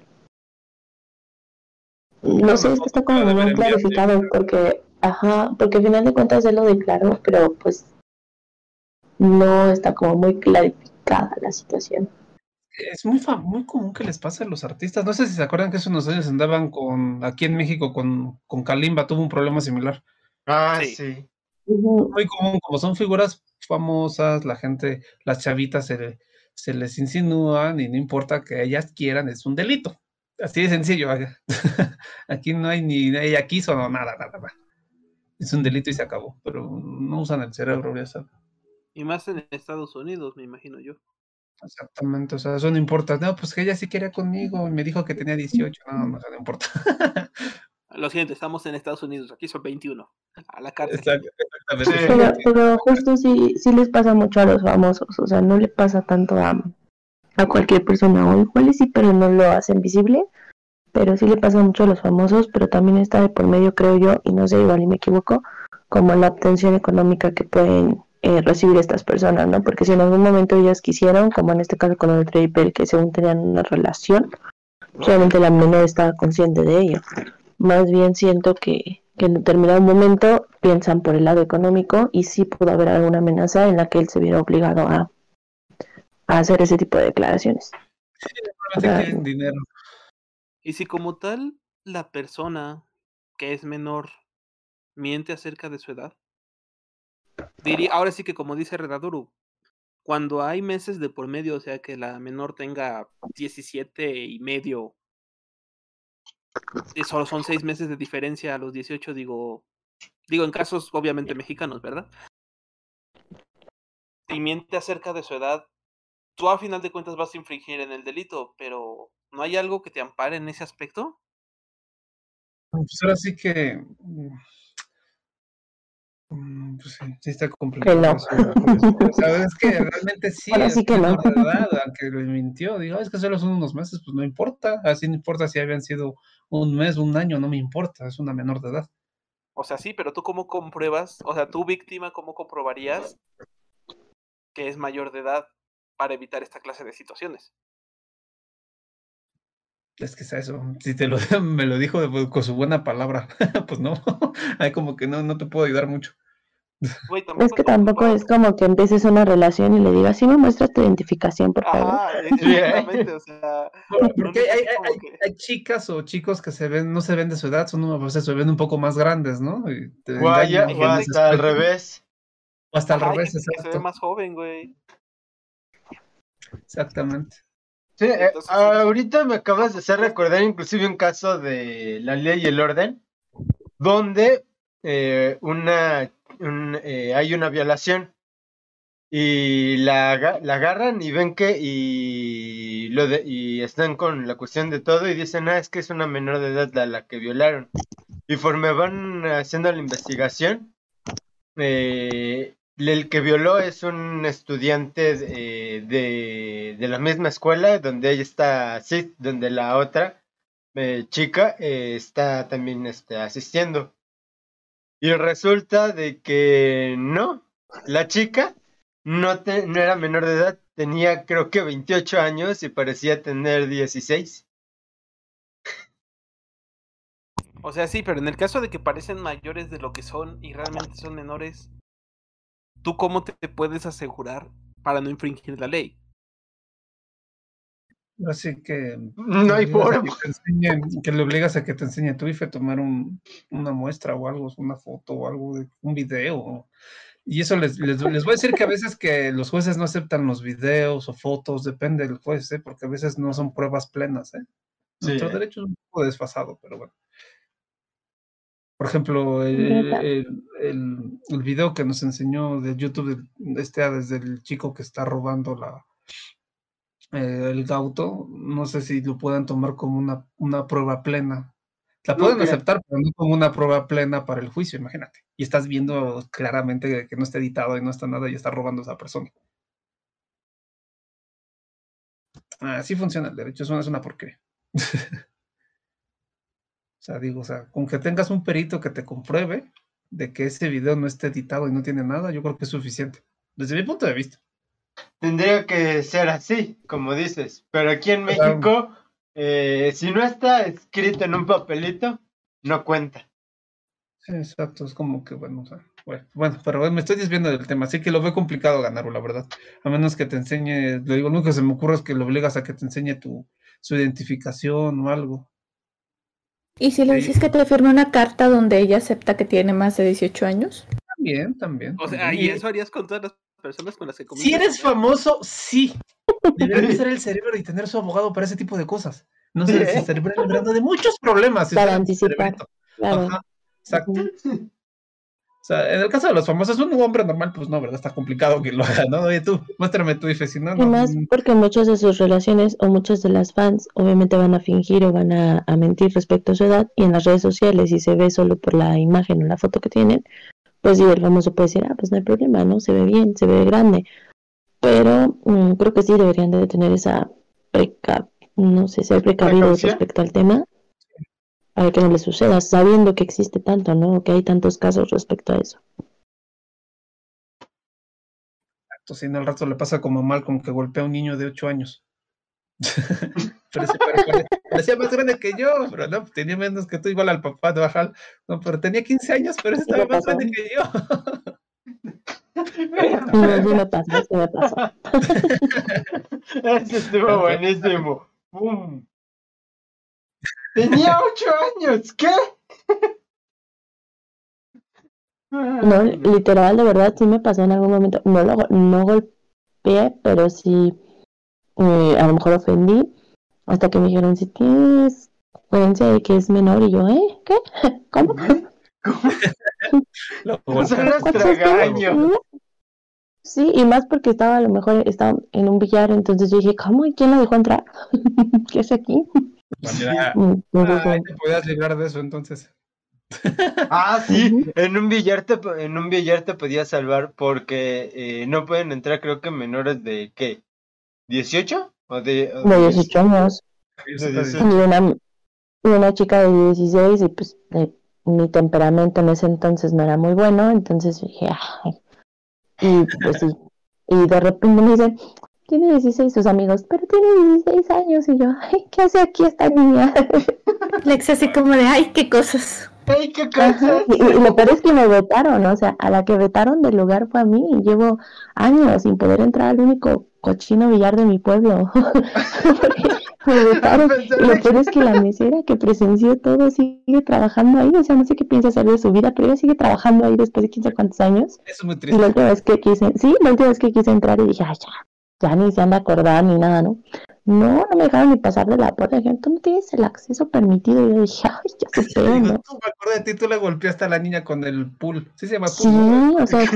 No sé, es que está como muy clarificado porque al final de cuentas él lo declaró, pero pues no está como muy clarificada la situación. Es muy común que les pase a los artistas. No sé si se acuerdan que hace unos años andaban aquí en México con Kalimba, tuvo un problema similar. Sí. Muy común, como son figuras famosas, la gente, las chavitas se les insinúan y no importa que ellas quieran, es un delito. Así de sencillo. Aquí no hay ni ella quiso, no, nada. Es un delito y se acabó, pero no usan el cerebro, ya saben. Y más en Estados Unidos, me imagino yo. Exactamente, o sea, eso no importa. No, pues que ella sí quería conmigo y me dijo que tenía 18. No importa. Lo siento, estamos en Estados Unidos, aquí son 21. A la cárcel. Exactamente. Pero justo sí les pasa mucho a los famosos, o sea, no le pasa tanto a cualquier persona, o igual sí, pero no lo hacen visible, pero sí le pasa mucho a los famosos, pero también está de por medio, creo yo, y no sé, igual y me equivoco, como la obtención económica que pueden recibir estas personas, ¿no? Porque si en algún momento ellas quisieron, como en este caso con el Draper, que según tenían una relación, solamente la menor estaba consciente de ello. Más bien siento que en determinado momento piensan por el lado económico y sí pudo haber alguna amenaza en la que él se viera obligado a hacer ese tipo de declaraciones. Sí, normalmente quieren dinero. Y si como tal la persona que es menor miente acerca de su edad, diría, ahora sí que como dice Redaduru, cuando hay meses de por medio, o sea que la menor tenga 17 y medio, y solo son 6 meses de diferencia a los 18, digo en casos obviamente mexicanos, ¿verdad? Y miente acerca de su edad, tú a final de cuentas vas a infringir en el delito, pero ¿no hay algo que te ampare en ese aspecto? Pues ahora sí que pues sí está complicado. No. O sea, es que realmente sí, ahora sí que menor no. de edad, aunque le mintió, digo, es que solo son unos meses, pues no importa, así no importa si habían sido un mes, un año, no me importa, es una menor de edad. O sea, sí, pero tú cómo compruebas, o sea, tú víctima, ¿cómo comprobarías que es mayor de edad para evitar esta clase de situaciones? Es que es eso, si me lo dijo con su buena palabra, pues no, hay como que no te puedo ayudar mucho. Güey, es que tampoco es como que empieces una relación y le digas, sí me muestras tu identificación, por favor. Ajá, exactamente, o sea... Porque hay chicas o chicos que no se ven de su edad, se ven un poco más grandes, ¿no? Y te engañan, o hasta al revés. O hasta al revés, exacto. Que se ve más joven, güey. Exactamente. Sí, entonces, ahorita me acabas de hacer recordar inclusive un caso de La Ley y el Orden, donde hay una violación y la agarran y ven que y están con la cuestión de todo y dicen, es que es una menor de edad la que violaron. Y conforme van haciendo la investigación, el que violó es un estudiante de la misma escuela donde ella está, sí, donde la otra chica está también asistiendo. Y resulta de que no, la chica no era menor de edad, tenía creo que 28 años y parecía tener 16. O sea, sí, pero en el caso de que parecen mayores de lo que son y realmente son menores, ¿tú cómo te puedes asegurar para no infringir la ley? Así que no hay forma. Que le obligas a que te enseñe a tu IFE a tomar una muestra o algo, una foto o algo, un video. Y eso les voy a decir que a veces que los jueces no aceptan los videos o fotos, depende del juez, porque a veces no son pruebas plenas. Nuestro derecho es un poco desfasado, pero bueno. Por ejemplo, el video que nos enseñó de YouTube desde el chico que está robando el auto, no sé si lo puedan tomar como una prueba plena. La pueden aceptar, pero no como una prueba plena para el juicio, imagínate. Y estás viendo claramente que no está editado y no está nada y está robando a esa persona. Así funciona el derecho, eso no es una porquería. O sea, con que tengas un perito que te compruebe de que ese video no está editado y no tiene nada, yo creo que es suficiente. Desde mi punto de vista. Tendría que ser así, como dices. Pero aquí en México, si no está escrito en un papelito, no cuenta. Sí, exacto, es como que, bueno, pero me estoy desviando del tema, así que lo veo complicado ganarlo, la verdad. A menos que te enseñe, lo único que se me ocurre es que lo obligas a que te enseñe su identificación o algo. ¿Y si le dices que te firme una carta donde ella acepta que tiene más de 18 años? También. O sea, ¿y eso harías con todas las personas con las que comienzas? Si eres famoso, sí. Debería usar el cerebro y tener su abogado para ese tipo de cosas. No se les estaría librando de muchos problemas. Para anticipar. Claro. Ajá, exacto. sea, en el caso de los famosos, un hombre normal, pues no, ¿verdad? Está complicado que lo haga, ¿no? Oye, tú, muéstrame tu IFE, si no, no. Y más porque muchas de sus relaciones o muchas de las fans obviamente van a fingir o van a mentir respecto a su edad, y en las redes sociales, si se ve solo por la imagen o la foto que tienen, pues sí, el famoso puede decir, pues no hay problema, ¿no? Se ve bien, se ve grande. Pero creo que sí deberían de tener esa ser precavidos respecto al tema para que no les suceda, sabiendo que existe tanto, ¿no? Que hay tantos casos respecto a eso. Entonces, en el rato le pasa como mal, como que golpea a un niño de 8 años. Parecía más grande que yo, pero no, tenía menos que tú, igual al papá de Bajal. No, pero tenía 15 años, pero ese estaba más grande que yo. Sí me pasó. Ese estuvo buenísimo. ¡Pum! Tenía 8 años, ¿qué? No, literal, de verdad, sí me pasó en algún momento. No golpeé, pero sí, a lo mejor ofendí, hasta que me dijeron, si tienes evidencia de que es menor, y yo, ¿qué? ¿Cómo? Son los tragaños. Sí, y más porque a lo mejor estaba en un billar, entonces yo dije, ¿cómo? ¿Y quién lo dejó entrar? ¿Qué es aquí? Te podías librar de eso, entonces. Sí, en un billar te podías salvar porque no pueden entrar, creo que menores de, ¿qué? ¿18? De 18 años. Y una chica de 16, y pues mi temperamento en ese entonces no era muy bueno, entonces dije, y pues sí, y de repente me dicen, tiene 16 sus amigos, pero tiene 16 años, y yo, ¿qué hace aquí esta niña? Lex así como de, qué cosas. ¡Ay, qué cosas! Y lo peor es que me vetaron, o sea, a la que vetaron del lugar fue a mí, y llevo años sin poder entrar al único cochino billar de mi pueblo. Me vetaron. Y lo peor es que la mesera que presenció todo sigue trabajando ahí, o sea, no sé qué piensa hacer de su vida, pero ella sigue trabajando ahí después de 15 cuántos años. Es muy triste. Y la última vez que quise entrar y dije, ya ni se anda a acordar ni nada, ¿no? No me dejaron ni pasar de la puerta. Dijeron, tú no tienes el acceso permitido. Y yo dije, ya supero, ¿no? Tú me acuerdo de ti, tú le golpeaste a la niña con el pool. Sí se llama pool. Sí, ¿no? O sea,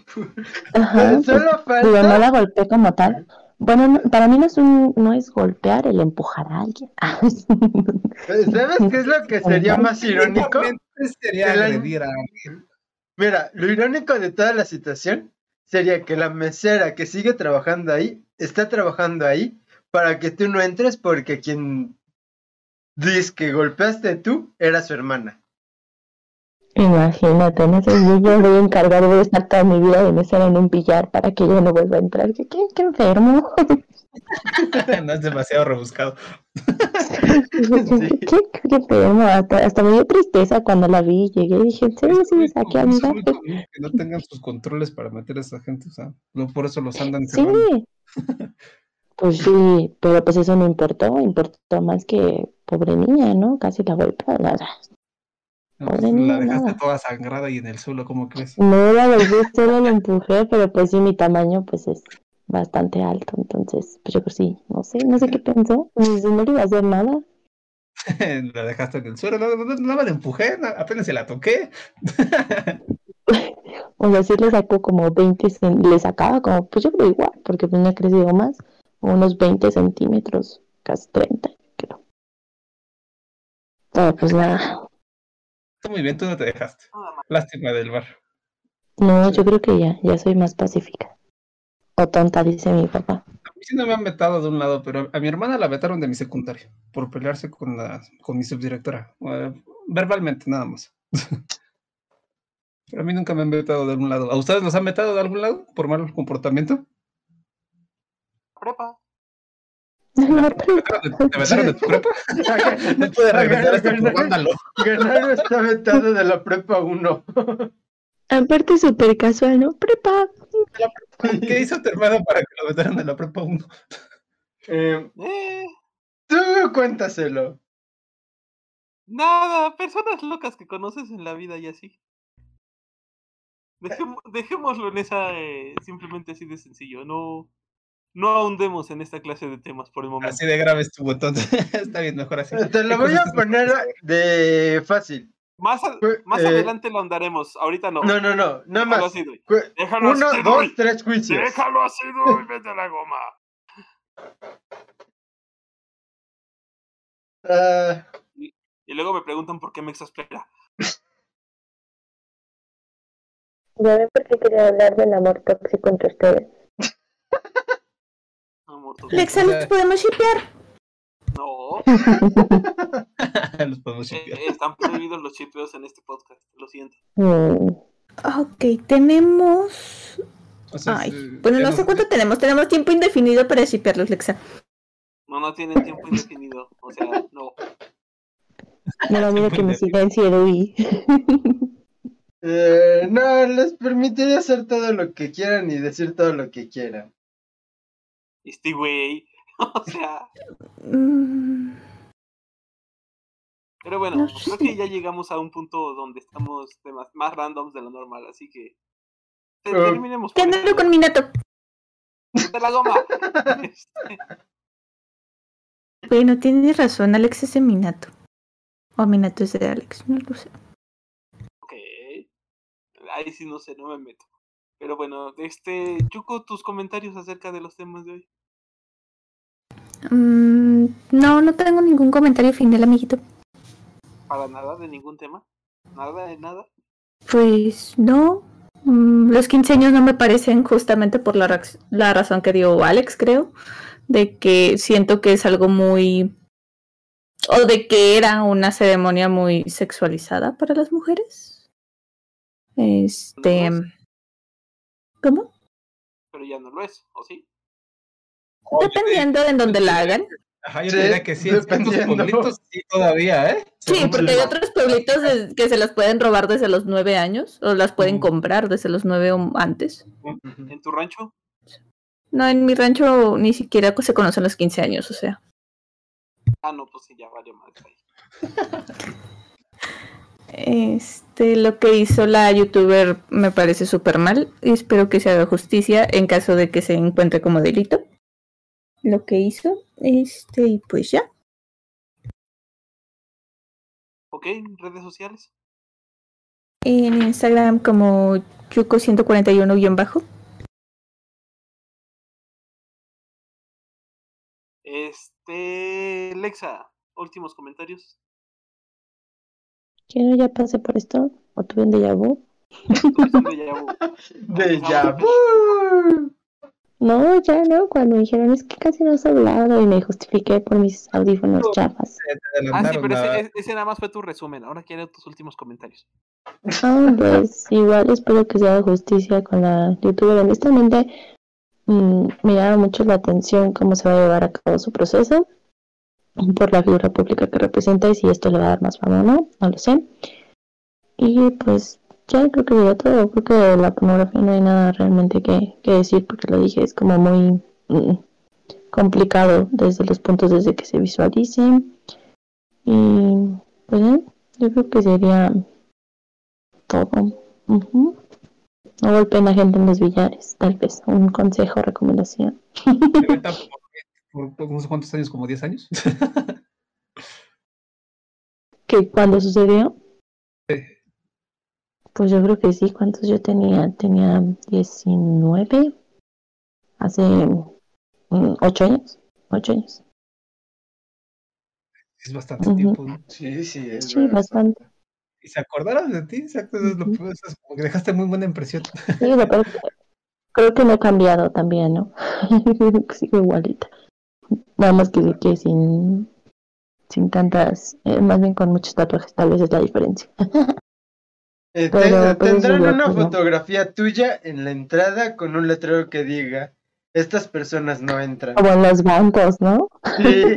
digo, no la golpeé como tal. Bueno, para mí no es golpear, el empujar a alguien. ¿Sabes qué es lo que sería más irónico? Sería agredir a alguien. Mira, lo irónico de toda la situación sería que la mesera que sigue trabajando ahí, está trabajando ahí para que tú no entres porque quien dice que golpeaste tú era su hermana. Imagínate, entonces yo voy a encargar de estar toda mi vida de mesera en un billar para que yo no vuelva a entrar. ¿Qué enfermo? No es demasiado rebuscado. Sí. ¿Qué enfermo? Hasta me dio tristeza cuando la vi. Llegué y dije, ¿en serio sí me saqué a mi gato? Que no tengan sus controles para meter a esa gente, o sea, por eso los andan cerrando. Sí. Pues sí, pero pues eso no importó más que pobre niña, ¿no? Casi la golpea. Pobre niña, la dejaste toda sangrada y en el suelo, ¿cómo crees? No la golpeé, solo la empujé, pero pues sí, mi tamaño pues es bastante alto, entonces pues yo creo sí, no sé qué pensó, no le iba a hacer nada. La dejaste en el suelo, no la empujé, apenas se la toqué. O sea, sí le sacó como 20, le sacaba como, pues yo creo igual, porque pues me ha crecido más, unos 20 centímetros, casi 30, creo. Pero pues nada. Está muy bien, tú no te dejaste. Lástima del bar. No, yo creo que ya soy más pacífica. O tonta, dice mi papá. A mí sí no me han vetado de un lado, pero a mi hermana la vetaron de mi secundaria por pelearse con mi subdirectora. Verbalmente, nada más. Pero a mí nunca me han vetado de algún lado. ¿A ustedes los han vetado de algún lado por mal comportamiento? Prepa. ¿Te vetaron de tu prepa? No puede regresar hasta por vándalo. Ganaro está vetado de la prepa 1. Aparte súper casual, ¿no? Prepa. ¿Qué hizo tu hermano para que lo vetaran de la prepa 1? Tú cuéntaselo. Nada, personas locas que conoces en la vida y así. Dejémoslo en esa, simplemente así de sencillo. No ahondemos en esta clase de temas por el momento. Así de grave estuvo, entonces está bien, mejor así. Te lo voy a poner de fácil. Más adelante lo andaremos, ahorita no. No, nada más. Así, Déjalo 1, 2, 3 juicios. Déjalo así, y vete a la goma. Y luego me preguntan por qué me exaspera. Ya ven por qué quería hablar del amor tóxico entre ustedes. Lexa, ¿los podemos shipear? No. Los podemos shipear. Están prohibidos los shipeos en este podcast, lo siento. Ok, tenemos... O sea, bueno, no sé cuánto tenemos. Tenemos tiempo indefinido para shipearlos, Lexa. No tienen tiempo indefinido. O sea, no. Me da miedo que me silencie, Eddie. No, les permitiría hacer todo lo que quieran y decir todo lo que quieran. Este güey. O sea. Pero bueno, no creo que ya llegamos a un punto donde estamos más randoms de lo normal, así que terminemos. ¿Qué andalo con Minato? ¡De la goma! Bueno, tienes razón, Alex es de Minato. O Minato es de Alex, no lo sé. Ok. Ahí sí no sé, no me meto. Pero bueno, Yuko, tus comentarios acerca de los temas de hoy. No tengo ningún comentario final, amiguito. ¿Para nada de ningún tema? ¿Nada de nada? Pues no. Los 15 años no me parecen justamente por la razón que dio Alex, creo. De que siento que es algo muy... O de que era una ceremonia muy sexualizada para las mujeres. ¿Cómo? Pero ya no lo es, ¿o sí? Dependiendo de en donde la hagan. Ajá, yo diría que sí, en ciertos pueblitos sí todavía, ¿eh? Sí, porque hay otros pueblitos que se las pueden robar desde los 9 años, o las pueden comprar desde los 9 o antes. ¿En tu rancho? No, en mi rancho ni siquiera se conocen los 15 años, o sea. No, pues sí, ya vale más ahí. Lo que hizo la youtuber me parece súper mal y espero que se haga justicia en caso de que se encuentre como delito lo que hizo, y pues ya. Ok, redes sociales. En Instagram como Yuko141-bajo. Lexa, últimos comentarios. ¿Que no ya pasé por esto? ¿O tuve un déjà vu? Déjà vu. No, ya no, cuando me dijeron es que casi no has hablado y me justifiqué por mis audífonos chafas. Sí, pero ese nada más fue tu resumen, ahora quiero tus últimos comentarios. Pues igual espero que se haga justicia con la youtuber. Honestamente, me llama mucho la atención cómo se va a llevar a cabo su proceso por la figura pública que representa y si esto le va a dar más fama o no lo sé. Y pues ya creo que ya todo, creo que de la pornografía no hay nada realmente que decir porque lo dije, es como muy complicado desde los puntos desde que se visualicen y pues yo creo que sería todo. No golpeen a gente en los billares, tal vez un consejo o recomendación. ¿Por no sé cuántos años? ¿Como 10 años? ¿Que cuándo sucedió? Pues yo creo que sí. ¿Cuántos yo tenía? Tenía 19. Hace 8 años. 8 años. Es bastante tiempo, ¿no? Sí, es sí, bastante. ¿Y se acordaron de ti? Exacto, eso es lo que como que dejaste muy buena impresión. Sí, creo que no he cambiado también, ¿no? Sigo igualita. Nada más que sin tantas, más bien con muchos tatuajes, tal vez es la diferencia. Tendrán una fotografía tuya en la entrada con un letrero que diga: estas personas no entran. Como en los bancos, ¿no? Sí.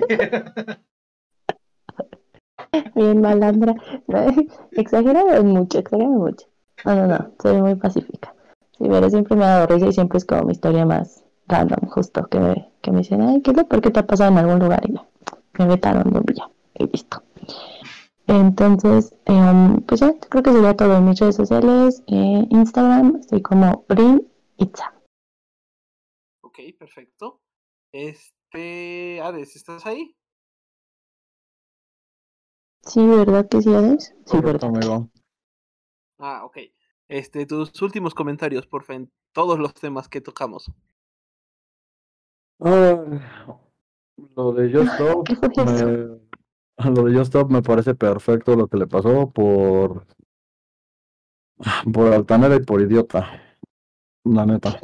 Bien malandra. Exagerado mucho. No, soy muy pacífica. Sí, pero siempre me ha dado risa y siempre es como mi historia más random, justo que me dicen, ay, ¿qué es lo peor que te ha pasado en algún lugar? Y ya, me vetaron de un villa y listo. Entonces, pues ya, creo que sería todo en mis redes sociales. Instagram, estoy como Brin Itza. Ok, perfecto. Hades, ¿estás ahí? Sí, ¿verdad que sí, Ades? Sí, Correcto, ¿verdad? amigo. Ok. Tus últimos comentarios, porfa, en todos los temas que tocamos. Ay, lo de Just Stop, ¿Qué fue eso? lo de Just Stop me parece perfecto lo que le pasó por altanera y por idiota, la neta.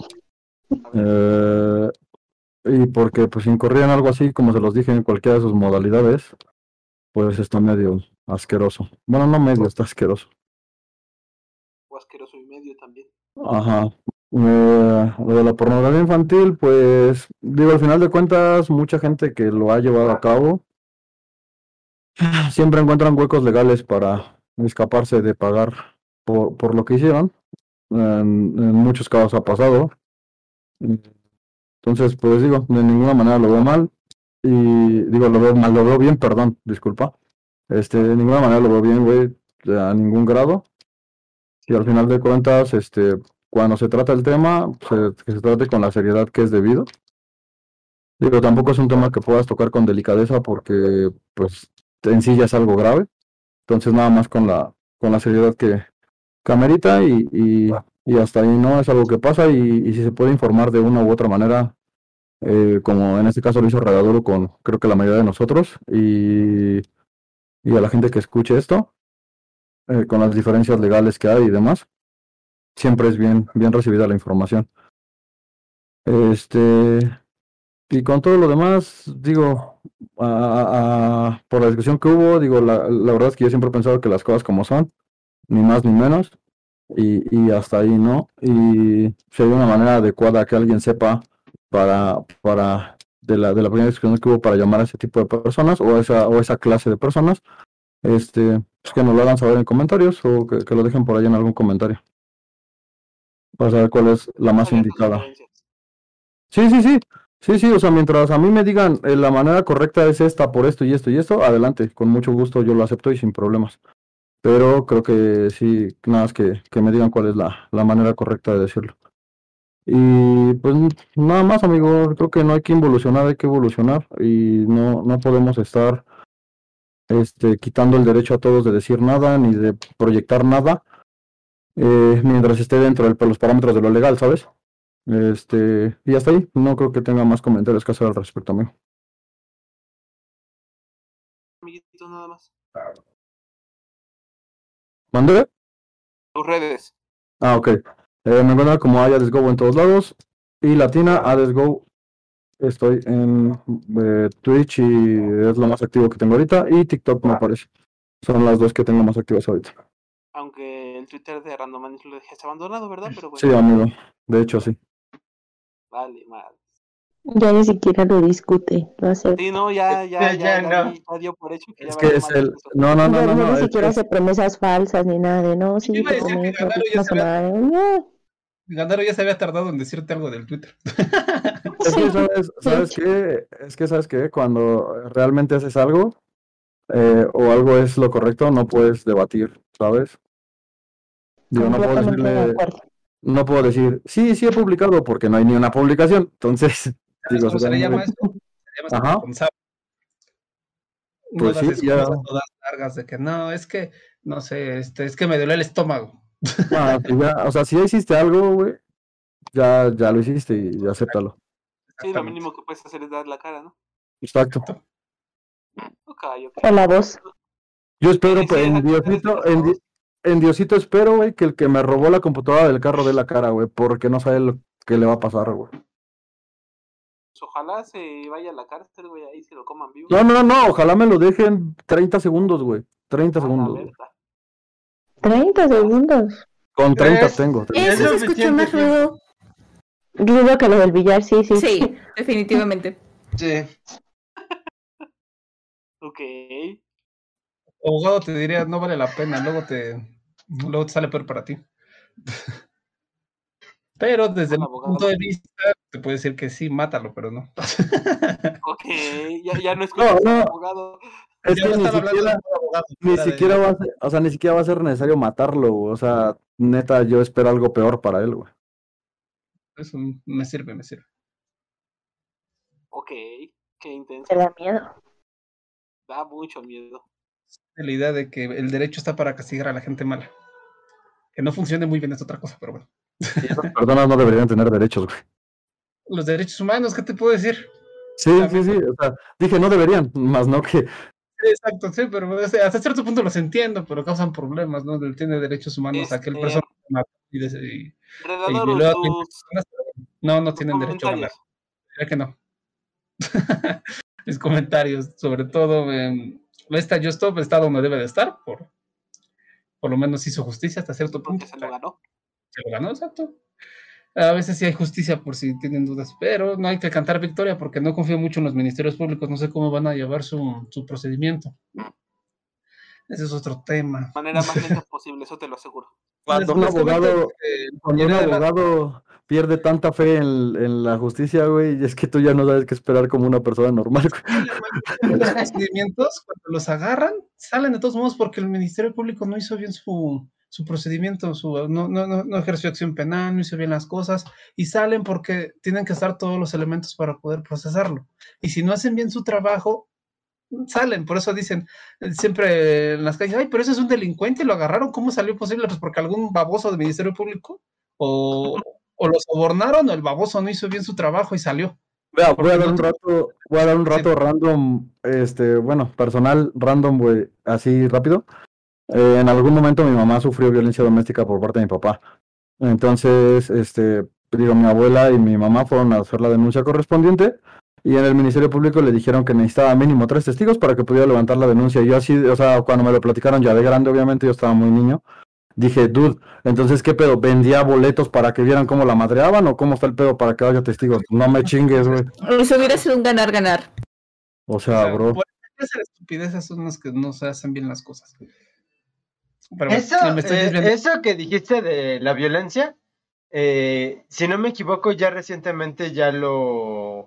Y porque pues incurría en algo así, como se los dije, en cualquiera de sus modalidades, pues está medio asqueroso. Bueno, no medio, está asqueroso. O asqueroso y medio también. Ajá. Lo de la pornografía infantil, pues digo, al final de cuentas, mucha gente que lo ha llevado a cabo siempre encuentran huecos legales para escaparse de pagar por lo que hicieron. En muchos casos ha pasado. Entonces, pues digo, de ninguna manera lo veo mal. Y digo, lo veo mal, lo veo bien, perdón, disculpa. De ninguna manera lo veo bien, güey, a ningún grado. Y al final de cuentas, cuando se trata el tema, que se trate con la seriedad que es debido. Digo, tampoco es un tema que puedas tocar con delicadeza porque, pues, en sí ya es algo grave. Entonces, nada más con la seriedad que amerita y hasta ahí no es algo que pasa y si se puede informar de una u otra manera, como en este caso lo hizo Regaduro con creo que la mayoría de nosotros y a la gente que escuche esto, con las diferencias legales que hay y demás, siempre es bien recibida la información. Este, y con todo lo demás, digo, por la discusión que hubo, digo, la verdad es que yo siempre he pensado que las cosas como son, ni más ni menos, y hasta ahí, ¿no? Y si hay una manera adecuada que alguien sepa para de la primera discusión que hubo para llamar a ese tipo de personas o esa clase de personas, pues que nos lo hagan saber en comentarios o que lo dejen por ahí en algún comentario para saber cuál es la más Abiertas indicada. sugerencias. Sí, o sea, mientras a mí me digan la manera correcta es esta por esto y esto y esto, adelante, con mucho gusto yo lo acepto y sin problemas. Pero creo que sí, nada más que me digan cuál es la manera correcta de decirlo. Y pues nada más, amigo, creo que no hay que involucionar, hay que evolucionar y no podemos estar quitando el derecho a todos de decir nada ni de proyectar nada mientras esté dentro de los parámetros de lo legal, ¿sabes? Y hasta ahí, no creo que tenga más comentarios que hacer al respecto, amigo. Amiguito, nada más. ¿Mandé? Tus redes. Ah, ok. Me encuentran como AdesGo en todos lados y Latina AdesGo. Estoy en Twitch y es lo más activo que tengo ahorita y TikTok me parece. Son las dos que tengo más activas ahorita. Aunque el Twitter de Randomanis lo dejaste abandonado, ¿verdad? Pero Sí, bueno. amigo. De hecho, sí. Vale, mal. Ya ni siquiera lo discute, lo acepta. Sí, no, ya no. dio por hecho que Es ya que valió es madre el... eso. No, Ya ni es que siquiera es... hace promesas falsas ni nada de no, sí, Yo iba a te decir que prometo que Gandaro no se no. Gandaro ya se había tardado en decirte algo del Twitter. Es que, De ¿sabes hecho, qué? Es que, ¿sabes qué? Cuando realmente haces algo o algo es lo correcto, no puedes debatir, ¿sabes? Digo, completamente de acuerdo. no puedo decir, sí he publicado porque no hay ni una publicación. Entonces, ¿Sabes digo, cómo se sería le muy... llama eso? Se le llama Ajá, responsable. No pues das sí, ya... excusas, no das largas de que no, es que, no sé, es que me duele el estómago. No, pues ya, o sea, si ya hiciste algo, güey, ya lo hiciste y acéptalo. Sí, lo Exactamente. mínimo que puedes hacer es dar la cara, ¿no? Exacto. Ok. O la voz. Yo espero, Sí, pues, en exacto, eres Diosito, la voz. en Diosito espero, güey, que el que me robó la computadora del carro dé la cara, güey, porque no sabe lo que le va a pasar, güey. Pues ojalá se vaya a la cárcel, güey, ahí se lo coman vivo. No, ojalá me lo dejen 30 segundos, güey. 30 A la segundos, güey. verga. 30 segundos. Con 30 Es, tengo. es Eso se escuchó suficiente más tiempo. ruido. Dudo que lo del billar, sí. Sí, definitivamente. Sí. Ok. Abogado te diría, no vale la pena, luego te sale peor para ti. Pero desde Un mi punto abogado. de vista, te puedo decir que sí, mátalo, pero no. Ok, ya no escuchas al No, abogado. es Ya que no estaba hablando de un abogado. ni era de- siquiera va a ser, o sea, ni siquiera va a ser necesario matarlo, güey. O sea, neta, yo espero algo peor para él, güey. Eso me sirve. Ok, qué Te intenso. da miedo. Da mucho miedo. la idea de que el derecho está para castigar a la gente mala. Que no funcione muy bien es otra cosa, pero bueno. Y esas personas no deberían tener derechos, güey. Los derechos humanos, ¿qué te puedo decir? Sí, o sea, dije no deberían, más no que... Exacto, sí, pero hasta cierto punto los entiendo, pero causan problemas, ¿no? Tiene derechos humanos aquel persona y Redador, no tienen derecho a ganar. Ya que no. Mis comentarios, sobre todo, Just está donde debe de estar, por lo menos hizo justicia hasta cierto punto. Se lo ganó. Se lo ganó, exacto. A veces sí hay justicia por si tienen dudas, pero no hay que cantar victoria porque no confío mucho en los ministerios públicos, no sé cómo van a llevar su procedimiento. Ese es otro tema. De manera más lenta posible, eso te lo aseguro. Cuando un abogado pierde tanta fe en la justicia, güey, y es que tú ya no sabes qué esperar como una persona normal. Los procedimientos, cuando los agarran, salen de todos modos porque el Ministerio Público no hizo bien su procedimiento, no ejerció acción penal, no hizo bien las cosas, y salen porque tienen que estar todos los elementos para poder procesarlo. Y si no hacen bien su trabajo, salen, por eso dicen siempre en las calles, ay, pero ese es un delincuente y lo agarraron, ¿cómo salió posible? Pues porque algún baboso del Ministerio Público o lo sobornaron o el baboso no hizo bien su trabajo y salió. Vea, voy a dar un rato random, bueno, personal, random, güey, así rápido. En algún momento mi mamá sufrió violencia doméstica por parte de mi papá. Entonces, mi abuela y mi mamá fueron a hacer la denuncia correspondiente. Y en el Ministerio Público le dijeron que necesitaba mínimo 3 testigos para que pudiera levantar la denuncia. Y yo así, o sea, cuando me lo platicaron ya de grande, obviamente yo estaba muy niño, dije, dude, entonces, ¿qué pedo? ¿Vendía boletos para que vieran cómo la madreaban o cómo está el pedo para que haya testigos? No me chingues, güey. Eso hubiera sido un ganar-ganar. O sea, bro. Esas estupideces son las que no se hacen bien las cosas. Pero eso que dijiste de la violencia, si no me equivoco, ya recientemente ya lo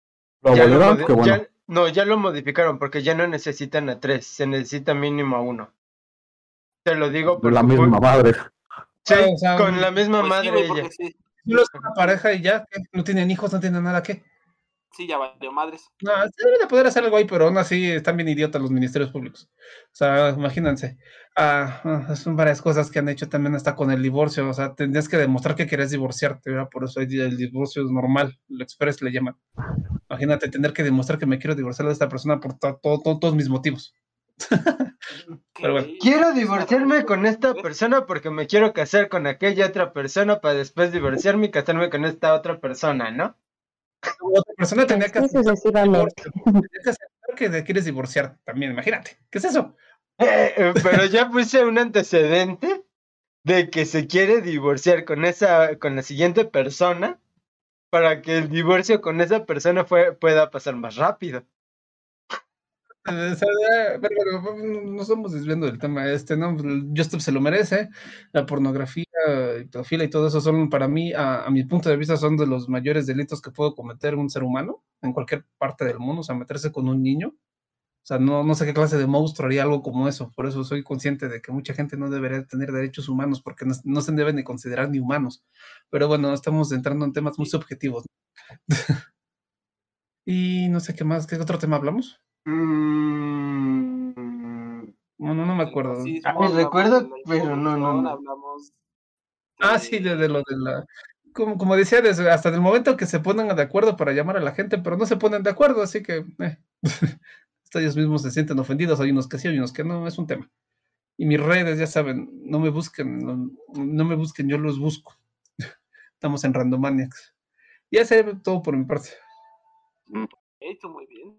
modificaron porque ya no necesitan a 3, se necesita mínimo a 1. Te lo digo porque la misma madre. Sí, o sea, con la misma madre ella. Sí. No es una pareja y ya, no tienen hijos, no tienen nada que. Sí, ya valió madres. No, se debe de poder hacer algo ahí, pero aún así están bien idiotas los ministerios públicos. O sea, imagínense. Son varias cosas que han hecho también hasta con el divorcio. O sea, tendrías que demostrar que querías divorciarte, ¿verdad? Por eso el divorcio es normal, el express le llaman. Imagínate tener que demostrar que me quiero divorciar de esta persona por todos mis motivos. Pero bueno. Quiero divorciarme con esta persona porque me quiero casar con aquella otra persona para después divorciarme y casarme con esta otra persona, ¿no? Otra persona tenía que aceptar que te quieres divorciar también, imagínate. ¿Qué es eso? Pero ya puse un antecedente de que se quiere divorciar con la siguiente persona para que el divorcio con esa persona pueda pasar más rápido. Pero no estamos desviando del tema ¿no? YouTube se lo merece, la pornografía, pedofilia y todo eso son para mí, a mi punto de vista, son de los mayores delitos que puede cometer un ser humano en cualquier parte del mundo, o sea, meterse con un niño, o sea, no sé qué clase de monstruo haría algo como eso, por eso soy consciente de que mucha gente no debería tener derechos humanos porque no se deben de considerar ni humanos, pero bueno, estamos entrando en temas muy subjetivos. Y no sé qué más, ¿qué otro tema hablamos? No me acuerdo. Recuerdo, pero no. Hablamos sí, de lo de la... Como decía, hasta el momento que se ponen de acuerdo para llamar a la gente, pero no se ponen de acuerdo, así que hasta ellos mismos se sienten ofendidos, hay unos que sí, hay unos que no, es un tema. Y mis redes, ya saben, no me busquen, yo los busco. Estamos en Randomaniacs. Ya sé todo por mi parte. Hecho muy bien.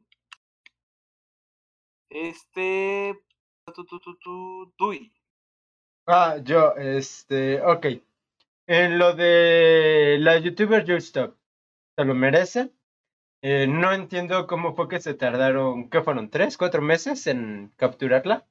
Dui. Yo, ok. En lo de la youtuber Justop, ¿se lo merece? No entiendo cómo fue que se tardaron, ¿qué fueron? 3-4 meses en capturarla.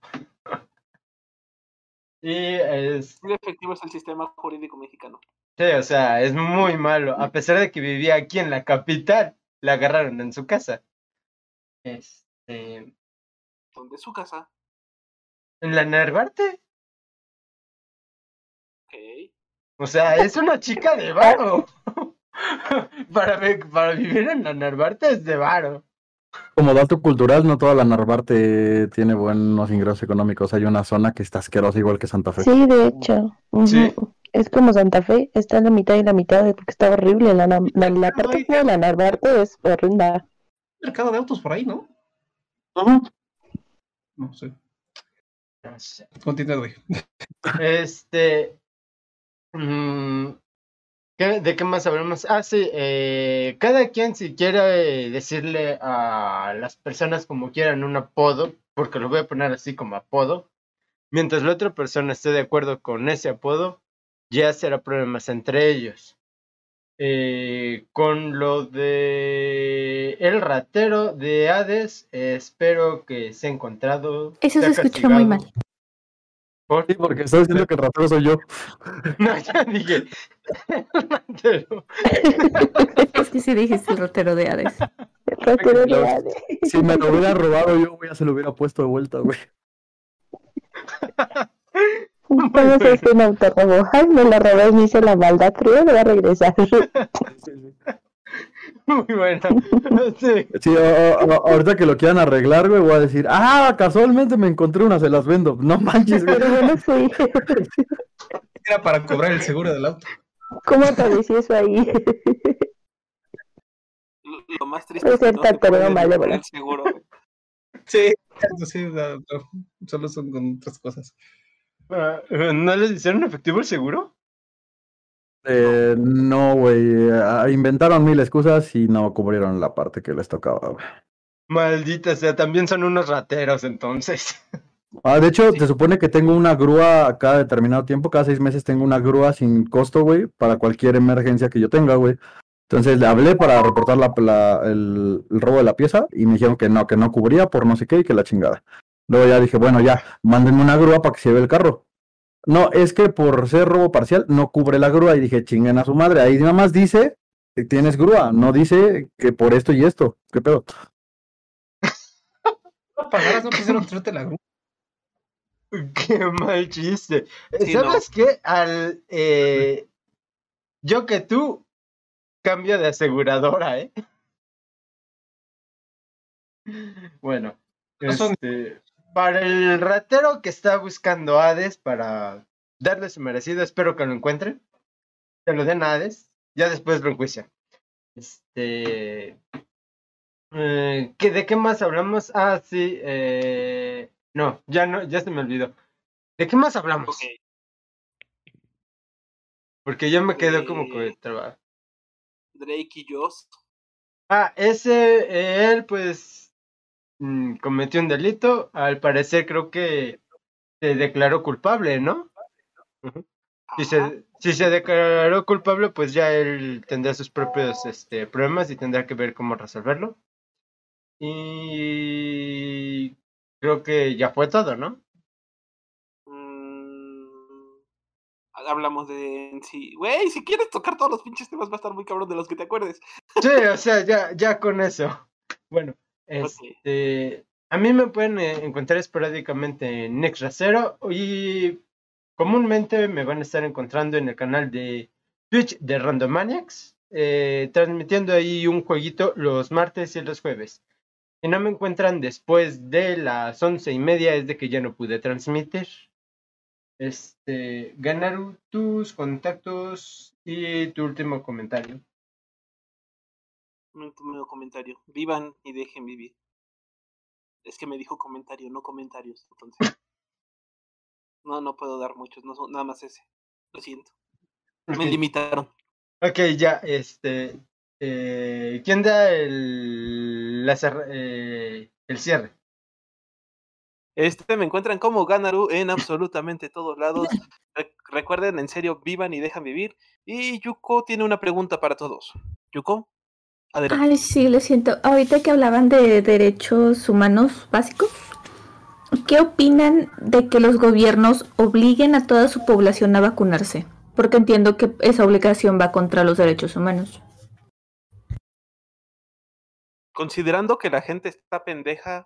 Y muy efectivo es el sistema jurídico mexicano. Sí, o sea, es muy malo. A pesar de que vivía aquí en la capital, la agarraron en su casa. ¿Dónde es su casa? ¿En la Narvarte? Ok. O sea, es una chica de varo. Para vivir en la Narvarte es de varo. Como dato cultural, no toda la Narvarte tiene buenos ingresos económicos. Hay una zona que está asquerosa, igual que Santa Fe. Sí, de hecho. Sí. Es como Santa Fe, está en la mitad y la mitad, porque está horrible. La parte de la Narvarte es horrenda. Mercado de autos por ahí, ¿no? No sé. No sé. Continúa, güey. ¿De qué más hablamos? Sí, cada quien si quiere decirle a las personas como quieran un apodo, porque lo voy a poner así como apodo, mientras la otra persona esté de acuerdo con ese apodo, ya será problemas entre ellos. Con lo de el ratero de Hades, espero que se ha encontrado. Eso se escuchó muy mal. Sí, porque estoy diciendo que el ratero soy yo. No, ya dije. El ratero. Es que sí dijiste el ratero de Hades. El ratero de Hades. Si me lo hubiera robado yo, ya se lo hubiera puesto de vuelta, güey. Vamos a hacer un autorrobo. Ay, me la robé, me hice la maldad, pero me va a regresar. Muy bueno. Sí. Sí, ahorita que lo quieran arreglar, güey, voy a decir, casualmente me encontré una, se las vendo. No manches, güey. Pero bueno, sí. Era para cobrar el seguro del auto. ¿Cómo apareció eso ahí? Lo más triste Puede es que ser no se tanto, puede pero malévola. recuperar el seguro, güey. Sí, eso sí, no, solo son con otras cosas. ¿No les hicieron efectivo el seguro? No, güey. Inventaron mil excusas y no cubrieron la parte que les tocaba, güey. Maldita sea, también son unos rateros entonces. De hecho, se supone que tengo una grúa cada determinado tiempo, cada 6 meses tengo una grúa sin costo, güey, para cualquier emergencia que yo tenga, güey. Entonces le hablé para reportar el robo de la pieza y me dijeron que no cubría por no sé qué y que la chingada. Luego ya dije, bueno, ya, mándenme una grúa para que se lleve el carro. No, es que por ser robo parcial no cubre la grúa y dije, chinguen a su madre. Ahí nada más dice que tienes grúa, no dice que por esto y esto. ¿Qué pedo? No pagaras, no quisieron traerte la grúa. Qué mal chiste. Sí, ¿Sabes qué? Yo que tú cambio de aseguradora, ¿eh? Bueno, para el ratero que está buscando Hades para darle su merecido, espero que lo encuentren. Que lo den a Hades, ya después lo enjuician. ¿De qué más hablamos? Sí, no, ya se me olvidó. ¿De qué más hablamos? Okay. Porque yo me quedo como con el trabajo. Drake y Joss. Él pues cometió un delito. Al parecer creo que se declaró culpable, ¿no? Uh-huh. Si se declaró culpable, pues ya él tendrá sus propios problemas y tendrá que ver cómo resolverlo. Y creo que ya fue todo, ¿no? Hablamos de sí. Güey, si quieres tocar todos los pinches temas va a estar muy cabrón de los que te acuerdes. Sí, o sea, ya con eso. Bueno, a mí me pueden encontrar esporádicamente en Nexracero y comúnmente me van a estar encontrando en el canal de Twitch de Randomaniacs, transmitiendo ahí un jueguito los martes y los jueves. Si no me encuentran después de las 11:30 es de que ya no pude transmitir. Ganaru, tus contactos y tu último comentario. Un último comentario. Vivan y dejen vivir. Es que me dijo comentario, no comentarios. Entonces. No puedo dar muchos, no son nada más ese. Lo siento. Me limitaron. Ok, ya, ¿quién da el cierre? Me encuentran como Ganaru en absolutamente todos lados. Recuerden, en serio, vivan y dejan vivir. Y Yuko tiene una pregunta para todos. Yuko, adelante. Sí, lo siento. Ahorita que hablaban de derechos humanos básicos, ¿qué opinan de que los gobiernos obliguen a toda su población a vacunarse? Porque entiendo que esa obligación va contra los derechos humanos. Considerando que la gente está pendeja,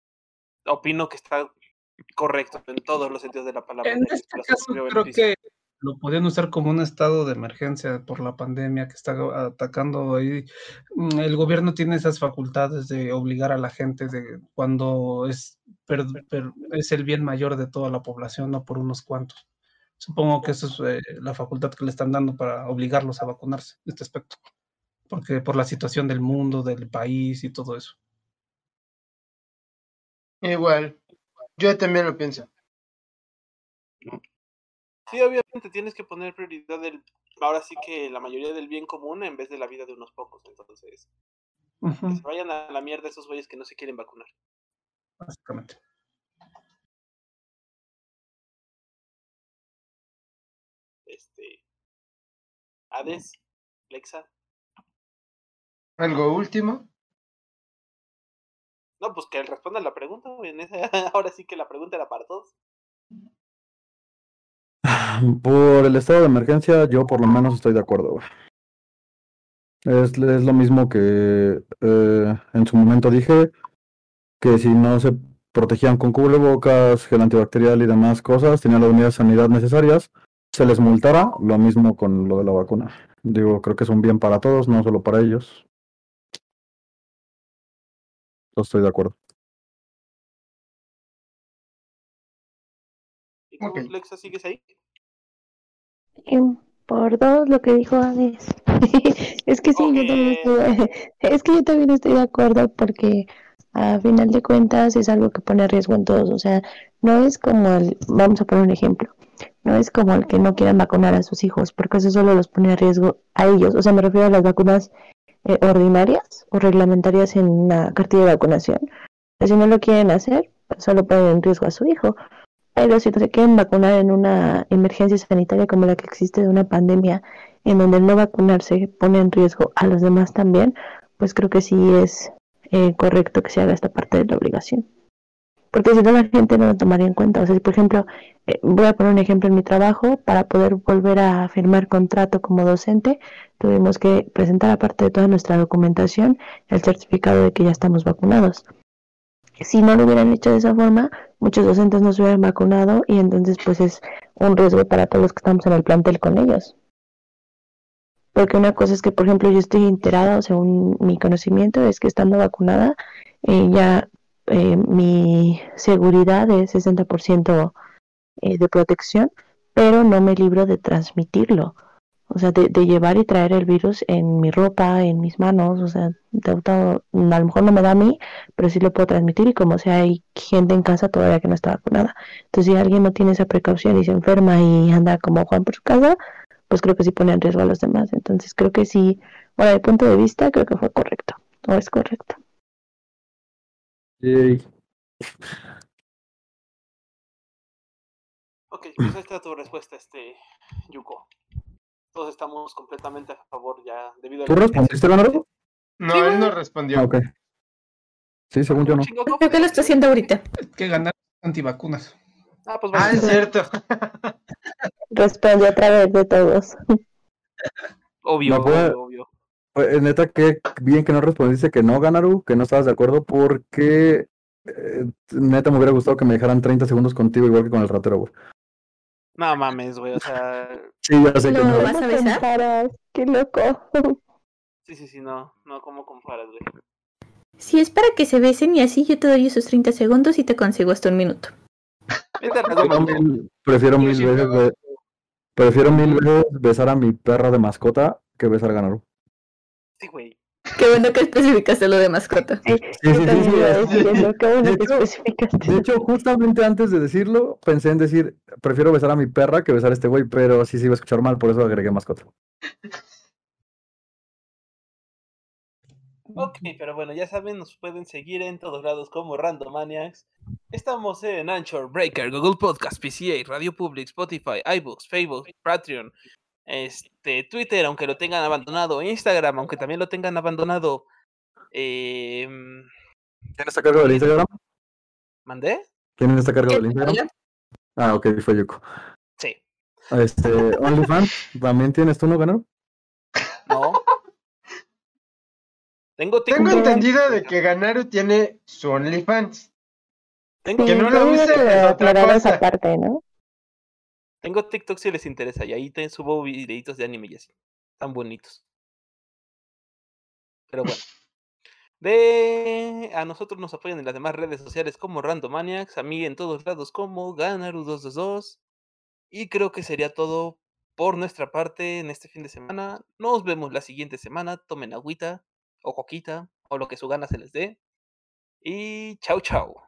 opino que está correcto en todos los sentidos de la palabra. En este caso creo que lo podían usar como un estado de emergencia por la pandemia que está atacando ahí. El gobierno tiene esas facultades de obligar a la gente de cuando es el bien mayor de toda la población, no por unos cuantos. Supongo que eso es la facultad que le están dando para obligarlos a vacunarse en este aspecto, porque por la situación del mundo, del país y todo eso. Igual, yo también lo pienso. Sí, obviamente tienes que poner prioridad ahora sí que la mayoría del bien común en vez de la vida de unos pocos. Entonces, que se vayan a la mierda esos güeyes que no se quieren vacunar. Básicamente. Hades, Lexa. ¿Algo último? No, pues que él responda la pregunta, güey. Ahora sí que la pregunta era para todos. Por el estado de emergencia, yo por lo menos estoy de acuerdo, güey. Es lo mismo que en su momento dije, que si no se protegían con cubrebocas, gel antibacterial y demás cosas, tenían las unidades de sanidad necesarias, se les multara, lo mismo con lo de la vacuna. Digo, creo que es un bien para todos, no solo para ellos. Yo estoy de acuerdo. ¿Y tú, Lexa, sigues ahí? Por dos, lo que dijo Hades. Es que sí, yo también estoy de acuerdo porque a final de cuentas es algo que pone riesgo en todos. O sea, no es como vamos a poner un ejemplo, no es como el que no quieran vacunar a sus hijos, porque eso solo los pone a riesgo a ellos. O sea, me refiero a las vacunas ordinarias o reglamentarias en una cartilla de vacunación. Si no lo quieren hacer, pues solo ponen en riesgo a su hijo. Pero si se quieren vacunar en una emergencia sanitaria como la que existe de una pandemia, en donde el no vacunarse pone en riesgo a los demás también, pues creo que sí es correcto que se haga esta parte de la obligación. Porque si no, la gente no lo tomaría en cuenta. O sea, si por ejemplo, voy a poner un ejemplo en mi trabajo, para poder volver a firmar contrato como docente, tuvimos que presentar, aparte de toda nuestra documentación, el certificado de que ya estamos vacunados. Si no lo hubieran hecho de esa forma, muchos docentes no se hubieran vacunado y entonces pues es un riesgo para todos los que estamos en el plantel con ellos. Porque una cosa es que, por ejemplo, yo estoy enterada, según mi conocimiento, es que estando vacunada, ya mi seguridad es 60% de protección, pero no me libro de transmitirlo. O sea, de llevar y traer el virus en mi ropa, en mis manos, o sea, a lo mejor no me da a mí, pero sí lo puedo transmitir y como sea hay gente en casa todavía que no está vacunada. Entonces, si alguien no tiene esa precaución y se enferma y anda como Juan por su casa, pues creo que sí pone en riesgo a los demás. Entonces, creo que sí, bueno, desde el punto de vista, creo que fue correcto, o es correcto. Yay. Ok, pues esta es tu respuesta, Yuko. Todos estamos completamente a favor ya debido a... ¿Tú respondiste, Leonardo? No, sí, él no respondió. Ok. Sí, según yo no. Creo que lo está haciendo ahorita. Que ganar antivacunas. Pues bueno. Es cierto. Responde a través de todos. Obvio, obvio. Neta, que bien que no respondiste que no, Ganaru, que no estabas de acuerdo, porque neta me hubiera gustado que me dejaran 30 segundos contigo, igual que con el ratero, güey. No mames, güey, o sea... Sí, ya sé que no. ¿Vas a besar? ¡Qué loco! Sí, no, ¿cómo comparas, güey? Si es para que se besen y así, yo te doy esos 30 segundos y te consigo hasta 1 minuto. Prefiero mil veces besar a mi perra de mascota que besar a Ganaru. Sí, güey. Qué bueno que especificaste lo de mascota. Sí. De hecho, justamente antes de decirlo, pensé en decir, prefiero besar a mi perra que besar a este güey, pero sí se iba a escuchar mal, por eso agregué mascota. Ok, pero bueno, ya saben, nos pueden seguir en todos lados como Randomaniacs. Estamos en Anchor, Breaker, Google Podcast, PCA, Radio Public, Spotify, iBooks, Facebook, Patreon, Twitter, aunque lo tengan abandonado, Instagram, aunque también lo tengan abandonado. ¿Quién está a cargo del Instagram? ¿Mandé? ¿Quién está a cargo del Instagram? Ah, ok, fue Yuko. Sí. OnlyFans, ¿también tienes tú, no, Ganaru? No. Tengo entendido de que Ganaru tiene su OnlyFans. Que no lo use es otra cosa. Esa parte, ¿no? Tengo TikTok si les interesa y ahí te subo videitos de anime y así. Tan bonitos. Pero bueno. A nosotros nos apoyan en las demás redes sociales como Randomaniacs, a mí en todos lados como Ganaru222. Y creo que sería todo por nuestra parte en este fin de semana. Nos vemos la siguiente semana. Tomen agüita o coquita o lo que su gana se les dé. Y chau chau.